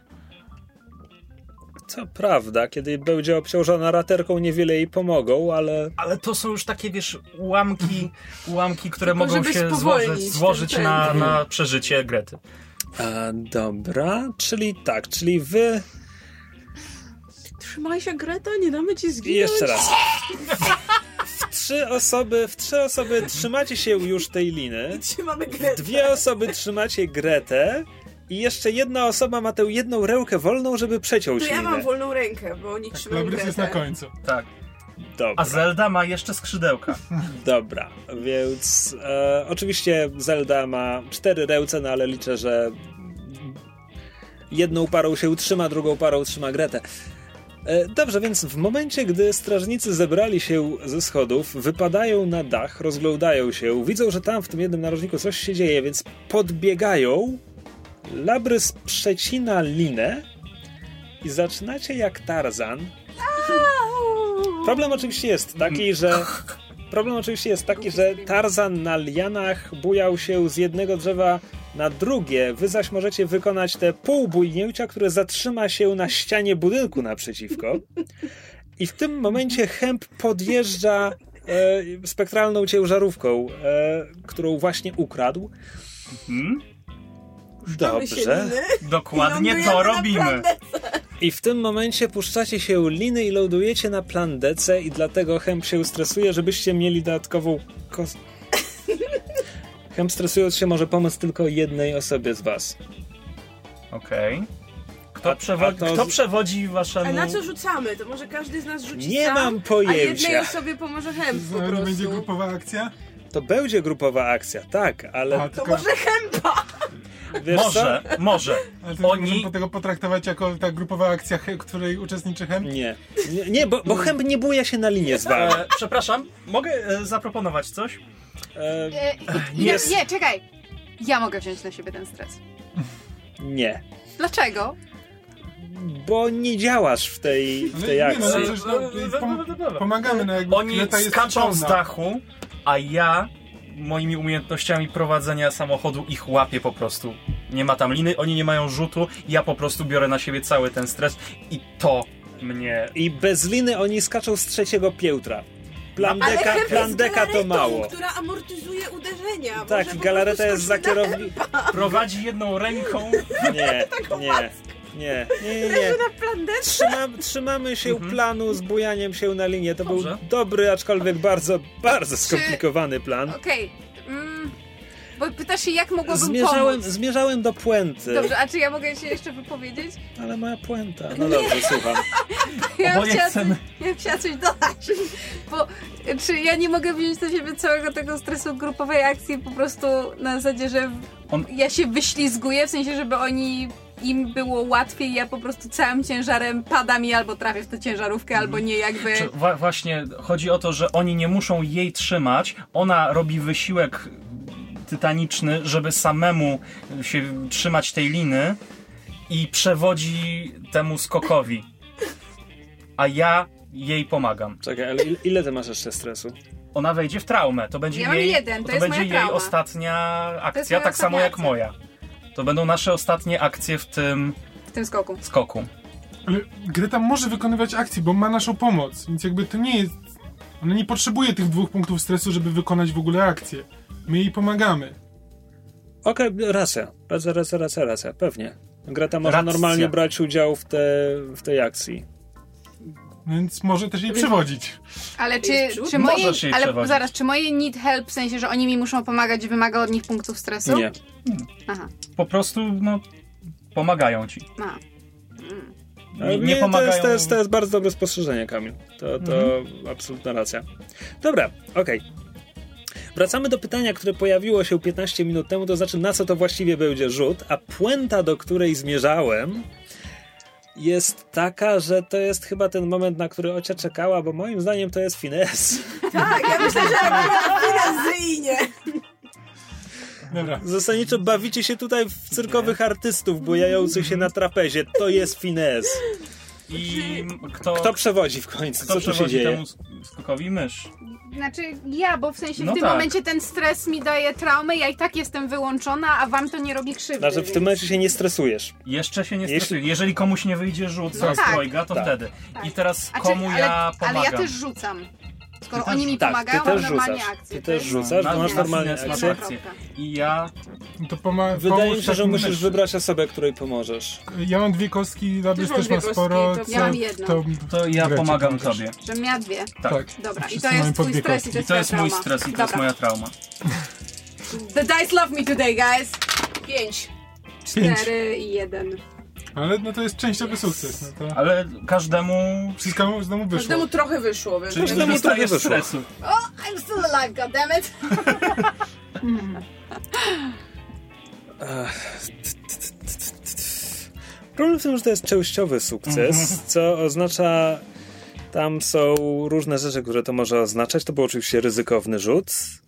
Co prawda, kiedy będzie obciążona raterką, niewiele jej pomogą, ale Ale to są już takie, wiesz, ułamki, ułamki, które Tylko mogą żeby się spowolnić złożyć, ten złożyć temp. na, na przeżycie Grety. A, dobra, czyli tak, czyli wy... Trzymaj się, Greta, nie damy ci I zginąć. jeszcze raz. W trzy osoby, w trzy osoby trzymacie się już tej liny, Trzymamy Gretę. dwie osoby trzymacie Gretę i jeszcze jedna osoba ma tę jedną rękę wolną, żeby przeciąć To ja linę. mam wolną rękę, bo oni trzymają Labrys Gretę. jest na końcu. Tak. Dobra. A Zelda ma jeszcze skrzydełka. Dobra, więc e, oczywiście Zelda ma cztery ręce, no ale liczę, że jedną parą się utrzyma, drugą parą trzyma Gretę. E, dobrze, więc w momencie, gdy strażnicy zebrali się ze schodów, wypadają na dach, rozglądają się, widzą, że tam w tym jednym narożniku coś się dzieje, więc podbiegają, Labrys przecina linę i zaczynacie jak Tarzan. Problem oczywiście jest taki, że problem oczywiście jest taki, że Tarzan na lianach bujał się z jednego drzewa na drugie. Wy zaś możecie wykonać te półbujnięcia, które zatrzyma się na ścianie budynku naprzeciwko. I w tym momencie Hemp podjeżdża e, spektralną ciężarówką, e, którą właśnie ukradł. Hmm? Dobrze. Dokładnie to robimy. I w tym momencie puszczacie się liny i lądujecie na plandece i dlatego Hemp się stresuje, żebyście mieli dodatkową kos... Hemp stresując się może pomóc tylko jednej osobie z was. Okej. Okay. Kto, A- przewo- a to kto z- przewodzi waszemu... A na co rzucamy? To może każdy z nas rzuci Nie sam, mam a pojęcia. jednej osobie pomoże Hemp po To nie prostu. będzie grupowa akcja? To będzie grupowa akcja, tak, ale A, To tylko, może Hempa! wiesz Może, może. ale to Oni- możemy po tego potraktować jako ta grupowa akcja, he- której uczestniczy Hemp? co? Nie, nie, nie bo, bo Hemp nie buja się na linie z wami. E, przepraszam, mogę e, zaproponować coś? E, E, nie, Jest- nie, czekaj. Ja mogę wziąć na siebie ten stres. nie, Dlaczego? bo nie działasz w tej, w tej Ale nie, no, akcji. przecież no, pom- pomagamy, no jakby Oni Greta jest skaczą z pełna. dachu, a ja moimi umiejętnościami prowadzenia samochodu ich łapię po prostu. Nie ma tam liny, oni nie mają rzutu, ja po prostu biorę na siebie cały ten stres i to mnie... I bez liny oni skaczą z trzeciego piętra. Plandeka, Hemp jest plandeka to galaretą, mało. która amortyzuje uderzenia. Tak, Może i po galareta prostu jest za skoczy na kierownicą. Prowadzi jedną ręką. Nie, nie, nie, nie, nie, nie. na plandece. Trzymam, trzymamy się planu z bujaniem się na linię. To Dobrze. był dobry, aczkolwiek bardzo, bardzo skomplikowany plan. Okej. Mm, bo pytasz się, jak mogłabym Zmierzałem, pomóc. zmierzałem do puenty, Dobrze, a czy ja mogę się jeszcze wypowiedzieć? ale moja puenta. No dobrze, słucham. Ja bym Oboje chciała, chcemy. ja bym chciała coś dodać. Bo czy ja nie mogę wziąć na siebie całego tego stresu grupowej akcji po prostu na zasadzie, że On- ja się wyślizguję, w sensie, żeby oni im było łatwiej, ja po prostu całym ciężarem padam i albo trafię w tę ciężarówkę, albo nie, jakby... Czy wa- właśnie chodzi o to, że oni nie muszą jej trzymać, ona robi wysiłek tytaniczny, żeby samemu się trzymać tej liny i przewodzi temu skokowi. A ja jej pomagam. Czekaj, ale il- ile ty masz jeszcze stresu? Ona wejdzie w traumę. To będzie Ja mam jej, jeden, to jest będzie moja jej trauma. ostatnia akcja, moja tak samo ostatnia jak akcja. moja. To będą nasze ostatnie akcje w tym w tym skoku. skoku. Ale Greta może wykonywać akcję, bo ma naszą pomoc, więc jakby to nie jest... Ona nie potrzebuje tych dwóch punktów stresu, żeby wykonać w ogóle akcję. My jej pomagamy. Okej, racja, racja, racja, racja, racja, pewnie. Greta może Racja. normalnie brać udział w, te, w tej akcji. Więc może też jej przewodzić. Ale czy, Jest przód? czy moje... Możesz jej Ale przewodzić. zaraz, czy moje need help, w sensie, że oni mi muszą pomagać, wymaga od nich punktów stresu? Nie. Aha. Po prostu, no, pomagają ci. A. Ale Nie, nie to, pomagają... jest, to, jest, to jest bardzo dobre spostrzeżenie, Kamil. To, to absolutna racja. Dobra, okej. Wracamy do pytania, które pojawiło się piętnaście minut temu, to znaczy na co to właściwie będzie rzut, a puenta, do której zmierzałem, jest taka, że to jest chyba ten moment, na który Ocia czekała, bo moim zdaniem to jest finez. Tak, ja myślę, że akurat finezyjnie. Dobra. Zasadniczo bawicie się tutaj w cyrkowych artystów bujających się na trapezie. To jest finez. I kto, Kto przewodzi w końcu? kto Co tu się przewodzi dzieje? temu skokowi? Mysz. Znaczy ja, bo w sensie No w tym tak. momencie ten stres mi daje traumę, ja i tak jestem wyłączona, a wam to nie robi krzywdy. Znaczy w więc- tym momencie się nie stresujesz. Jeszcze się nie Jeśli- stresuje. Jeżeli komuś nie wyjdzie rzut No z tak. trojga, to Tak. wtedy. Tak. I teraz A czy- komu ale, ja pomagam? Ale ja też rzucam. Skoro Ty też oni mi Tak, pomagają, ty też mam normalnie rzucasz. akcję. Ty to też jest- rzucasz, Na- bo masz na normalnie finez masz akcję. akcję. I ja... To poma- Wydaje pomóż mi się, że takim musisz myszy. wybrać osobę, której pomożesz. Ja mam dwie kostki, Labrys mam też dwie ma kostki, sporo. to co- ja mam jedną. To, To ja Grecie pomagam pomagasz. tobie. Że miała dwie. Tak. Tak. Dobra, i Wszyscy to mamy jest po twój dwie stres i kostki. to I jest to jest twoja mój trauma. stres i to jest Dobra. moja trauma. The dice love me today, guys. Pięć. Pięć. Cztery i jeden. Ale no to jest częściowy sukces. No to Ale każdemu... wszystko znowu wyszło. Każdemu trochę wyszło, więc... Czyli Każdemu nie dostajesz trochę wyszło. stresu. Oh, I'm still alive, goddammit. Problem w tym, że to jest częściowy sukces, co oznacza... Tam są różne rzeczy, które to może oznaczać. To był oczywiście ryzykowny rzut.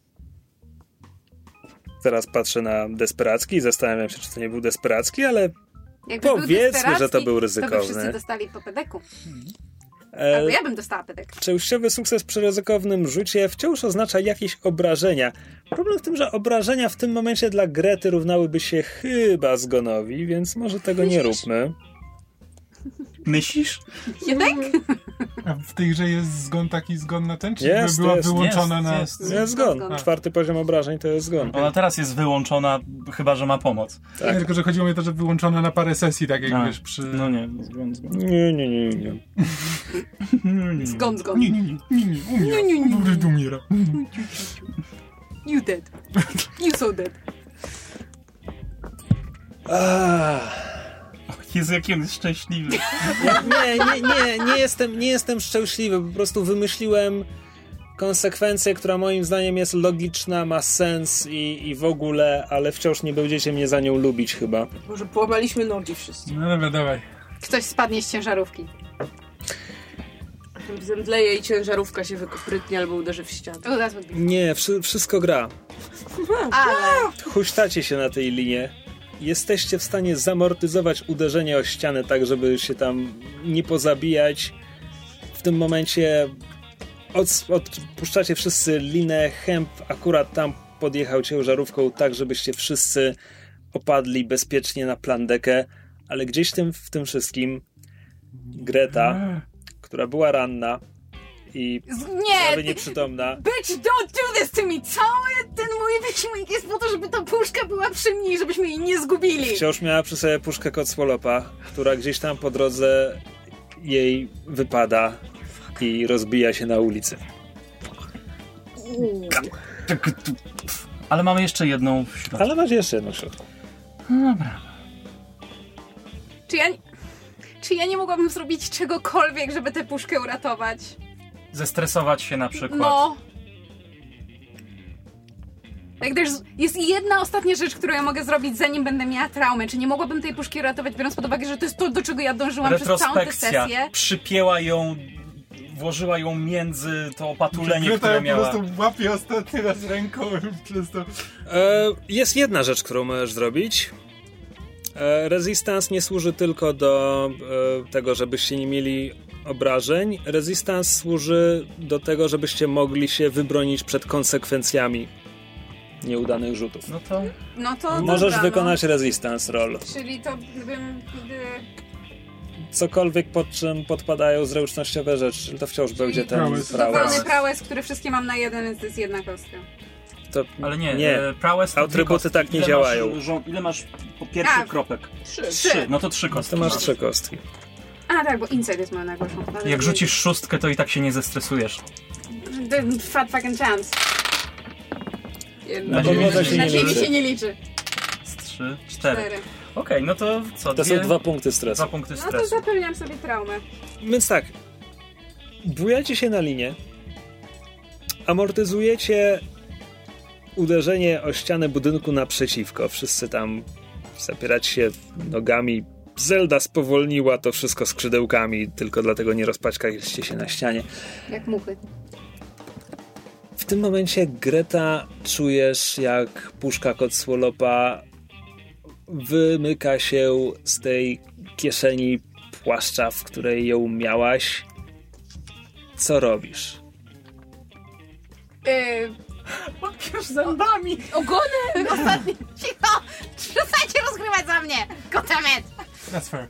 Teraz patrzę na desperacki i zastanawiam się, czy to nie był desperacki, ale Jakby powiedzmy, że to był ryzykowny. To by wszyscy dostali po pedeku. E, Albo ja bym dostała pedek. Częściowy sukces przy ryzykownym rzucie wciąż oznacza jakieś obrażenia. Problem w tym, że obrażenia w tym momencie dla Grety równałyby się chyba zgonowi, więc może tego nie róbmy. Myślisz? Jednak? A w tej grze jest zgon taki zgon na ten? Czy Jest, by była jest, wyłączona jest, na... jest. Jest zgon. zgon. Czwarty poziom obrażeń to jest zgon. Ona teraz jest wyłączona, chyba że ma pomoc. Tak. Nie, tylko, że chodziło mi o to, że wyłączona na parę sesji, tak jak A, wiesz, przy... No nie, zgon, zgon. Nie, nie, nie, nie. Zgon, zgon. Nie, nie, nie, nie, nie, umiera. Nie, nie, nie. Dobry, tu umiera. You dead. You so dead. Ah. Jezu, jaki on jest szczęśliwy. Nie, nie, nie, nie jestem, nie jestem szczęśliwy. Po prostu wymyśliłem konsekwencję, która moim zdaniem jest logiczna, ma sens i, i w ogóle, ale wciąż nie będziecie mnie za nią lubić chyba. Może połamaliśmy nogi wszyscy. No dobra, dawaj. Ktoś spadnie z ciężarówki. Zemdleje i ciężarówka się wykoprytnie albo uderzy w ścianę. Oh, that's what Nie, wszy, wszystko gra. Ale... Huśtacie się na tej linie. Jesteście w stanie zamortyzować uderzenie o ścianę tak, żeby się tam nie pozabijać. W tym momencie od, odpuszczacie wszyscy linę. Hemp akurat tam podjechał ciężarówką tak, żebyście wszyscy opadli bezpiecznie na plandekę, ale gdzieś tym, w tym wszystkim Greta, która była ranna i prawie Nie! nieprzytomna, Bitch, don't do this to me! Cały ten mój wysiłek jest po to, żeby ta puszka była przy mnie i żebyśmy jej nie zgubili. wciąż miała przy sobie puszkę Codswallopa, która gdzieś tam po drodze jej wypada i rozbija się na ulicy. Ale mamy jeszcze jedną w środku. Ale masz jeszcze jedno w środku. Dobra. Czy ja... Czy ja nie mogłabym zrobić czegokolwiek, żeby tę puszkę uratować? Zestresować się na przykład. No. Tak, there's, jest jedna ostatnia rzecz, którą ja mogę zrobić, zanim będę miała traumę. Czy nie mogłabym tej puszki uratować, biorąc pod uwagę, że to jest to, do czego ja dążyłam przez całą tę Retrospekcja. sesję? Przypięła ją, włożyła ją między to opatulenie, Greta które po miała. prostu łapie ostatni raz ręką i przez to... E, jest jedna rzecz, którą możesz zrobić. E, Resistance nie służy tylko do e, tego, żebyście nie mieli obrażeń. Resistance służy do tego, żebyście mogli się wybronić przed konsekwencjami nieudanych rzutów. No to... No to Możesz dobra, wykonać Resistance roll. No. Czyli to bym... Gdy... Cokolwiek pod czym podpadają zręcznościowe rzeczy, to wciąż będzie ten prowess. prowess. Dowolny prowess, który wszystkie mam na jeden, więc to jest jedna kostka. To Ale nie, nie. e, prowess to Atrybuty dwie kostki. tak nie Ile działają. Masz, żo- ile masz po pierwszych A, kropek? Trzy. Trzy. No to trzy No kostki. to masz trzy kostki. A tak, bo Insight jest moją najgorszą. Ale Jak rzucisz szóstkę, to i tak się nie zestresujesz. The fat fucking chance. Jedna. Na No to ziemi woda się się Na nie ziemi liczy. się nie liczy. Z trzy, cztery. Cztery. Okej, no to co? To dwie, są dwa punkty stresu. dwa punkty No to stresu. zapewniam sobie traumę. Więc tak, bujacie się na linię, amortyzujecie uderzenie o ścianę budynku naprzeciwko. Wszyscy tam zapieracie się nogami. Zelda spowolniła to wszystko skrzydełkami, tylko dlatego nie rozpaczkaliście się na ścianie. Jak muchy. W tym momencie, Greta, czujesz, jak puszka Codswallopa wymyka się z tej kieszeni płaszcza, w której ją miałaś. Co robisz? Yy, Łapiesz zębami! ogony! Ostatni. Cicho! Przestańcie rozgrywać za mnie! Gotemet! That's fair.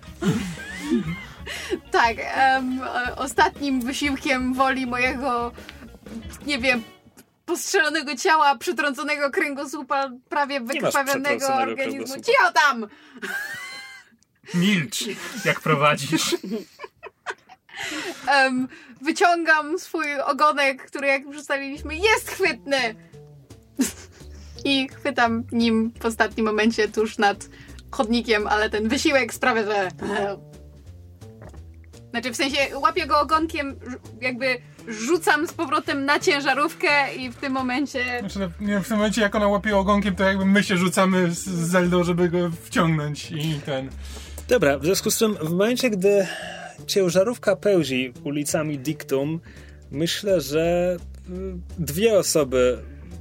Tak, em, e, ostatnim wysiłkiem woli mojego, nie wiem, postrzelonego ciała, przytrąconego kręgosłupa, prawie wykrwawionego przytrąconego organizmu. kręgosłupa. Cicho tam! Milcz, jak prowadzisz. Em, wyciągam swój ogonek, który, jak już ustaliliśmy, jest chwytny! I chwytam nim w ostatnim momencie tuż nad chodnikiem, ale ten wysiłek sprawia, że... Znaczy, w sensie łapię go ogonkiem, jakby rzucam z powrotem na ciężarówkę i w tym momencie... Znaczy, no, nie, w tym momencie jak ona łapie ogonkiem, to jakby my się rzucamy z Zeldą, żeby go wciągnąć i ten... Dobra, w związku z czym w momencie, gdy ciężarówka pełzi ulicami Dictum, myślę, że dwie osoby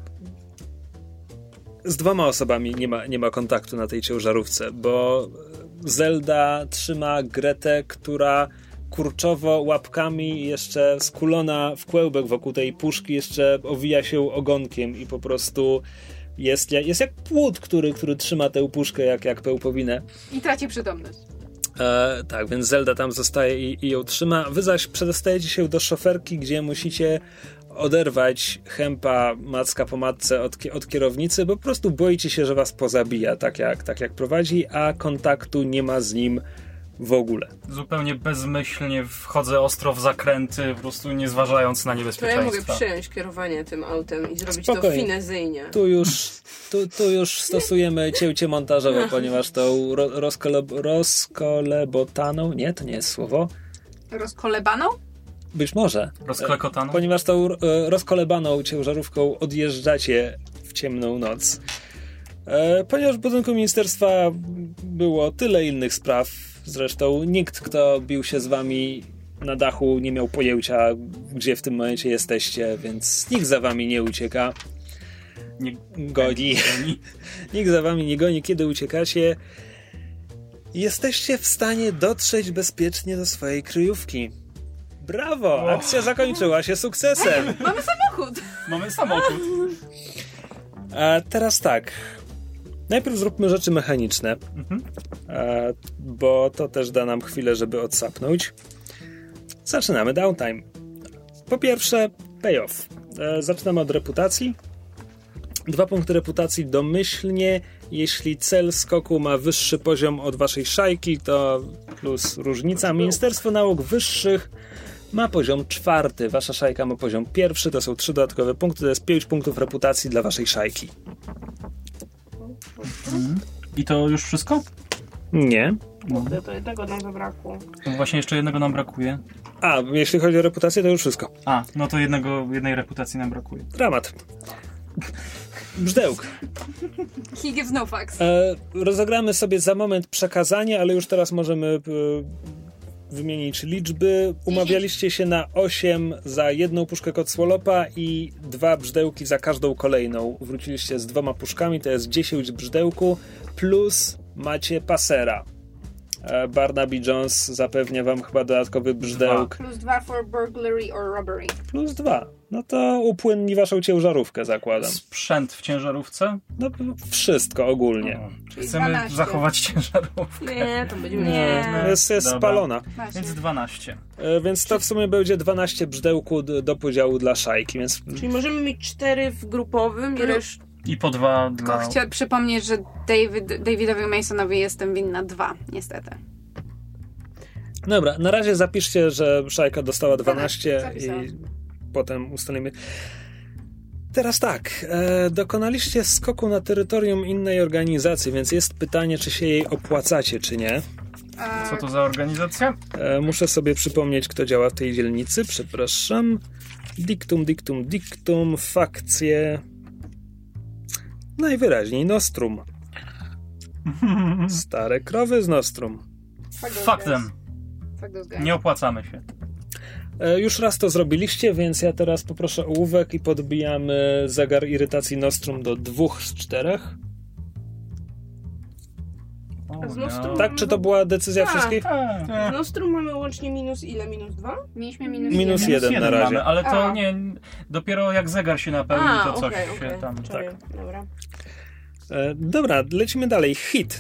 z dwoma osobami nie ma, nie ma kontaktu na tej ciężarówce, bo Zelda trzyma Gretę, która kurczowo łapkami jeszcze skulona w kłębek wokół tej puszki jeszcze owija się ogonkiem i po prostu jest, jest jak płód, który, który trzyma tę puszkę jak, jak pełpowinę. I traci przytomność. E, tak, więc Zelda tam zostaje i, i ją trzyma. Wy zaś przedostajecie się do szoferki, gdzie musicie oderwać Hempa macka po matce od, od kierownicy, bo po prostu boicie się, że was pozabija, tak jak, tak jak prowadzi, a kontaktu nie ma z nim w ogóle. Zupełnie bezmyślnie wchodzę ostro w zakręty, po prostu nie zważając na To niebezpieczeństwa. ja mogę przejąć kierowanie tym autem i zrobić Spokojnie. to finezyjnie. Tu już, tu, tu już stosujemy cięcie montażowe, ponieważ tą ro, rozkole, rozkolebotaną, nie, to nie jest słowo. Rozkolebaną? Być może. Rozklekotaną? Ponieważ tą e, rozkolebaną ciężarówką odjeżdżacie w ciemną noc. E, ponieważ w budynku ministerstwa było tyle innych spraw, zresztą nikt, kto bił się z wami na dachu, nie miał pojęcia, gdzie w tym momencie jesteście, więc nikt za wami nie ucieka. Nie Goni. Nikt za wami nie goni, kiedy uciekacie. Jesteście w stanie dotrzeć bezpiecznie do swojej kryjówki. Brawo! Akcja zakończyła się sukcesem. Mamy samochód! Mamy samochód. A teraz tak. Najpierw zróbmy rzeczy mechaniczne, Mhm. e, bo to też da nam chwilę, żeby odsapnąć. Zaczynamy downtime. Po pierwsze, payoff. E, zaczynamy od reputacji. Dwa punkty reputacji domyślnie. Jeśli cel skoku ma wyższy poziom od waszej szajki, to plus różnica. Ministerstwo Nauk Wyższych ma poziom czwarty. Wasza szajka ma poziom pierwszy. To są trzy dodatkowe punkty. To jest pięć punktów reputacji dla waszej szajki. I to już wszystko? Nie. Kurde, to jednego nam zabrakło. No właśnie jeszcze jednego nam brakuje. A, jeśli chodzi o reputację, to już wszystko. A, no to jednego, jednej reputacji nam brakuje. Dramat. Brzdełk. He gives no fucks. E, rozegramy sobie za moment przekazanie, ale już teraz możemy e, wymienić liczby. Umawialiście się na osiem za jedną puszkę Kotswolopa i dwa brzdełki za każdą kolejną. Wróciliście z dwoma puszkami, to jest dziesięć brzdełku, plus macie pasera. E, Barnaby Jones zapewnia wam chyba dodatkowy brzdełk. Plus dwa for burglary or robbery. Plus dwa. No to upłynni waszą ciężarówkę, zakładam. Sprzęt w ciężarówce? No wszystko ogólnie. O, czy Czyli chcemy dwanaście. zachować ciężarówkę? Nie, to będziemy... Nie. No jest, jest Dobra. spalona. Właśnie. Więc dwanaście. E, więc to w sumie będzie dwanaście brzdełku d- do podziału dla szajki, więc Czyli możemy mieć cztery w grupowym i resz... I po dwa Tylko dla... chcę przypomnieć, że David, Davidowi Masonowi jestem winna dwa, niestety. dobra, na razie zapiszcie, że szajka dostała dwanaście zapisałam. i potem ustalimy. Teraz tak, e, dokonaliście skoku na terytorium innej organizacji, więc jest pytanie, czy się jej opłacacie, czy nie. A, Co to za organizacja? E, muszę sobie przypomnieć, kto działa w tej dzielnicy, przepraszam. Dictum, dictum, dictum, fakcje... Najwyraźniej Nostrum. Stare krowy z Nostrum. fuck those Fuck guys. them. Fuck those guys. Nie opłacamy się. E, już raz to zrobiliście, więc ja teraz poproszę ołówek i podbijamy zegar irytacji Nostrum do dwóch z czterech. O, Z Nostrum? no. Tak, czy to była decyzja Tak. wszystkich? Tak. W Nostrum mamy łącznie minus ile? Minus dwa? Mieliśmy minus, Minus jeden. jeden. na razie. Mamy, ale to A. nie... Dopiero jak zegar się napełni, A, to coś okej, się okej. tam... Sorry. Dobra. E, dobra, lecimy dalej. Hit.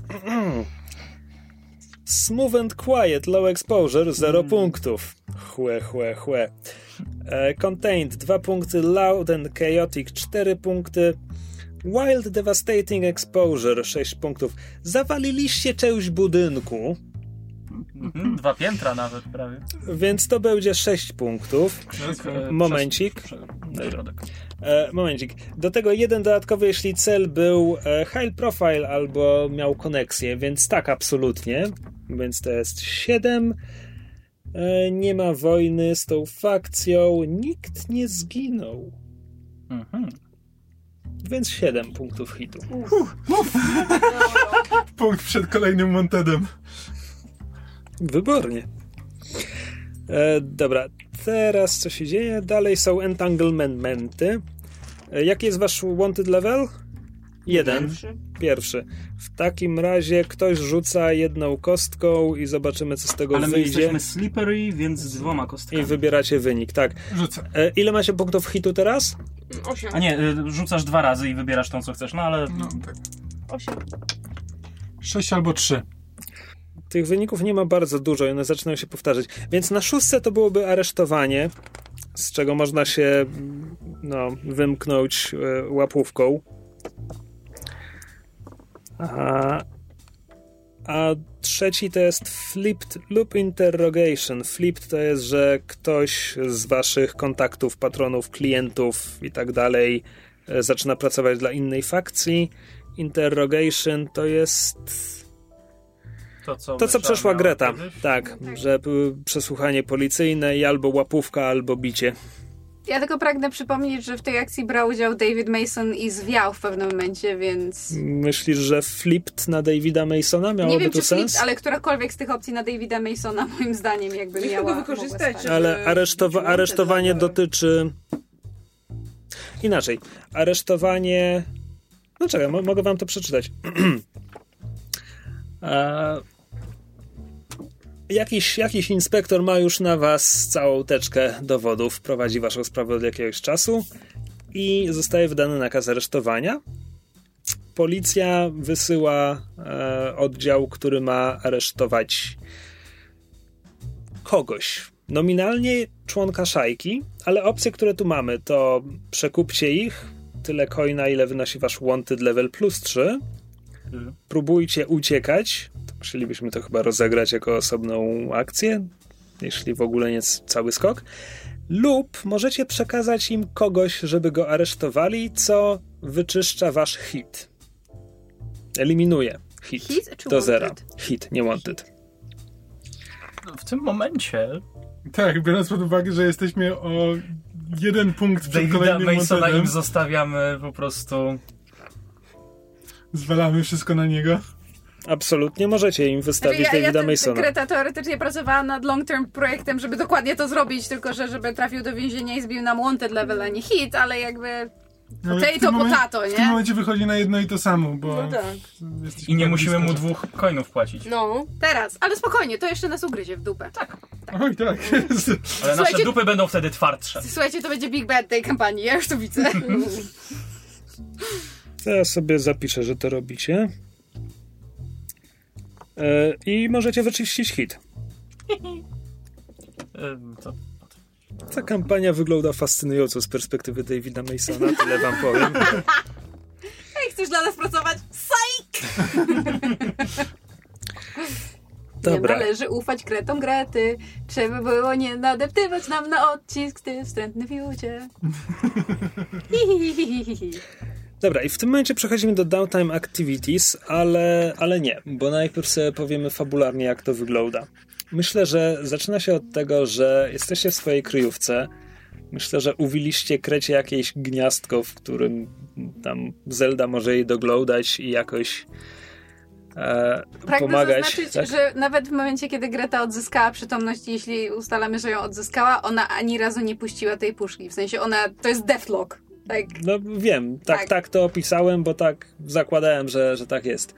Smooth and quiet, low exposure, zero Mm. punktów. Chłe, chłe, chłe. E, contained, dwa punkty. Loud and chaotic, cztery punkty. Wild devastating exposure, sześć punktów. Zawaliliście część budynku, Mhm, dwa piętra nawet prawie. więc to będzie sześć punktów. E, Momencik. Przez, przez środek. E, momencik. Do tego jeden dodatkowy, jeśli cel był e, high profile albo miał koneksję, więc tak, absolutnie. Więc to jest siedem. E, nie ma wojny z tą fakcją. Nikt nie zginął. Mhm. Więc siedem punktów hitu. Punkt przed kolejnym Montedem. Wybornie. E, dobra, teraz co się dzieje? Dalej są entanglementy. E, jaki jest wasz wanted level? Jeden. Pierwszy. Pierwszy. W takim razie ktoś rzuca jedną kostką i zobaczymy, co z tego Ale my wyjdzie. jesteśmy slippery, więc z dwoma kostkami. I wybieracie wynik, tak. Rzucę. E, ile macie punktów hitu teraz? Osiem. A nie, y, rzucasz dwa razy i wybierasz tą, co chcesz, no ale... No tak. Osiem. Sześć albo trzy. Tych wyników nie ma bardzo dużo i one zaczynają się powtarzać. Więc na szóstce to byłoby aresztowanie, z czego można się no, wymknąć e, łapówką. A, a trzeci to jest flipped loop interrogation. Flipped to jest, że ktoś z waszych kontaktów, patronów, klientów i tak dalej e, zaczyna pracować dla innej fakcji. Interrogation to jest... To, co, To, co Mysza przeszła miała Greta, kiedyś? tak, że y, przesłuchanie policyjne i albo łapówka, albo bicie. Ja tylko pragnę przypomnieć, że w tej akcji brał udział David Mason i zwiał w pewnym momencie, więc... Myślisz, że flipped na Davida Masona miałoby Nie wiem, tu czy sens? flip, ale którakolwiek z tych opcji na Davida Masona, moim zdaniem, jakby Niech miała... go wykorzystać. mogła stać. Ale aresztowa- Czy aresztowanie wanted, dotyczy... Inaczej. Aresztowanie... No czekaj, mo- mogę wam to przeczytać. A... Jakiś, jakiś inspektor ma już na was całą teczkę dowodów, prowadzi waszą sprawę od jakiegoś czasu i zostaje wydany nakaz aresztowania. Policja wysyła e, oddział, który ma aresztować kogoś. Nominalnie członka szajki, ale opcje, które tu mamy, to przekupcie ich, tyle coina, ile wynosi wasz wanted level plus trzy. Próbujcie uciekać. To musielibyśmy to chyba rozegrać jako osobną akcję, jeśli w ogóle nie cały skok. Lub możecie przekazać im kogoś, żeby go aresztowali, co wyczyszcza wasz hit. Eliminuje hit, Hit czy do zera. wanted? Hit, nie wanted. W tym momencie Tak, biorąc pod uwagę, że jesteśmy o jeden punkt przed Davida kolejnym Masona Montedem, im zostawiamy po prostu... zwalamy wszystko na niego. Absolutnie możecie im wystawić Znaczy, ja, Davida ja, Masona. Greta teoretycznie pracowała nad long-term projektem, żeby dokładnie to zrobić, tylko że żeby trafił do więzienia i zbił nam wanted level, a nie hit, ale jakby... No, ale w Potato, tym momen- potato, W tym nie? momencie wychodzi na jedno i to samo, bo No tak. jesteśmy I nie tak musimy mu blisko. dwóch coinów płacić. No. Teraz, ale spokojnie, to jeszcze nas ugryzie w dupę. Tak. Oj, tak. Ale nasze Słuchajcie- dupy będą wtedy twardsze. Słuchajcie, to będzie big bad tej kampanii, ja już to widzę. To ja sobie zapiszę, że to robicie. E, I możecie wyczyścić hit. Ym, to... Ta kampania wygląda fascynująco z perspektywy Davida Masona, tyle wam powiem. Hej, chcesz dla nas pracować? Psych! Dobra. Nie należy ufać kretom Grety. Trzeba było nie nadeptywać nam na odcisk, ty wstrętny fiucie. Dobra, i w tym momencie przechodzimy do Downtime Activities, ale, ale nie, bo najpierw sobie powiemy fabularnie, jak to wygląda. Myślę, że zaczyna się od tego, że jesteście w swojej kryjówce. Myślę, że uwiliście Krecie jakieś gniazdko, w którym tam Zelda może jej doglądać i jakoś e, Pragnę pomagać. zaznaczyć, tak? że nawet w momencie, kiedy Greta odzyskała przytomność, jeśli ustalamy, że ją odzyskała, ona ani razu nie puściła tej puszki. W sensie ona, to jest deathlock. Tak. No wiem, tak, tak. tak to opisałem, bo tak zakładałem, że, że tak jest.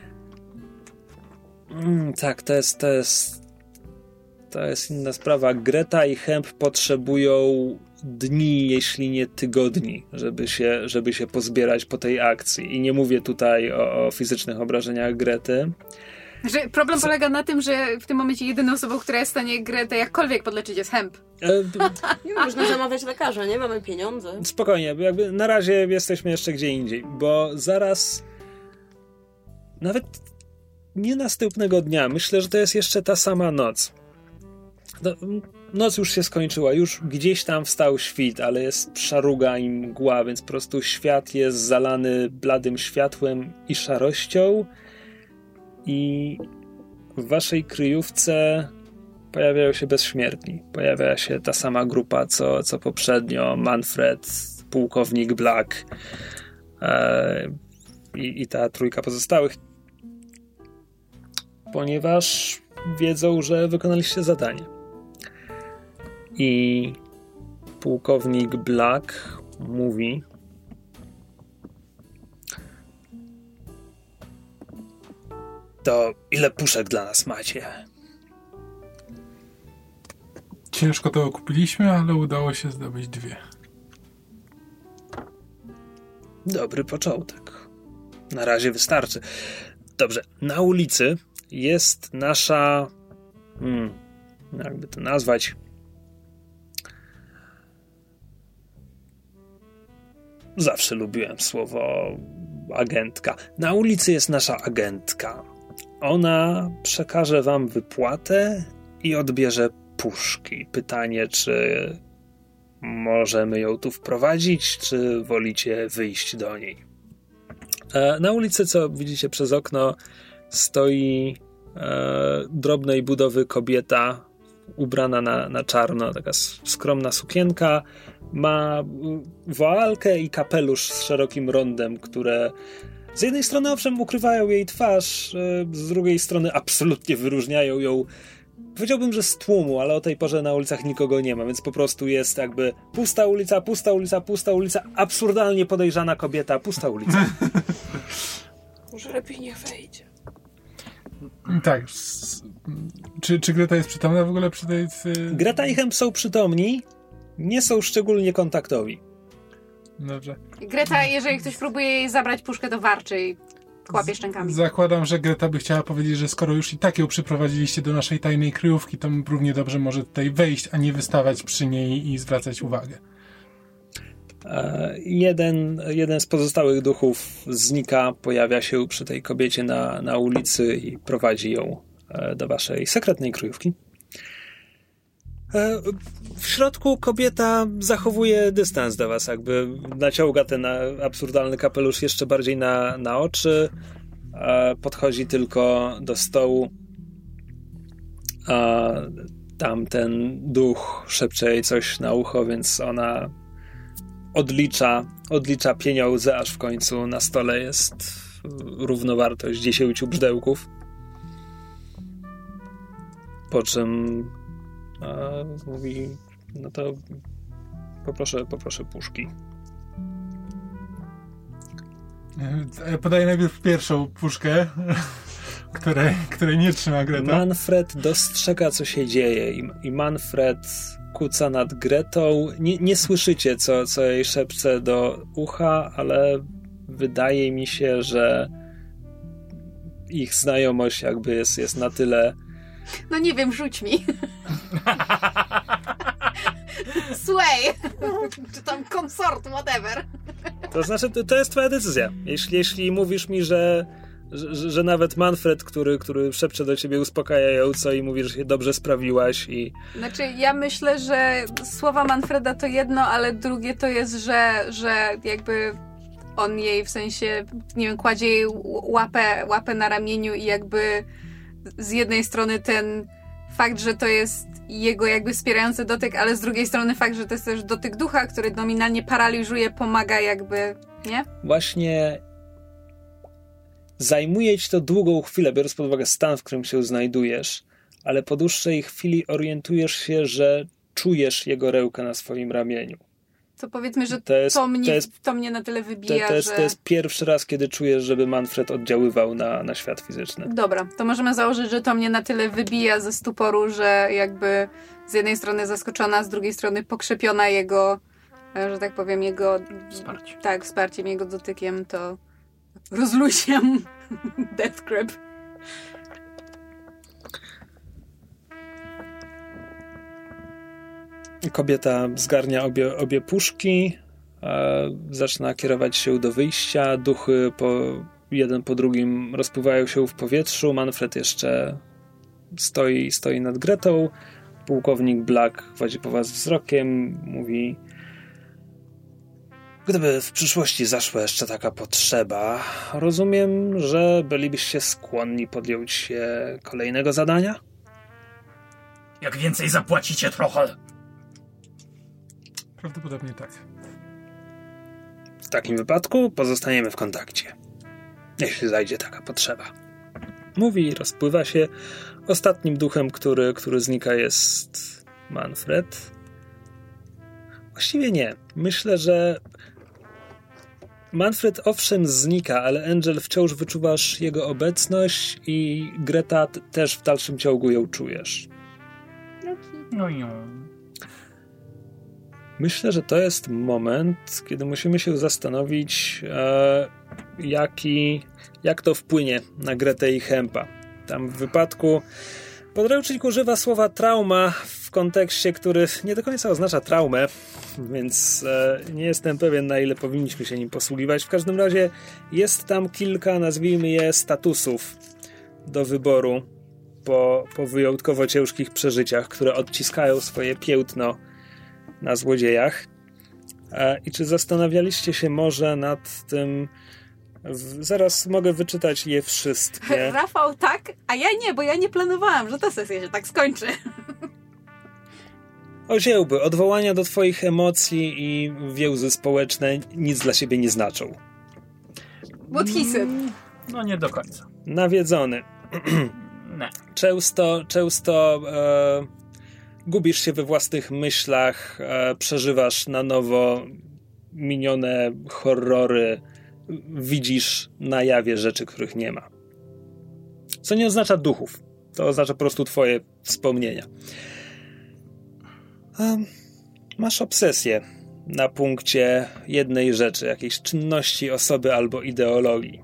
Mm, tak, to jest, to jest to jest inna sprawa. Greta i Hemp potrzebują dni, jeśli nie tygodni, żeby się, żeby się pozbierać po tej akcji. I nie mówię tutaj o, o fizycznych obrażeniach Grety. Że problem polega na tym, że w tym momencie jedyną osobą, która jest w stanie Gretę jakkolwiek podleczyć, jest Hemp. E, Można zamawiać lekarza, nie? Mamy pieniądze. Spokojnie, bo jakby na razie jesteśmy jeszcze gdzie indziej, bo zaraz nawet nie następnego dnia, myślę, że to jest jeszcze ta sama noc. No, noc już się skończyła, już gdzieś tam wstał świt, ale jest szaruga i mgła, więc po prostu świat jest zalany bladym światłem i szarością i w waszej kryjówce pojawiają się bezśmiertni. Pojawia się ta sama grupa, co, co poprzednio. Manfred, pułkownik Black e, i, i ta trójka pozostałych. ponieważ wiedzą, że wykonaliście zadanie. I pułkownik Black mówi: to ile puszek dla nas macie? Ciężko to kupiliśmy, ale udało się zdobyć dwie. Dobry początek. Na razie wystarczy. Dobrze, na ulicy jest nasza... Hmm, jakby to nazwać... Zawsze lubiłem słowo agentka. Na ulicy jest nasza agentka. Ona przekaże wam wypłatę i odbierze puszki. Pytanie, czy możemy ją tu wprowadzić, czy wolicie wyjść do niej. E, na ulicy, co widzicie przez okno, stoi e, drobnej budowy kobieta ubrana na, na czarno, taka skromna sukienka. Ma woalkę i kapelusz z szerokim rondem, które z jednej strony owszem ukrywają jej twarz, z drugiej strony absolutnie wyróżniają ją. Powiedziałbym, że z tłumu, ale o tej porze na ulicach nikogo nie ma, więc po prostu jest jakby pusta ulica, pusta ulica, pusta ulica, absurdalnie podejrzana kobieta, pusta ulica. Może lepiej niech wejdzie. Tak. Czy, czy Greta jest przytomna w ogóle przy tej... Greta i Hemp są przytomni, nie są szczególnie kontaktowi. Dobrze. Greta, jeżeli ktoś próbuje jej zabrać puszkę, to warczy i kłapie szczękami. Zakładam, że Greta by chciała powiedzieć, że skoro już i tak ją przyprowadziliście do naszej tajnej kryjówki, to równie dobrze może tutaj wejść, a nie wystawać przy niej i zwracać uwagę. E, jeden, jeden z pozostałych duchów znika, pojawia się przy tej kobiecie na, na ulicy i prowadzi ją e, do waszej sekretnej kryjówki. E, w środku kobieta zachowuje dystans do was, jakby naciąga ten absurdalny kapelusz jeszcze bardziej na, na oczy, e, podchodzi tylko do stołu, a tamten duch szepcze jej coś na ucho, więc ona odlicza, odlicza pieniądze, aż w końcu na stole jest równowartość dziesięciu brzdełków. Po czym a, mówi, no to poproszę, poproszę puszki. Podaję najpierw pierwszą puszkę, której, której nie trzyma Greta. Manfred dostrzega, co się dzieje i, i Manfred kuca nad Gretą. Nie, nie słyszycie, co, co jej szepce do ucha, ale wydaje mi się, że ich znajomość jakby jest, jest na tyle... No nie wiem, rzuć mi. Sway. Czy tam consort, whatever. To znaczy, to, to jest twoja decyzja. Jeśli, jeśli mówisz mi, że, że, że nawet Manfred, który, który szepcze do ciebie uspokajająco i mówi, że się dobrze sprawiłaś i... Znaczy, ja myślę, że słowa Manfreda to jedno, ale drugie to jest, że, że jakby on jej w sensie, nie wiem, kładzie jej łapę, łapę na ramieniu i jakby z jednej strony ten fakt, że to jest jego jakby wspierający dotyk, ale z drugiej strony fakt, że to jest też dotyk ducha, który nominalnie paraliżuje, pomaga jakby, nie? Właśnie zajmuje ci to długą chwilę, biorąc pod uwagę stan, w którym się znajdujesz, ale po dłuższej chwili orientujesz się, że czujesz jego rękę na swoim ramieniu. To powiedzmy, że to, jest, to, mnie, to, jest, to mnie na tyle wybija, to, to, jest, że... to jest pierwszy raz, kiedy czujesz, żeby Manfred oddziaływał na, na świat fizyczny. Dobra, to możemy założyć, że to mnie na tyle wybija ze stuporu, że jakby z jednej strony zaskoczona, z drugiej strony pokrzepiona jego, że tak powiem, jego... Wsparcie. Tak, wsparciem, jego dotykiem, to rozluźniam Death Grip. Kobieta zgarnia obie, obie puszki, e, zaczyna kierować się do wyjścia. Duchy po, jeden po drugim rozpływają się w powietrzu. Manfred jeszcze stoi, stoi nad Gretą. Pułkownik Black wodzi po was wzrokiem, mówi: gdyby w przyszłości zaszła jeszcze taka potrzeba, rozumiem, że bylibyście skłonni podjąć się kolejnego zadania? Jak więcej zapłacicie trochę. Prawdopodobnie tak. W takim wypadku pozostaniemy w kontakcie. Jeśli zajdzie taka potrzeba. mówi, rozpływa się. Ostatnim duchem, który, który znika, jest Manfred. Właściwie nie. Myślę, że Manfred owszem znika, ale Angel wciąż wyczuwasz jego obecność i Greta też w dalszym ciągu ją czujesz. No i Myślę, że to jest moment, kiedy musimy się zastanowić, e, jaki, jak to wpłynie na Gretę i Hempa. Tam w wypadku podręcznik używa słowa trauma w kontekście, który nie do końca oznacza traumę, więc e, nie jestem pewien, na ile powinniśmy się nim posługiwać. W każdym razie jest tam kilka, nazwijmy je, statusów do wyboru po, po wyjątkowo ciężkich przeżyciach, które odciskają swoje piętno na złodziejach. E, I czy zastanawialiście się może nad tym... W, zaraz mogę wyczytać je wszystkie. Rafał tak, a ja nie, bo ja nie planowałam, że ta sesja się tak skończy. Oziełby, odwołania do twoich emocji i więzy społeczne nic dla siebie nie znaczą. What he said. No nie do końca. Nawiedzony. Nie. Często, często e, gubisz się we własnych myślach, e, przeżywasz na nowo minione horrory, widzisz na jawie rzeczy, których nie ma. Co nie oznacza duchów. To oznacza po prostu twoje wspomnienia. Um, masz obsesję na punkcie jednej rzeczy, jakiejś czynności, osoby albo ideologii.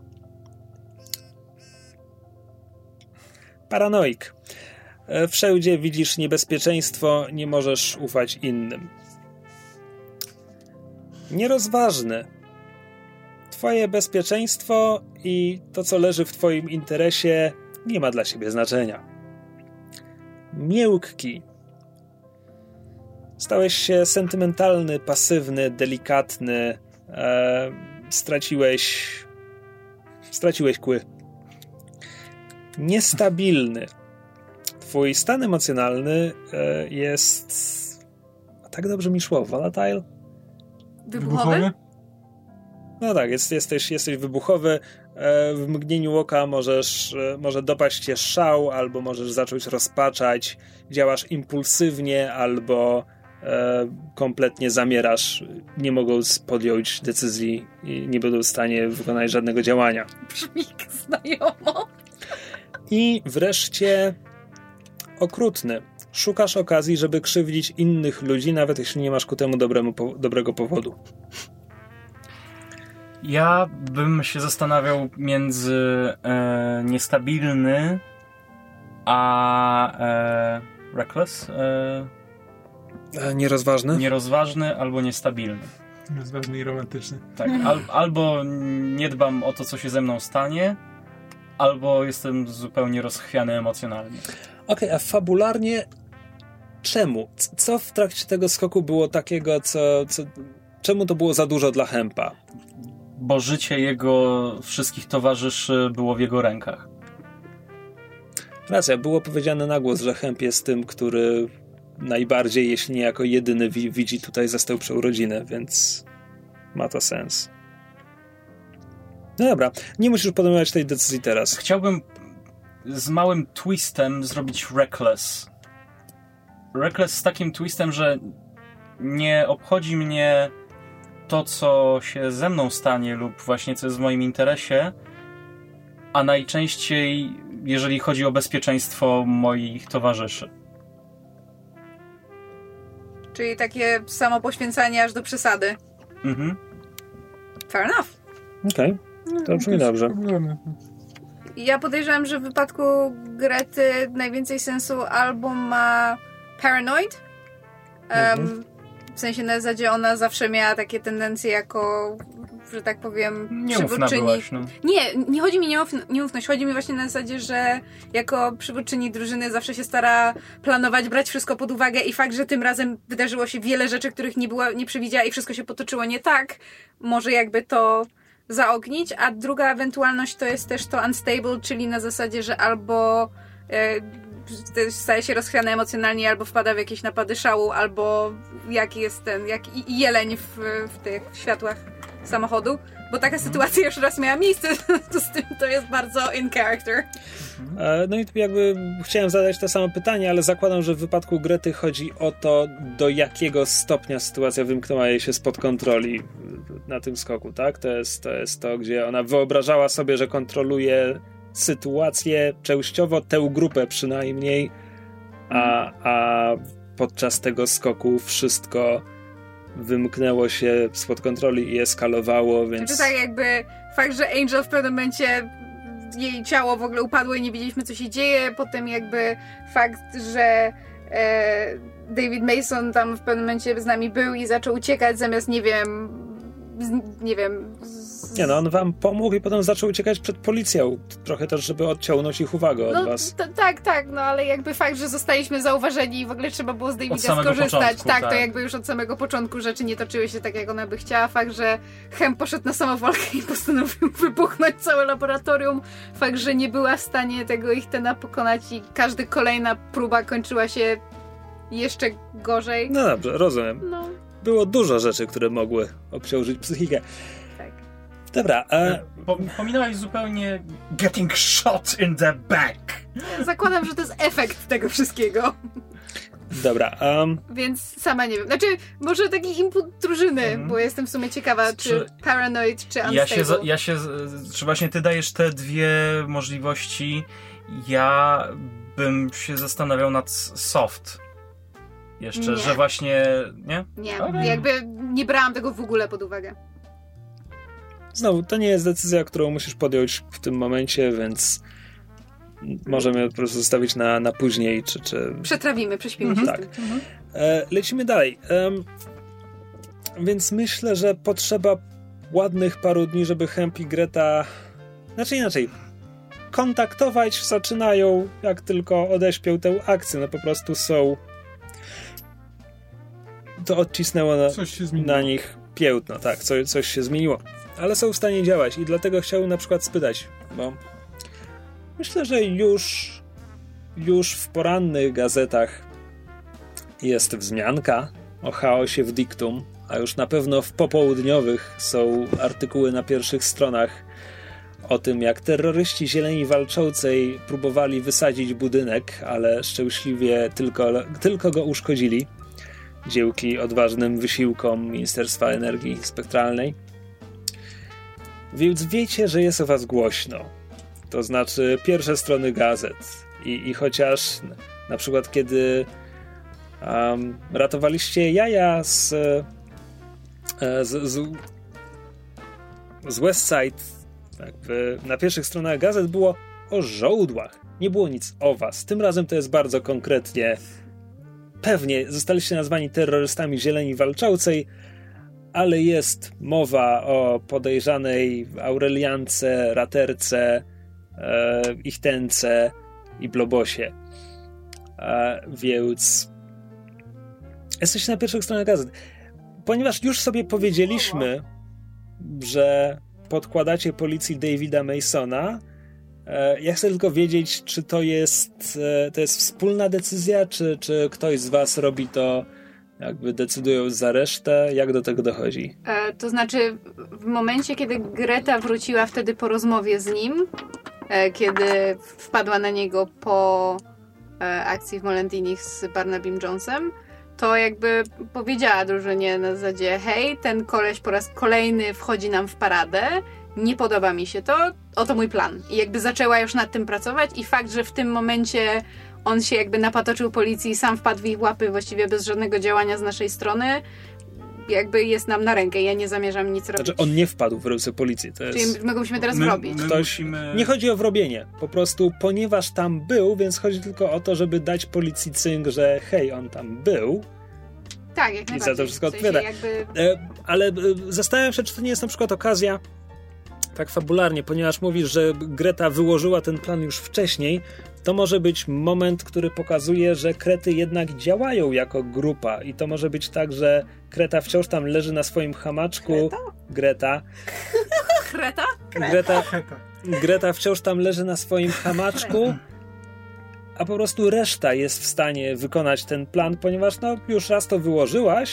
Paranoik. Wszędzie widzisz niebezpieczeństwo, nie możesz ufać innym. Nierozważny. Twoje bezpieczeństwo i to, co leży w twoim interesie, nie ma dla siebie znaczenia. Miękki. Stałeś się sentymentalny, pasywny, delikatny. E, straciłeś... Straciłeś kły. Niestabilny. Twój stan emocjonalny e, jest... Tak dobrze mi szło. Volatile? Wybuchowy? No tak, jest, jesteś, jesteś wybuchowy. E, w mgnieniu oka możesz, e, może dopaść cię szał, albo możesz zacząć rozpaczać. Działasz impulsywnie, albo e, kompletnie zamierasz, nie mogąc podjąć decyzji i nie będą w stanie wykonać żadnego działania. Brzmi znajomo. I wreszcie okrutny. Szukasz okazji, żeby krzywdzić innych ludzi, nawet jeśli nie masz ku temu dobremu, po, dobrego powodu. Ja bym się zastanawiał między e, niestabilny a e, reckless. E, E, nierozważny? nierozważny albo niestabilny. Rozważny i romantyczny. Tak, al, albo nie dbam o to, co się ze mną stanie, albo jestem zupełnie rozchwiany emocjonalnie. Okej, okay, a fabularnie czemu? C- co w trakcie tego skoku było takiego, co, co... Czemu to było za dużo dla Hempa? Bo życie jego wszystkich towarzyszy było w jego rękach. Racja, było powiedziane na głos, że Hemp jest tym, który najbardziej, jeśli nie jako jedyny wi- widzi tutaj zastępczą rodzinę, więc ma to sens. No dobra, nie musisz podejmować tej decyzji teraz. Chciałbym z małym twistem zrobić reckless. Reckless z takim twistem, że nie obchodzi mnie to, co się ze mną stanie lub właśnie co jest w moim interesie, a najczęściej, jeżeli chodzi o bezpieczeństwo moich towarzyszy. Czyli takie samo poświęcanie aż do przesady. Mhm. Fair enough. Okej, okay. To brzmi dobrze. Ja podejrzewam, że w wypadku Grety najwięcej sensu albo ma Paranoid. Um, mhm. W sensie na zasadzie ona zawsze miała takie tendencje jako, że tak powiem, przywódczyni. Byłaś, no. Nie, nie chodzi mi o nieufność, chodzi mi właśnie na zasadzie, że jako przywódczyni drużyny zawsze się stara planować, brać wszystko pod uwagę i fakt, że tym razem wydarzyło się wiele rzeczy, których nie była, nie przewidziała i wszystko się potoczyło nie tak, może jakby to zaognić, a druga ewentualność to jest też to unstable, czyli na zasadzie, że albo e, staje się rozchwiany emocjonalnie, albo wpada w jakieś napady szału, albo jaki jest ten, jak jeleń w, w tych światłach samochodu, bo taka sytuacja już raz miała miejsce, to z tym to jest bardzo in character. No i jakby chciałem zadać to samo pytanie, ale zakładam, że w wypadku Grety chodzi o to, do jakiego stopnia sytuacja wymknęła jej się spod kontroli na tym skoku, tak? To jest to, jest to gdzie ona wyobrażała sobie, że kontroluje sytuację częściowo, tę grupę przynajmniej, a, a podczas tego skoku wszystko wymknęło się spod kontroli i eskalowało, więc... Znaczy tak jakby fakt, że Angel w pewnym momencie jej ciało w ogóle upadło i nie wiedzieliśmy, co się dzieje, potem jakby fakt, że e, David Mason tam w pewnym momencie z nami był i zaczął uciekać zamiast, nie wiem, z, nie wiem... Z... Nie no, on wam pomógł i potem zaczął uciekać przed policją. Trochę też, żeby odciągnąć ich uwagę od no, was. T- tak, tak, no ale jakby fakt, że zostaliśmy zauważeni i w ogóle trzeba było z Davida skorzystać. Początku, tak, tak, to jakby już od samego początku rzeczy nie toczyły się tak, jak ona by chciała. Fakt, że Hem poszedł na samowolkę i postanowił wybuchnąć całe laboratorium. Fakt, że nie była w stanie tego Ichtena pokonać i każda kolejna próba kończyła się jeszcze gorzej. No dobrze, rozumiem. No. Było dużo rzeczy, które mogły obciążyć psychikę. Dobra, e... Pominąłeś zupełnie getting shot in the back. Zakładam, że to jest efekt tego wszystkiego. Dobra. Um... Więc sama nie wiem. Znaczy, może taki input drużyny, mm. bo jestem w sumie ciekawa, czy, czy paranoid, czy unstable. Ja się, za, ja się, czy właśnie ty dajesz te dwie możliwości, ja bym się zastanawiał nad soft. Jeszcze, nie. że właśnie, nie? Nie, okay. Jakby nie brałam tego w ogóle pod uwagę. Znowu, to nie jest decyzja, którą musisz podjąć w tym momencie, więc możemy po prostu zostawić na, na później, czy... czy... Przetrawimy, prześpimy mhm. się tak. z tym. Mhm. E, lecimy dalej. Um, więc myślę, że potrzeba ładnych paru dni, żeby Hemp i Greta... Znaczy inaczej. Kontaktować zaczynają, jak tylko odeśpią tę akcję. No po prostu są... To odcisnęło na, na nich piętno. Tak, co, coś się zmieniło. Ale są w stanie działać i dlatego chciałbym na przykład spytać, bo myślę, że już już w porannych gazetach jest wzmianka o chaosie w dictum, a już na pewno w popołudniowych są artykuły na pierwszych stronach o tym, jak terroryści Zieleni Walczącej próbowali wysadzić budynek, ale szczęśliwie tylko, tylko go uszkodzili dzięki odważnym wysiłkom Ministerstwa Energii Spektralnej. Więc wiecie, że jest o was głośno. To znaczy pierwsze strony gazet. I, i chociaż na przykład kiedy um, ratowaliście jaja z, z, z, z Westside, jakby na pierwszych stronach gazet było o żołdłach. Nie było nic o was. Tym razem to jest bardzo konkretnie. Pewnie zostaliście nazwani terrorystami Zieleni Walczącej, ale jest mowa o podejrzanej Aureliance, Raterce, e, Ichtence i Blobosie. E, więc jesteście na pierwszych stronach gazet. Ponieważ już sobie powiedzieliśmy, że podkładacie policji Davida Masona, e, ja chcę tylko wiedzieć, czy to jest, e, to jest wspólna decyzja, czy, czy ktoś z was robi to jakby decydują za resztę, jak do tego dochodzi? E, to znaczy, w momencie, kiedy Greta wróciła wtedy po rozmowie z nim, e, kiedy wpadła na niego po e, akcji w Molentinich z Barnabym Jonesem, to jakby powiedziała drużynie na zasadzie: hej, ten koleś po raz kolejny wchodzi nam w paradę, nie podoba mi się to, oto mój plan. I jakby zaczęła już nad tym pracować i fakt, że w tym momencie on się jakby napatoczył policji i sam wpadł w ich łapy właściwie bez żadnego działania z naszej strony, jakby jest nam na rękę. Ja nie zamierzam nic robić. Znaczy on nie wpadł w ręce policji. To jest... Czyli my go musimy teraz my, wrobić. My Ktoś... musimy... Nie chodzi o wrobienie. Po prostu ponieważ tam był, więc chodzi tylko o to, żeby dać policji cynk, że hej, on tam był. Tak, jak najbardziej. I za to wszystko w sensie odpowiada. Jakby... E, ale e, zastanawiam się, czy to nie jest na przykład okazja tak fabularnie, ponieważ mówisz, że Greta wyłożyła ten plan już wcześniej, to może być moment, który pokazuje, że Krety jednak działają jako grupa i to może być tak, że Kreta wciąż tam leży na swoim hamaczku. Greta? Greta? Greta? Greta, Greta wciąż tam leży na swoim hamaczku, a po prostu reszta jest w stanie wykonać ten plan, ponieważ no już raz to wyłożyłaś,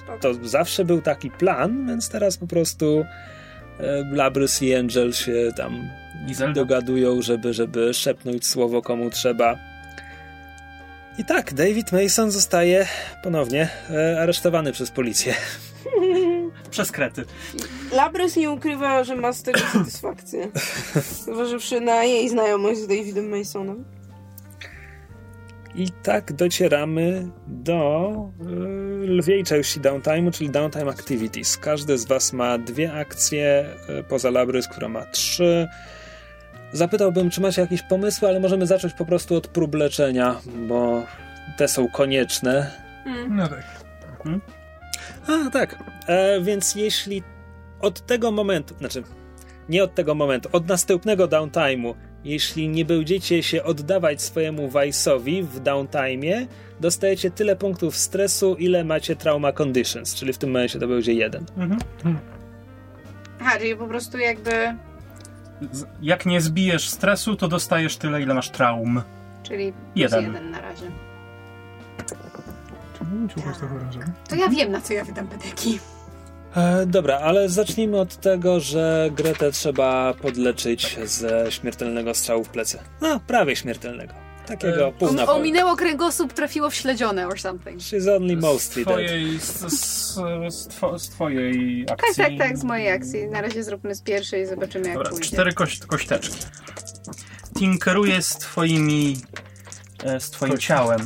to zawsze był taki plan, więc teraz po prostu e, Labrys i Angel się tam Izelda. dogadują, żeby, żeby szepnąć słowo komu trzeba. I tak, David Mason zostaje ponownie e, aresztowany przez policję. Przez krety. Labrys nie ukrywa, że ma z tego satysfakcję. Zważywszy na jej znajomość z Davidem Masonem. I tak docieramy do y, lwiej części downtime'u, czyli downtime activities. Każdy z was ma dwie akcje, y, poza Labrys, która ma trzy. Zapytałbym, czy macie jakieś pomysły, ale możemy zacząć po prostu od prób leczenia, bo te są konieczne. Mm. No tak. Mhm. A, tak. E, więc jeśli od tego momentu, znaczy nie od tego momentu, od następnego downtime'u, jeśli nie będziecie się oddawać swojemu Vice'owi w downtime'ie, dostajecie tyle punktów stresu, ile macie trauma conditions, czyli w tym momencie to będzie jeden. Mhm. Aha, czyli po prostu jakby... Z- Jak nie zbijesz stresu, to dostajesz tyle, ile masz traum. Czyli Jeden. jeden na razie. Czy nie ci ubrać tak oranżowy? To ja wiem, na co ja wydam pedeki. E, dobra, ale zacznijmy od tego, że Gretę trzeba podleczyć ze śmiertelnego strzału w plecy. No, prawie śmiertelnego. Takiego E, pół na O, pół. ominęło kręgosłup, trafiło w śledzione or something. She's only Z mostly dead. twojej, z, z, z, two, z twojej Tak, akcji. tak, tak, z mojej akcji. Na razie zróbmy z pierwszej i zobaczymy, jak Dobra, pójdzie. cztery koś, kośteczki. Tinkeruję z twoimi... e, z twoim Kości. ciałem.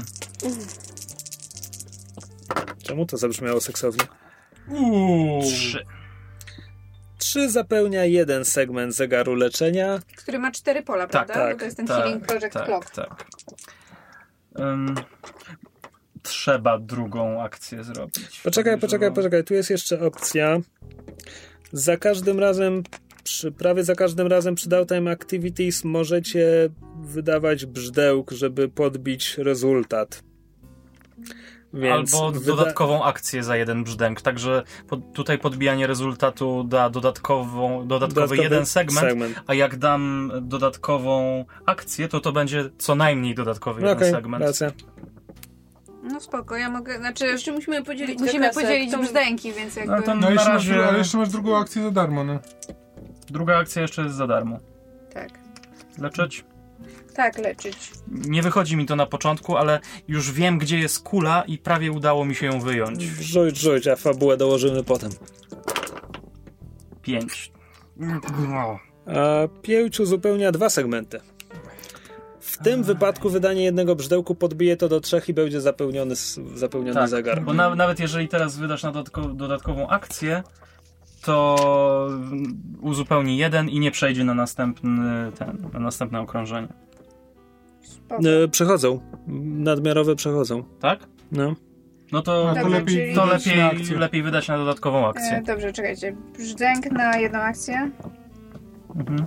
Czemu to zabrzmiało seksownie? Uuu. Trzy. Trzy zapełnia jeden segment zegaru leczenia. Który ma cztery pola, Tak, prawda? tak, Bo to jest ten tak, Healing Project tak, Clock. tak. Um, trzeba drugą akcję zrobić. Poczekaj, poczekaj, poczekaj. Tu jest jeszcze opcja. Za każdym razem, przy, prawie za każdym razem przy Downtime Activities możecie wydawać brzdełk, żeby podbić rezultat. Więc Albo wyda- dodatkową akcję za jeden brzdęk. Także pod, tutaj podbijanie rezultatu da dodatkową, dodatkowy, dodatkowy jeden segment, segment. a jak dam dodatkową akcję, to to będzie co najmniej dodatkowy No jeden okej, segment. racja. No spoko, ja mogę, znaczy Jeszcze musimy podzielić musimy kasę. podzielić Kto- brzdęki, więc jakby... No to No na jeszcze masz, razie dru- ale jeszcze masz drugą akcję za darmo, no. druga akcja jeszcze jest za darmo. Tak. Leczyć? Tak, leczyć. Nie wychodzi mi to na początku, ale już wiem, gdzie jest kula i prawie udało mi się ją wyjąć. Rzuć, rzuć, a fabułę dołożymy potem. Pięć. A pięć uzupełnia dwa segmenty. W tym wypadku wydanie jednego brzdełku podbije to do trzech i będzie zapełniony, s- zapełniony Tak, zegar. bo na, nawet jeżeli teraz wydasz na dodatko, dodatkową akcję, to uzupełni jeden i nie przejdzie na następny ten, na następne okrążenie. Spoko. E, przechodzą. Nadmiarowe przechodzą. Tak? No. No to, A, to to, lepiej lepiej, czyli- to wydać na lepiej, akcję. lepiej wydać na dodatkową E, akcję. dobrze, czekajcie. Brzdęk na jedną akcję. Mhm.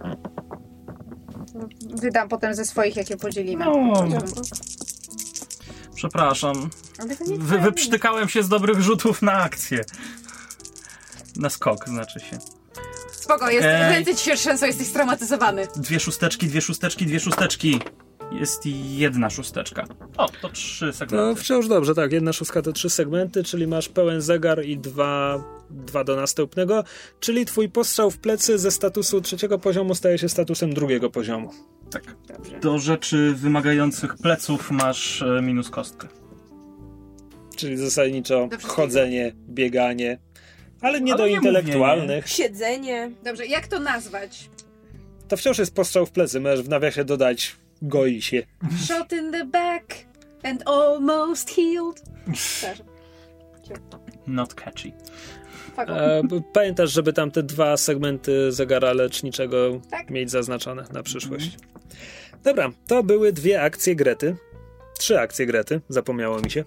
Wydam potem ze swoich, jakie podzielimy. No. W porządku. Przepraszam. Ale to nie Wy, fajnie. wyprztykałem się z dobrych rzutów na akcję. Na skok znaczy się. Spoko, jest, Ej. ręce ci się trzęsą, jesteś straumatyzowany. Dwie szósteczki, dwie szósteczki, dwie szósteczki. Jest jedna szósteczka. O, to trzy No segmenty. wciąż dobrze, tak. Jedna szóstka to trzy segmenty, czyli masz pełen zegar i dwa, dwa do następnego, czyli twój postrzał w plecy ze statusu trzeciego poziomu staje się statusem drugiego poziomu. Tak. Dobrze. Do rzeczy wymagających pleców masz e, minus kostkę. Czyli zasadniczo Do wszystkiego. chodzenie, bieganie, ale nie Ale do nie intelektualnych. Siedzenie. Dobrze, jak to nazwać? To wciąż jest postrzał w plecy, możesz w nawiasie dodać goi się. Shot in the back and almost healed. Przepraszam. Not catchy. Fuck off. E, b- pamiętasz, żeby tam te dwa segmenty zegara leczniczego Tak. mieć zaznaczone na przyszłość. Dobra, to były dwie akcje Grety. Trzy akcje Grety, zapomniało mi się.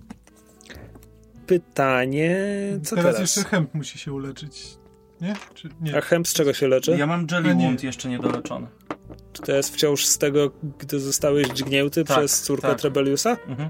Pytanie, co teraz, teraz? jeszcze Hemp musi się uleczyć. Nie? Czy nie? A Hemp z czego się leczy? Ja mam Jelly A nie. Wound jeszcze niedoleczony. Czy to jest wciąż z tego, gdy zostałeś dźgnięty Tak, przez córkę tak. Trebeliusa? Mhm.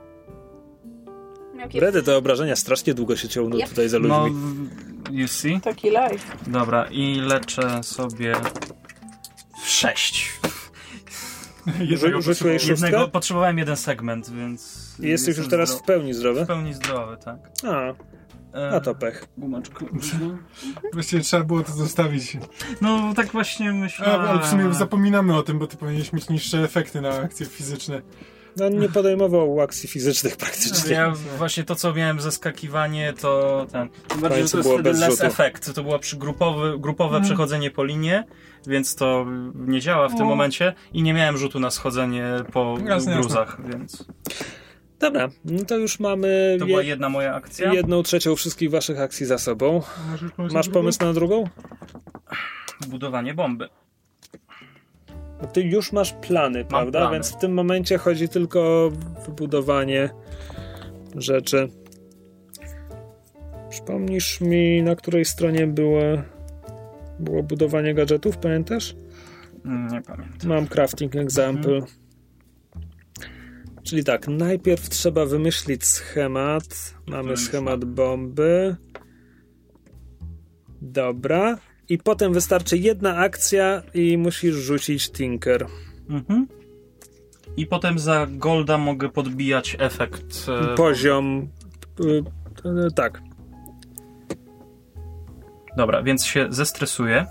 Jakie- Redy, te obrażenia strasznie długo się ciągną Yep. tutaj za No, ludźmi. you see? Taki life. Dobra, i leczę sobie w sześć. Jednego, Rzuciłeś szóstkę? jednego potrzebowałem jeden segment, więc... I jesteś już teraz zdrowy. w pełni zdrowy? W pełni zdrowy, tak. A, a to pech. Gumaczku. Właściwie trzeba było to zostawić. No tak właśnie myślałem. A, ale w sumie zapominamy o tym, bo ty powinieneś mieć niższe efekty na akcje fizyczne. No on nie podejmował akcji fizycznych praktycznie. Ja właśnie to, co miałem zeskakiwanie, to ten... Tym bardziej, że to jest było wtedy bez less rzutu. efekt. To było przy grupowy, grupowe Mhm. przechodzenie po linie, więc to nie działa w tym No. momencie i nie miałem rzutu na schodzenie po Jasne, gruzach, więc... Dobra, no to już mamy To je- była jedna moja akcja. jedną trzecią wszystkich waszych akcji za sobą. Możesz pomysł Masz na pomysł na drugą? Budowanie bomby. No ty już masz plany, prawda? plany. Więc w tym momencie chodzi tylko o wybudowanie rzeczy. Przypomnisz mi, na której stronie było, było budowanie gadżetów, pamiętasz? Mm, Nie pamiętam. Mam crafting example. Mhm. Czyli tak, najpierw trzeba wymyślić schemat. Mamy już schemat bomby. Dobra. I potem wystarczy jedna akcja i musisz rzucić Tinker. Mhm. I potem za golda mogę podbijać efekt. E, Poziom. y, y, tak. Dobra, więc się zestresuję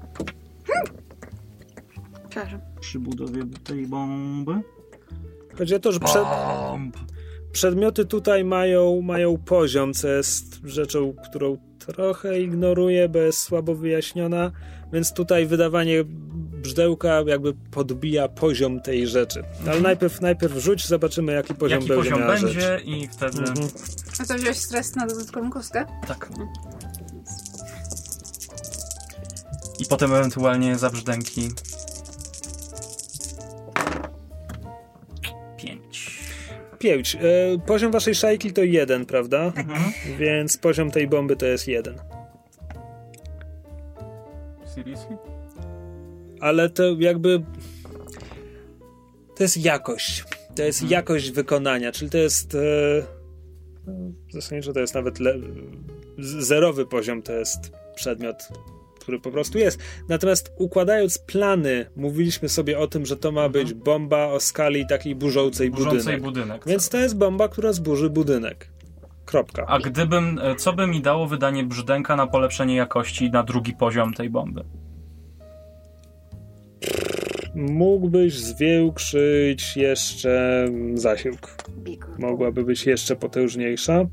Przepraszam. przy budowie tej bomby. Chodzi o to, że przed, Bomb. przedmioty tutaj mają, mają poziom, co jest rzeczą, którą trochę ignoruję, bo jest słabo wyjaśniona, więc tutaj wydawanie brzdełka jakby podbija poziom tej rzeczy. Ale najpierw, najpierw rzuć, zobaczymy jaki poziom Jaki będzie poziom miała będzie rzecz. i wtedy... Mhm. A to wziąłeś stres na dodatkową kostkę? Tak. I potem ewentualnie za brzdęki. Pięć. Pięć. E, poziom waszej szajki to jeden, prawda? Mhm. Więc poziom tej bomby to jest jeden. Seriously? Ale to jakby... To jest jakość. To jest Mhm. jakość wykonania, czyli to jest... E, zasadniczo to jest nawet le, z- zerowy poziom, to jest przedmiot, który po prostu jest. Natomiast układając plany, mówiliśmy sobie o tym, że to ma być bomba o skali takiej burzącej, Burzącej budynek. budynek. Więc to jest bomba, która zburzy budynek. Kropka. A gdybym... e, Co by mi dało wydanie brzdęka na polepszenie jakości na drugi poziom tej bomby? Mógłbyś zwiększyć jeszcze zasięg. Mogłaby być jeszcze potężniejsza.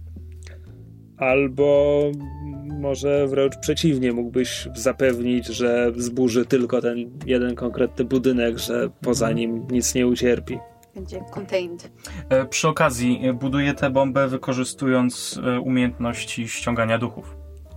Albo może wręcz przeciwnie, mógłbyś zapewnić, że zburzy tylko ten jeden konkretny budynek, że poza nim nic nie ucierpi. Będzie contained. E, Przy okazji e, buduję tę bombę wykorzystując e, umiejętności ściągania duchów.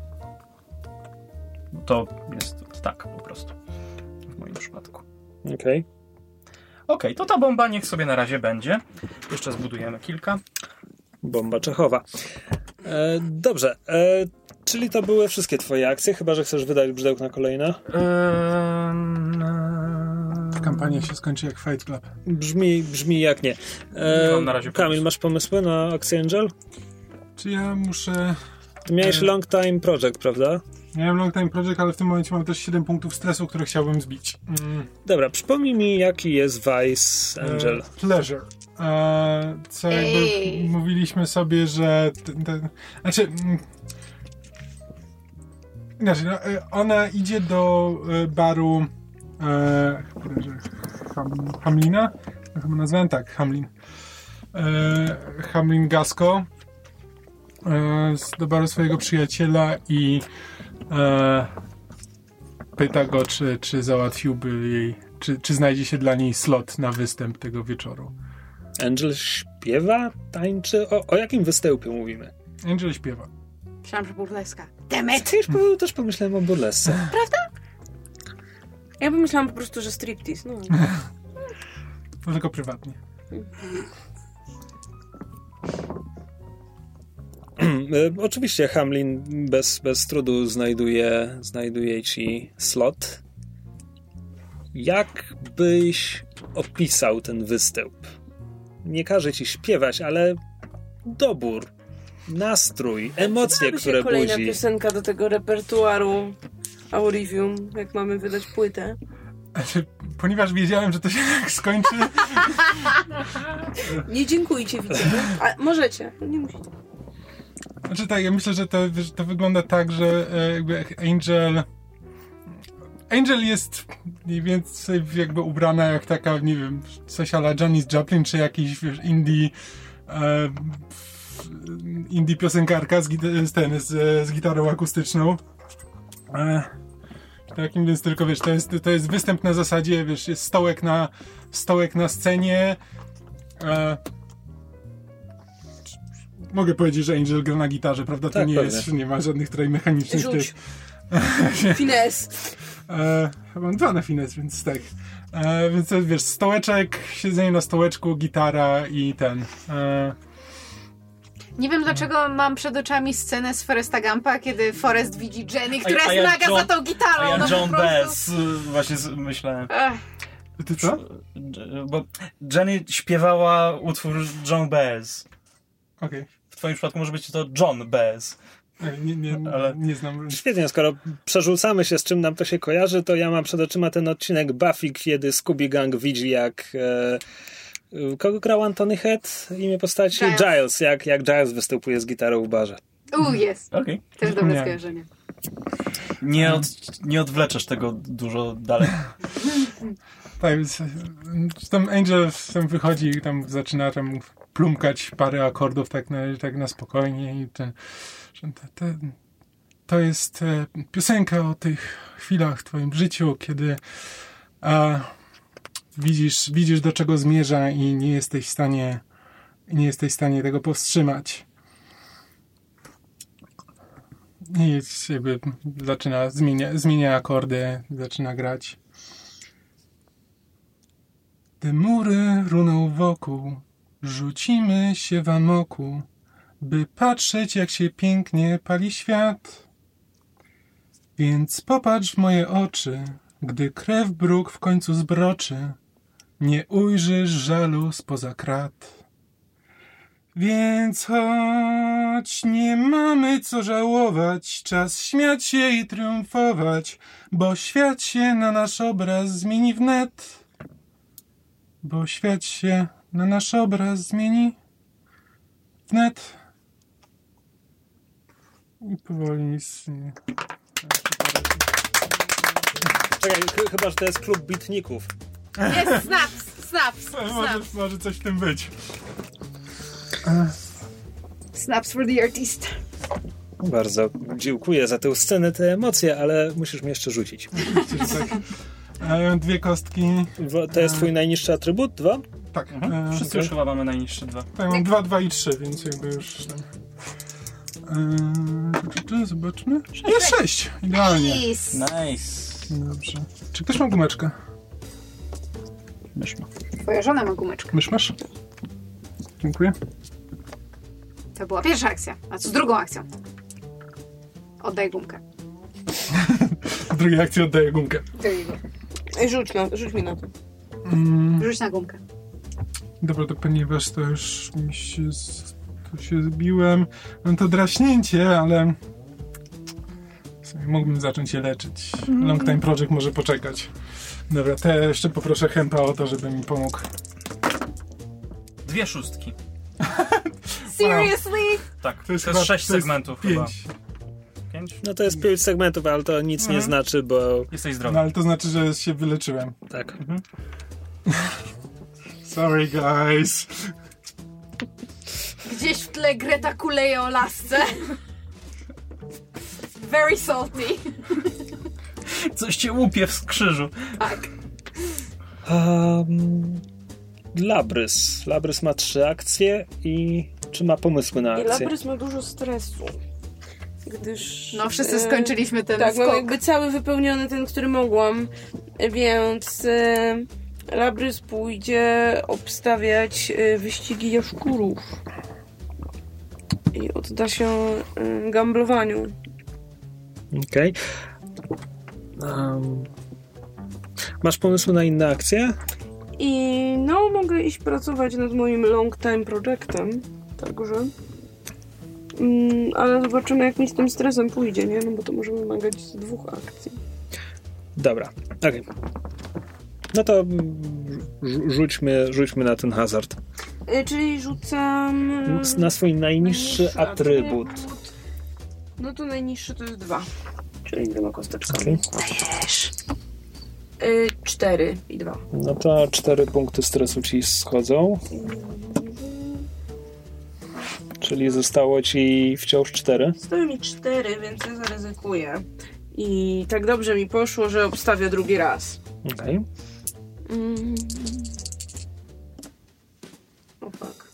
To jest tak po prostu w moim przypadku. Okej. Okay. Okej, to ta bomba niech sobie na razie będzie. Jeszcze zbudujemy kilka. Bomba Czechowa. E, dobrze, e, czyli to były wszystkie twoje akcje, chyba że chcesz wydać brzydełk na kolejne? Eee, Kampania się skończy jak Fight Club. Brzmi, brzmi jak nie. E, Nie mam na razie Kamil, pomysłu. masz pomysły na akcję Angel? Czy ja muszę... Ty miałeś E. long time project, prawda? Miałem long time project, ale w tym momencie mam też siedem punktów stresu, które chciałbym zbić. Mm. Dobra, przypomnij mi, jaki jest Vice Angel. E, pleasure. E, co jakby Ej. mówiliśmy sobie, że ten, ten, znaczy mm, inaczej, no, e, ona idzie do e, baru e, pleasure, Ham, Hamlina? Jak go nazwałem? Tak, Hamlin. E, Hamlin Gasco e, z- do baru swojego przyjaciela i e, pyta go, czy, czy załatwiłby jej, czy, czy znajdzie się dla niej slot na występ tego wieczoru. Angel śpiewa, tańczy? O, o jakim występie mówimy? Angel śpiewa. Myślałam, że burleska. Demet! Już po, też pomyślałem o burlesce. Ja pomyślałam po prostu, że striptease. No. To tylko prywatnie. E, Oczywiście Hamlin bez, bez trudu znajduje, znajduje ci slot. Jak byś opisał ten występ? Nie każe ci śpiewać, ale dobór, nastrój, emocje, Przydałaby się które kolejna budzi. piosenka do tego repertuaru Aurivium, jak mamy wydać płytę. Znaczy, ponieważ wiedziałem, że to się tak skończy... Nie dziękujcie, widzicie. A możecie, nie musicie. Znaczy tak, ja myślę, że to, że to wygląda tak, że e, jakby Angel... Angel jest mniej więcej jakby ubrana jak taka, nie wiem, coś a la Janis Joplin, czy jakiś, wiesz, indie... E, indie piosenkarka z, z, ten, z, z gitarą akustyczną. E, takim, więc tylko, wiesz, to jest, to jest występ na zasadzie, wiesz, jest stołek na, stołek na scenie. E, mogę powiedzieć, że Angel gra na gitarze, prawda? To tak, nie pewnie. jest, nie ma żadnych tutaj mechanicznych Rzuć. tych... Fines. E, mam dwa na fines, więc tak. E, więc wiesz, stołeczek, siedzenie na stołeczku, gitara i ten... E, Nie wiem, dlaczego mam przed oczami scenę z Foresta Gumpa, kiedy Forrest widzi Jenny, która A- a jest ja naga John- za tą gitarą. A ja no John po prostu... Baez y, właśnie z- myślałem. Ech. ty co? Dż- Bo Jenny śpiewała utwór John Baez. Okej. W twoim przypadku może być to John Baez. Okay. Nie, nie, Ale- nie znam. Świetnie, skoro przerzucamy się z czym nam to się kojarzy, to ja mam przed oczyma ten odcinek Buffy, kiedy Scooby Gang widzi jak... E, kogo grał Anthony Head? Imię postaci? Giles. Giles, jak, jak Giles występuje z gitarą w barze. U, jest. Okej. Też dobre Nie. skojarzenie. Nie, od, nie odwleczesz tego dużo dalej. Tak, więc e, tam Angel tam wychodzi i tam zaczyna tam plumkać parę akordów tak na, tak na spokojnie i ten, że te, te, to jest e, piosenka o tych chwilach w twoim życiu, kiedy a, widzisz, widzisz do czego zmierza i nie jesteś w stanie nie jesteś w stanie tego powstrzymać. I jakby zaczyna, zmienia, zmienia akordy, zaczyna grać. Te mury runą wokół, rzucimy się w amoku, by patrzeć jak się pięknie pali świat. Więc popatrz w moje oczy, gdy krew bruk w końcu zbroczy, nie ujrzysz żalu spoza krat. Więc choć nie mamy co żałować, czas śmiać się i triumfować, bo świat się na nasz obraz zmieni wnet. Bo świat się na nasz obraz zmieni wnet. I powoli nic nie... Czekaj, ch- chyba, że to jest klub bitników. Jest snaps, snaps, Może, snaps. może coś w tym być. Snaps for the artist. Bardzo dziękuję za tę scenę, te emocje, ale musisz mnie jeszcze rzucić. Tak. E, dwie kostki. Wo- To jest twój najniższy atrybut? Dwa? Tak. Mhm. E, Wszyscy już chyba mamy najniższe dwa. tak, mam dwa, dwa i trzy, więc jakby już tam... E, czy, czy, zobaczmy. Jest sześć. Idealnie. Nice. Nice. Dobrze. Czy ktoś ma gumeczkę? Myszma. Twoja żona ma gumeczkę. Mysz masz? Dziękuję. To była pierwsza akcja. A co z drugą akcją? Oddaj gumkę. W drugiej akcji oddaję gumkę. There you go. Ej, rzuć, na, rzuć mi na to. Mm, Rzuć na gumkę. dobra, to ponieważ to już mi się, z, tu się zbiłem, mam to draśnięcie, ale sobie mógłbym zacząć je leczyć. Long Time Project może poczekać. Dobra, to ja jeszcze poproszę Hempa o to, żeby mi pomógł. Dwie szóstki. Seriously? Tak, To jest, to chyba, jest sześć to jest segmentów pięć. chyba. Pięć? No to jest pięć segmentów, ale to nic nie znaczy, bo... Jesteś zdrowy. No ale to znaczy, że się wyleczyłem. Tak. Sorry guys. Gdzieś w tle Greta kuleje o lasce. Very salty. Coś cię łupie w skrzyżu. Tak. Um, Labrys. Labrys ma trzy akcje i czy ma pomysły na I akcję? Labrys ma dużo stresu. Gdyż... No wszyscy e, skończyliśmy ten Tak, mam skok. jakby cały wypełniony ten, który mogłam, więc e, Labrys pójdzie obstawiać e, wyścigi jaszczurów i odda się e, gamblowaniu. Okej. Um, masz pomysły na inne akcje? I no, mogę iść pracować nad moim long time projectem, także. Mm, ale zobaczymy, jak mi z tym stresem pójdzie, nie? No bo to może wymagać z dwóch akcji. Dobra, okej. No to rzućmy, rzućmy na ten hazard. Y, czyli rzucam... Na swój najniższy najniższy atrybut. atrybut. No to najniższy to jest dwa. Czyli dwiema kosteczkami. Okay. Dajesz. Y, cztery i dwa. No to cztery punkty stresu ci schodzą. Czyli zostało ci wciąż cztery. Zostały mi cztery, więc ja zaryzykuję. I tak dobrze mi poszło, że obstawię drugi raz. Okej. Okay. Mm. O fuck.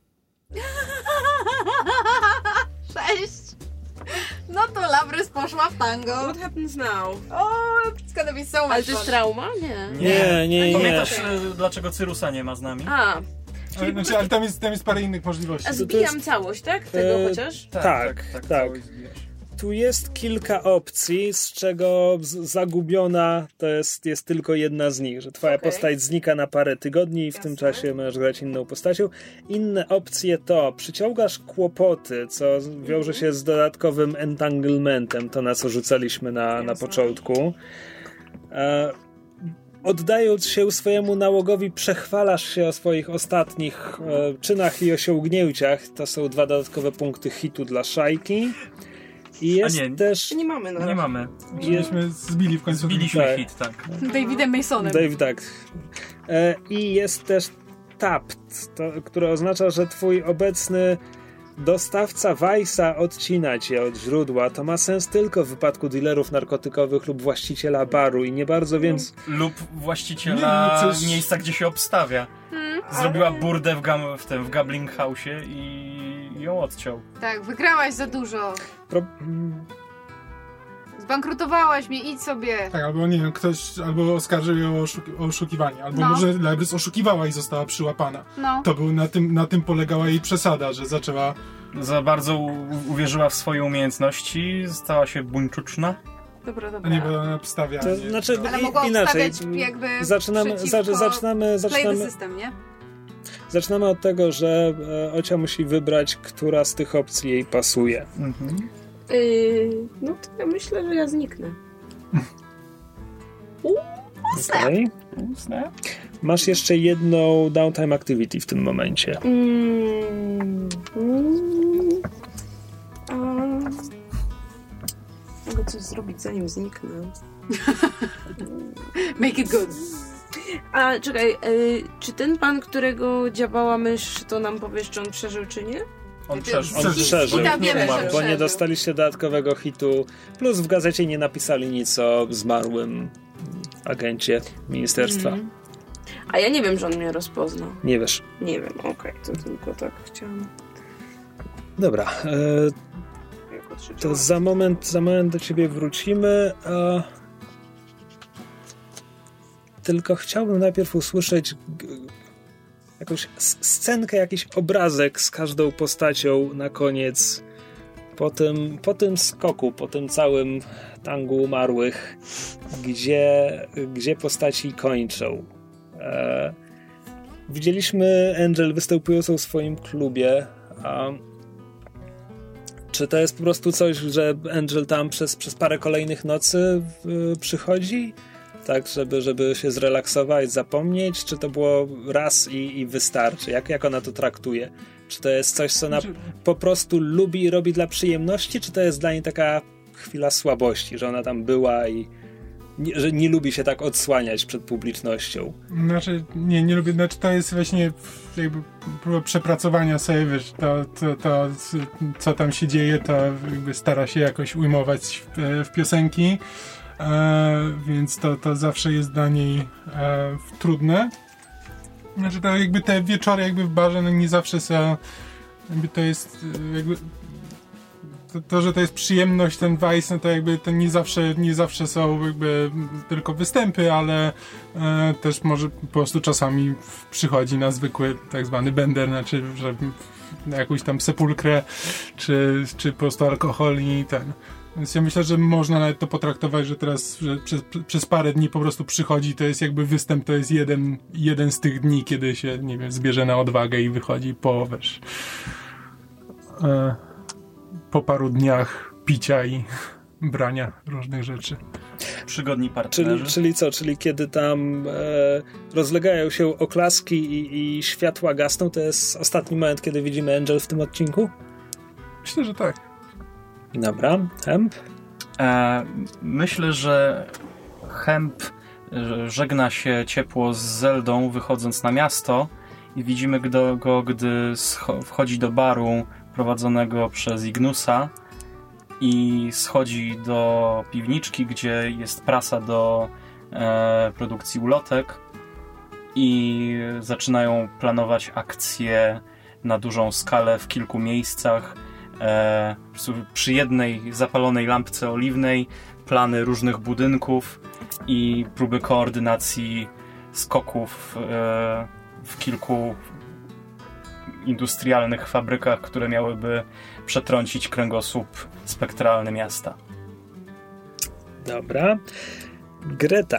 Sześć! No to Labrys poszła w tango. What happens now? O, it's gonna be so much Ale to jest fun. trauma? Nie. Nie, nie, nie. Pamiętasz, e, dlaczego Cyrusa nie ma z nami? A, Ale, znaczy, ale tam, jest, tam jest parę innych możliwości. a zbijam jest- całość, tak? Tego E, chociaż? Tak, tak. całość zbijasz. Tu jest kilka opcji, z czego z- zagubiona to jest, jest tylko jedna z nich, że twoja Okej. postać znika na parę tygodni i w Jasne. tym czasie możesz grać inną postacią. Inne opcje to przyciągasz kłopoty, co wiąże się z dodatkowym entanglementem, to na co rzucaliśmy na, na Jasne. początku. E, Oddając się swojemu nałogowi, przechwalasz się o swoich ostatnich e, czynach i osiągnięciach. To są dwa dodatkowe punkty hitu dla szajki. I jest nie. też... Nie mamy na razie. Nie mamy. Żeśmy zbili w końcu. Zbiliśmy Tak. hit, tak. Davidem Masonem. Dave, tak. E, I jest też tapt, to, które oznacza, że twój obecny dostawca Weissa odcina cię od źródła. To ma sens tylko w wypadku dealerów narkotykowych lub właściciela baru i nie bardzo więc... Lub właściciela Nie, no coś- miejsca, gdzie się obstawia. Zrobiła burdę w, gam, w tym w Gambling House'ie i ją odciął. Tak, wygrałaś za dużo. Pro... Zbankrutowałaś mnie, idź sobie. Tak, albo nie wiem, ktoś albo oskarżył ją o, oszuki- o oszukiwanie, albo No. może Labrys oszukiwała i została przyłapana. No. To był na tym, na tym polegała jej przesada, że zaczęła... Za bardzo u- uwierzyła w swoje umiejętności, stała się buńczuczna. Dobra, A dobra. nie, bo ona obstawia. To nie- znaczy Ale i- mogła inaczej. obstawiać jakby Zaczynamy, przeciwko za, zaczynamy, Play the zaczynamy, system, nie? zaczynamy od tego, że e, Ocia musi wybrać, która z tych opcji jej pasuje. Mhm. Yy, no to ja myślę, że ja zniknę. Okay. Masz jeszcze jedną downtime activity w tym momencie. Mm, mm, a... Mogę coś zrobić, zanim zniknę. Make it good. A, czekaj, y, czy ten pan, którego dziabała mysz, to nam powiesz, czy on przeżył, czy nie? On przeżył. On przeżył, I tam wiemy, umarł, że bo nie przeżył. dostaliście dodatkowego hitu. Plus w gazecie nie napisali nic o zmarłym agencie ministerstwa. Mm. A ja nie wiem, że on mnie rozpoznał. Nie wiesz. Nie wiem, okej, to tylko tak chciałam. Dobra, e, Jako trzecią. to za moment, za moment do ciebie wrócimy. E, tylko chciałbym najpierw usłyszeć g- jakąś s- scenkę, jakiś obrazek z każdą postacią na koniec. Po tym, po tym skoku, po tym całym tangu umarłych, gdzie, gdzie postaci kończą. E, widzieliśmy Angel występującą w swoim klubie. A czy to jest po prostu coś, że Angel tam przez, przez parę kolejnych nocy y, przychodzi? Tak, żeby, żeby się zrelaksować, zapomnieć? Czy to było raz i, i wystarczy? Jak, jak ona to traktuje? Czy to jest coś, co ona po prostu lubi i robi dla przyjemności? Czy to jest dla niej taka chwila słabości, że ona tam była i nie, że nie lubi się tak odsłaniać przed publicznością? Znaczy, nie, nie lubię, znaczy to jest właśnie jakby próba przepracowania sobie, wiesz, to, to, to co tam się dzieje, to jakby stara się jakoś ujmować w, w piosenki, e, więc to, to zawsze jest dla niej e, trudne. Znaczy to jakby te wieczory jakby w barze, no nie zawsze są, jakby to jest e, jakby To, to, że to jest przyjemność, ten Weiss, no to jakby to nie zawsze, nie zawsze są jakby tylko występy, ale e, też może po prostu czasami przychodzi na zwykły tak zwany bender, znaczy, że na jakąś tam sepulkrę, czy, czy po prostu alkohol i ten. Więc ja myślę, że można nawet to potraktować, że teraz że przez, przez parę dni po prostu przychodzi, to jest jakby występ, to jest jeden, jeden z tych dni, kiedy się, nie wiem, zbierze na odwagę i wychodzi po, wiesz, e, po paru dniach picia i brania różnych rzeczy. przygodni partnerzy. Czyli, czyli co? Czyli kiedy tam e, rozlegają się oklaski i, i światła gasną, to jest ostatni moment, kiedy widzimy Angel w tym odcinku? Myślę, że tak. Dobra. Hemp? E, myślę, że Hemp żegna się ciepło z Zeldą, wychodząc na miasto i widzimy go, gdy scho- wchodzi do baru prowadzonego przez Ignusa i schodzi do piwniczki, gdzie jest prasa do e, produkcji ulotek i zaczynają planować akcje na dużą skalę w kilku miejscach. E, przy jednej zapalonej lampce oliwnej plany różnych budynków i próby koordynacji skoków e, w kilku industrialnych fabrykach, które miałyby przetrącić kręgosłup spektralny miasta. Dobra. Greta.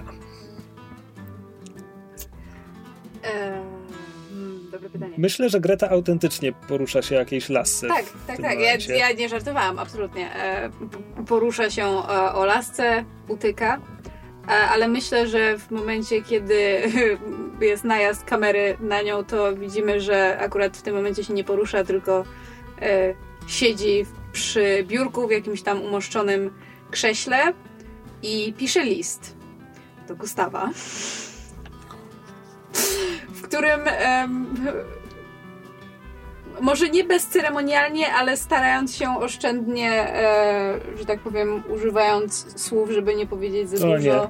Eee, dobre pytanie. Myślę, że Greta autentycznie porusza się jakiejś lasce. Tak, tak, tak. Ja, ja nie żartowałam, absolutnie. E, porusza się e, o lasce, utyka, e, ale myślę, że w momencie, kiedy jest najazd kamery na nią, to widzimy, że akurat w tym momencie się nie porusza, tylko e, siedzi przy biurku w jakimś tam umoszczonym krześle i pisze list do Gustawa, w którym em, może nie bezceremonialnie, ale starając się oszczędnie, e, że tak powiem, używając słów, żeby nie powiedzieć za o dużo. Nie.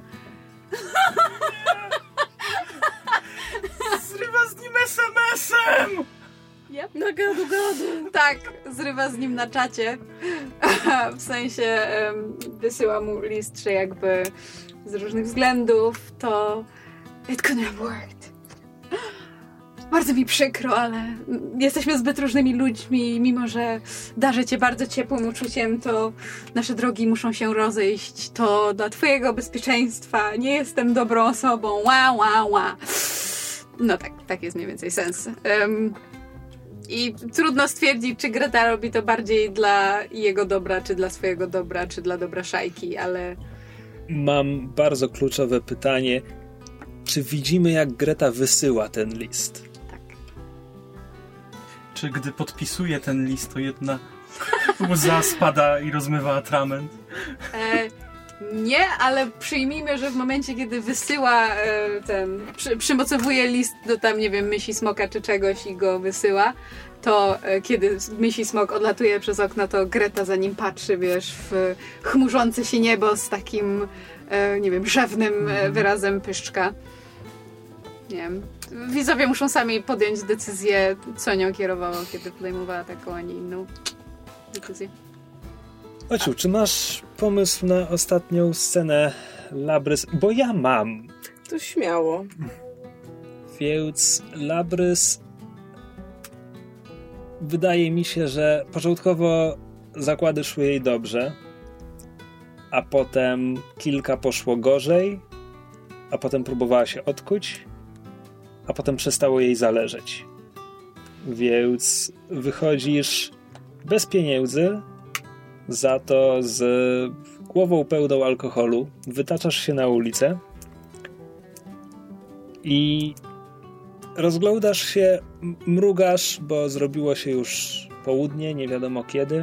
Zrywa z nim es em esem! Yep. Na gadu gadu. Tak, zrywa z nim na czacie. W sensie em, wysyła mu list, że jakby z różnych względów to it couldn't have worked. Bardzo mi przykro, ale jesteśmy zbyt różnymi ludźmi, mimo że darzę cię bardzo ciepłym uczuciem, to nasze drogi muszą się rozejść. To dla twojego bezpieczeństwa. Nie jestem dobrą osobą. Ła, ła, ła. No tak, tak jest mniej więcej sens. Um, I trudno stwierdzić, czy Greta robi to bardziej dla jego dobra, czy dla swojego dobra, czy dla dobra szajki, ale... Mam bardzo kluczowe pytanie. Czy widzimy, jak Greta wysyła ten list? Tak. Czy gdy podpisuje ten list, to jedna łza spada i rozmywa atrament? E, nie, ale przyjmijmy, że w momencie, kiedy wysyła e, ten, przy, przymocowuje list do tam, nie wiem, mysi smoka czy czegoś i go wysyła, to e, kiedy mysi smok odlatuje przez okno, to Greta za nim patrzy, wiesz, w chmurzące się niebo z takim, e, nie wiem, rzewnym e, wyrazem pyszczka. Nie wiem. Widzowie muszą sami podjąć decyzję, co nią kierowało, kiedy podejmowała taką, a nie inną decyzję. Ociu, czy masz pomysł na ostatnią scenę Labrys? Bo ja mam. To śmiało. Więc Labrys, wydaje mi się, że początkowo zakłady szły jej dobrze, a potem kilka poszło gorzej, a potem próbowała się odkuć, a potem przestało jej zależeć. Więc wychodzisz bez pieniędzy, za to z głową pełną alkoholu, wytaczasz się na ulicę i rozglądasz się, mrugasz, bo zrobiło się już południe, nie wiadomo kiedy,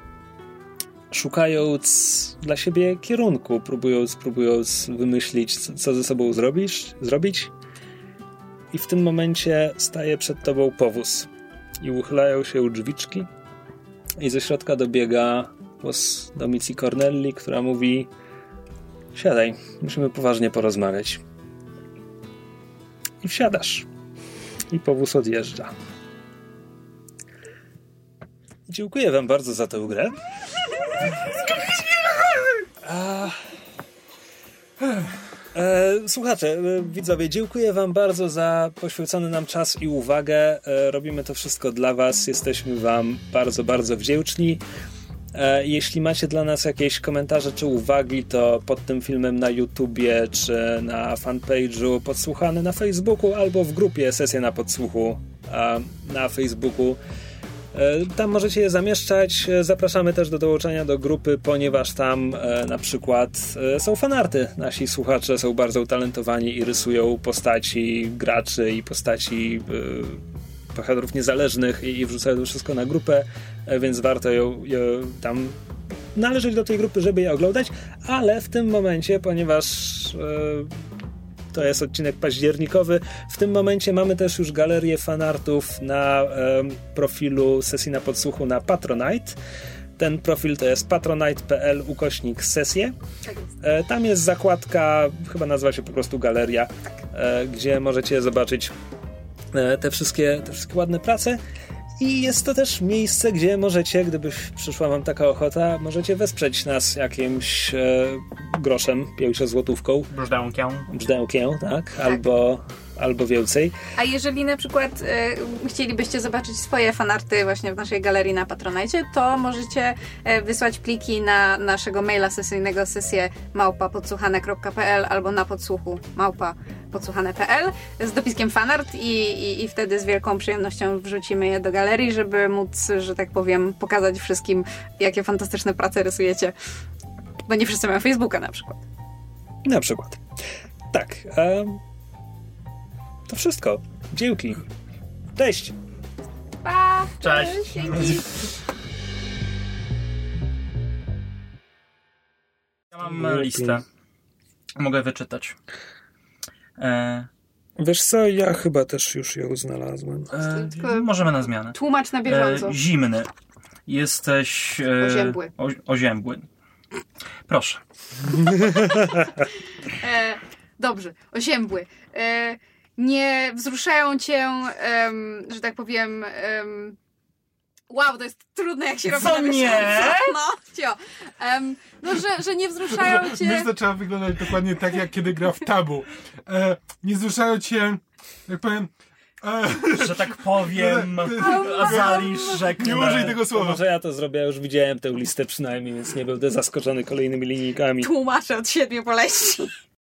szukając dla siebie kierunku, próbując, próbując wymyślić, co ze sobą zrobisz, zrobić. I w tym momencie staje przed tobą powóz i uchylają się drzwiczki i ze środka dobiega głos Domicji Cornelli, która mówi: siadaj, musimy poważnie porozmawiać. I wsiadasz. I powóz odjeżdża. Dziękuję wam bardzo za tę grę. A... E, słuchacze, e, widzowie, dziękuję wam bardzo za poświęcony nam czas i uwagę. E, robimy to wszystko dla was. Jesteśmy wam bardzo, bardzo wdzięczni. E, jeśli macie dla nas jakieś komentarze czy uwagi, to pod tym filmem na YouTubie czy na fanpage'u Podsłuchany na Facebooku albo w grupie Sesja na Podsłuchu e, na Facebooku Tam możecie je zamieszczać. Zapraszamy też do dołączenia do grupy, ponieważ tam na przykład są fanarty. Nasi słuchacze są bardzo utalentowani i rysują postaci graczy i postaci bohaterów niezależnych i wrzucają to wszystko na grupę, więc warto ją, ją tam należeć do tej grupy, żeby je oglądać, ale w tym momencie, ponieważ to jest odcinek październikowy. W tym momencie mamy też już galerię fanartów na e, profilu Sesji na Podsłuchu na Patronite. Ten profil to jest patronite.pl ukośnik sesje. E, tam jest zakładka, chyba nazywa się po prostu galeria, e, gdzie możecie zobaczyć e, te wszystkie, te wszystkie ładne prace. I jest to też miejsce, gdzie możecie, gdyby przyszła wam taka ochota, możecie wesprzeć nas jakimś e, groszem, pięciozłotówką. Brzdękiem. Brzdękiem, tak? tak. Albo, albo więcej. A jeżeli na przykład e, chcielibyście zobaczyć swoje fanarty właśnie w naszej galerii na Patronite, to możecie e, wysłać pliki na naszego maila sesyjnego sesję małpa podsłuchane kropka p l albo na podsłuchu małpa podsłuchane kropka p l z dopiskiem fanart i, i, i wtedy z wielką przyjemnością wrzucimy je do galerii, żeby móc, że tak powiem, pokazać wszystkim, jakie fantastyczne prace rysujecie. Bo nie wszyscy mają Facebooka na przykład. Na przykład. Tak. Um, to wszystko. Dzięki. Cześć. Pa! Cześć. Dzięki. Ja mam listę. Mogę wyczytać. E... Wiesz co, ja chyba też już ją znalazłem. E, możemy na zmianę. Tłumacz na bieżąco. E, zimny. Jesteś... E, oziębły. O, oziębły. Proszę. e, dobrze. Oziębły. E, nie wzruszają cię, um, że tak powiem... Um, wow, to jest trudne, jak się robi Co na nie? miesiącu. No, cio. Um, no, że, że nie wzruszają cię... Myślę, że trzeba wyglądać dokładnie tak, jak kiedy gra w Tabu. E, nie wzruszają cię, jak powiem... E, że tak powiem, Azali rzeknę. Nie użyj tego słowa. Może ja to zrobię, ja już widziałem tę listę przynajmniej, więc nie będę zaskoczony kolejnymi linijkami. Tłumaczę od siedmiu poleści.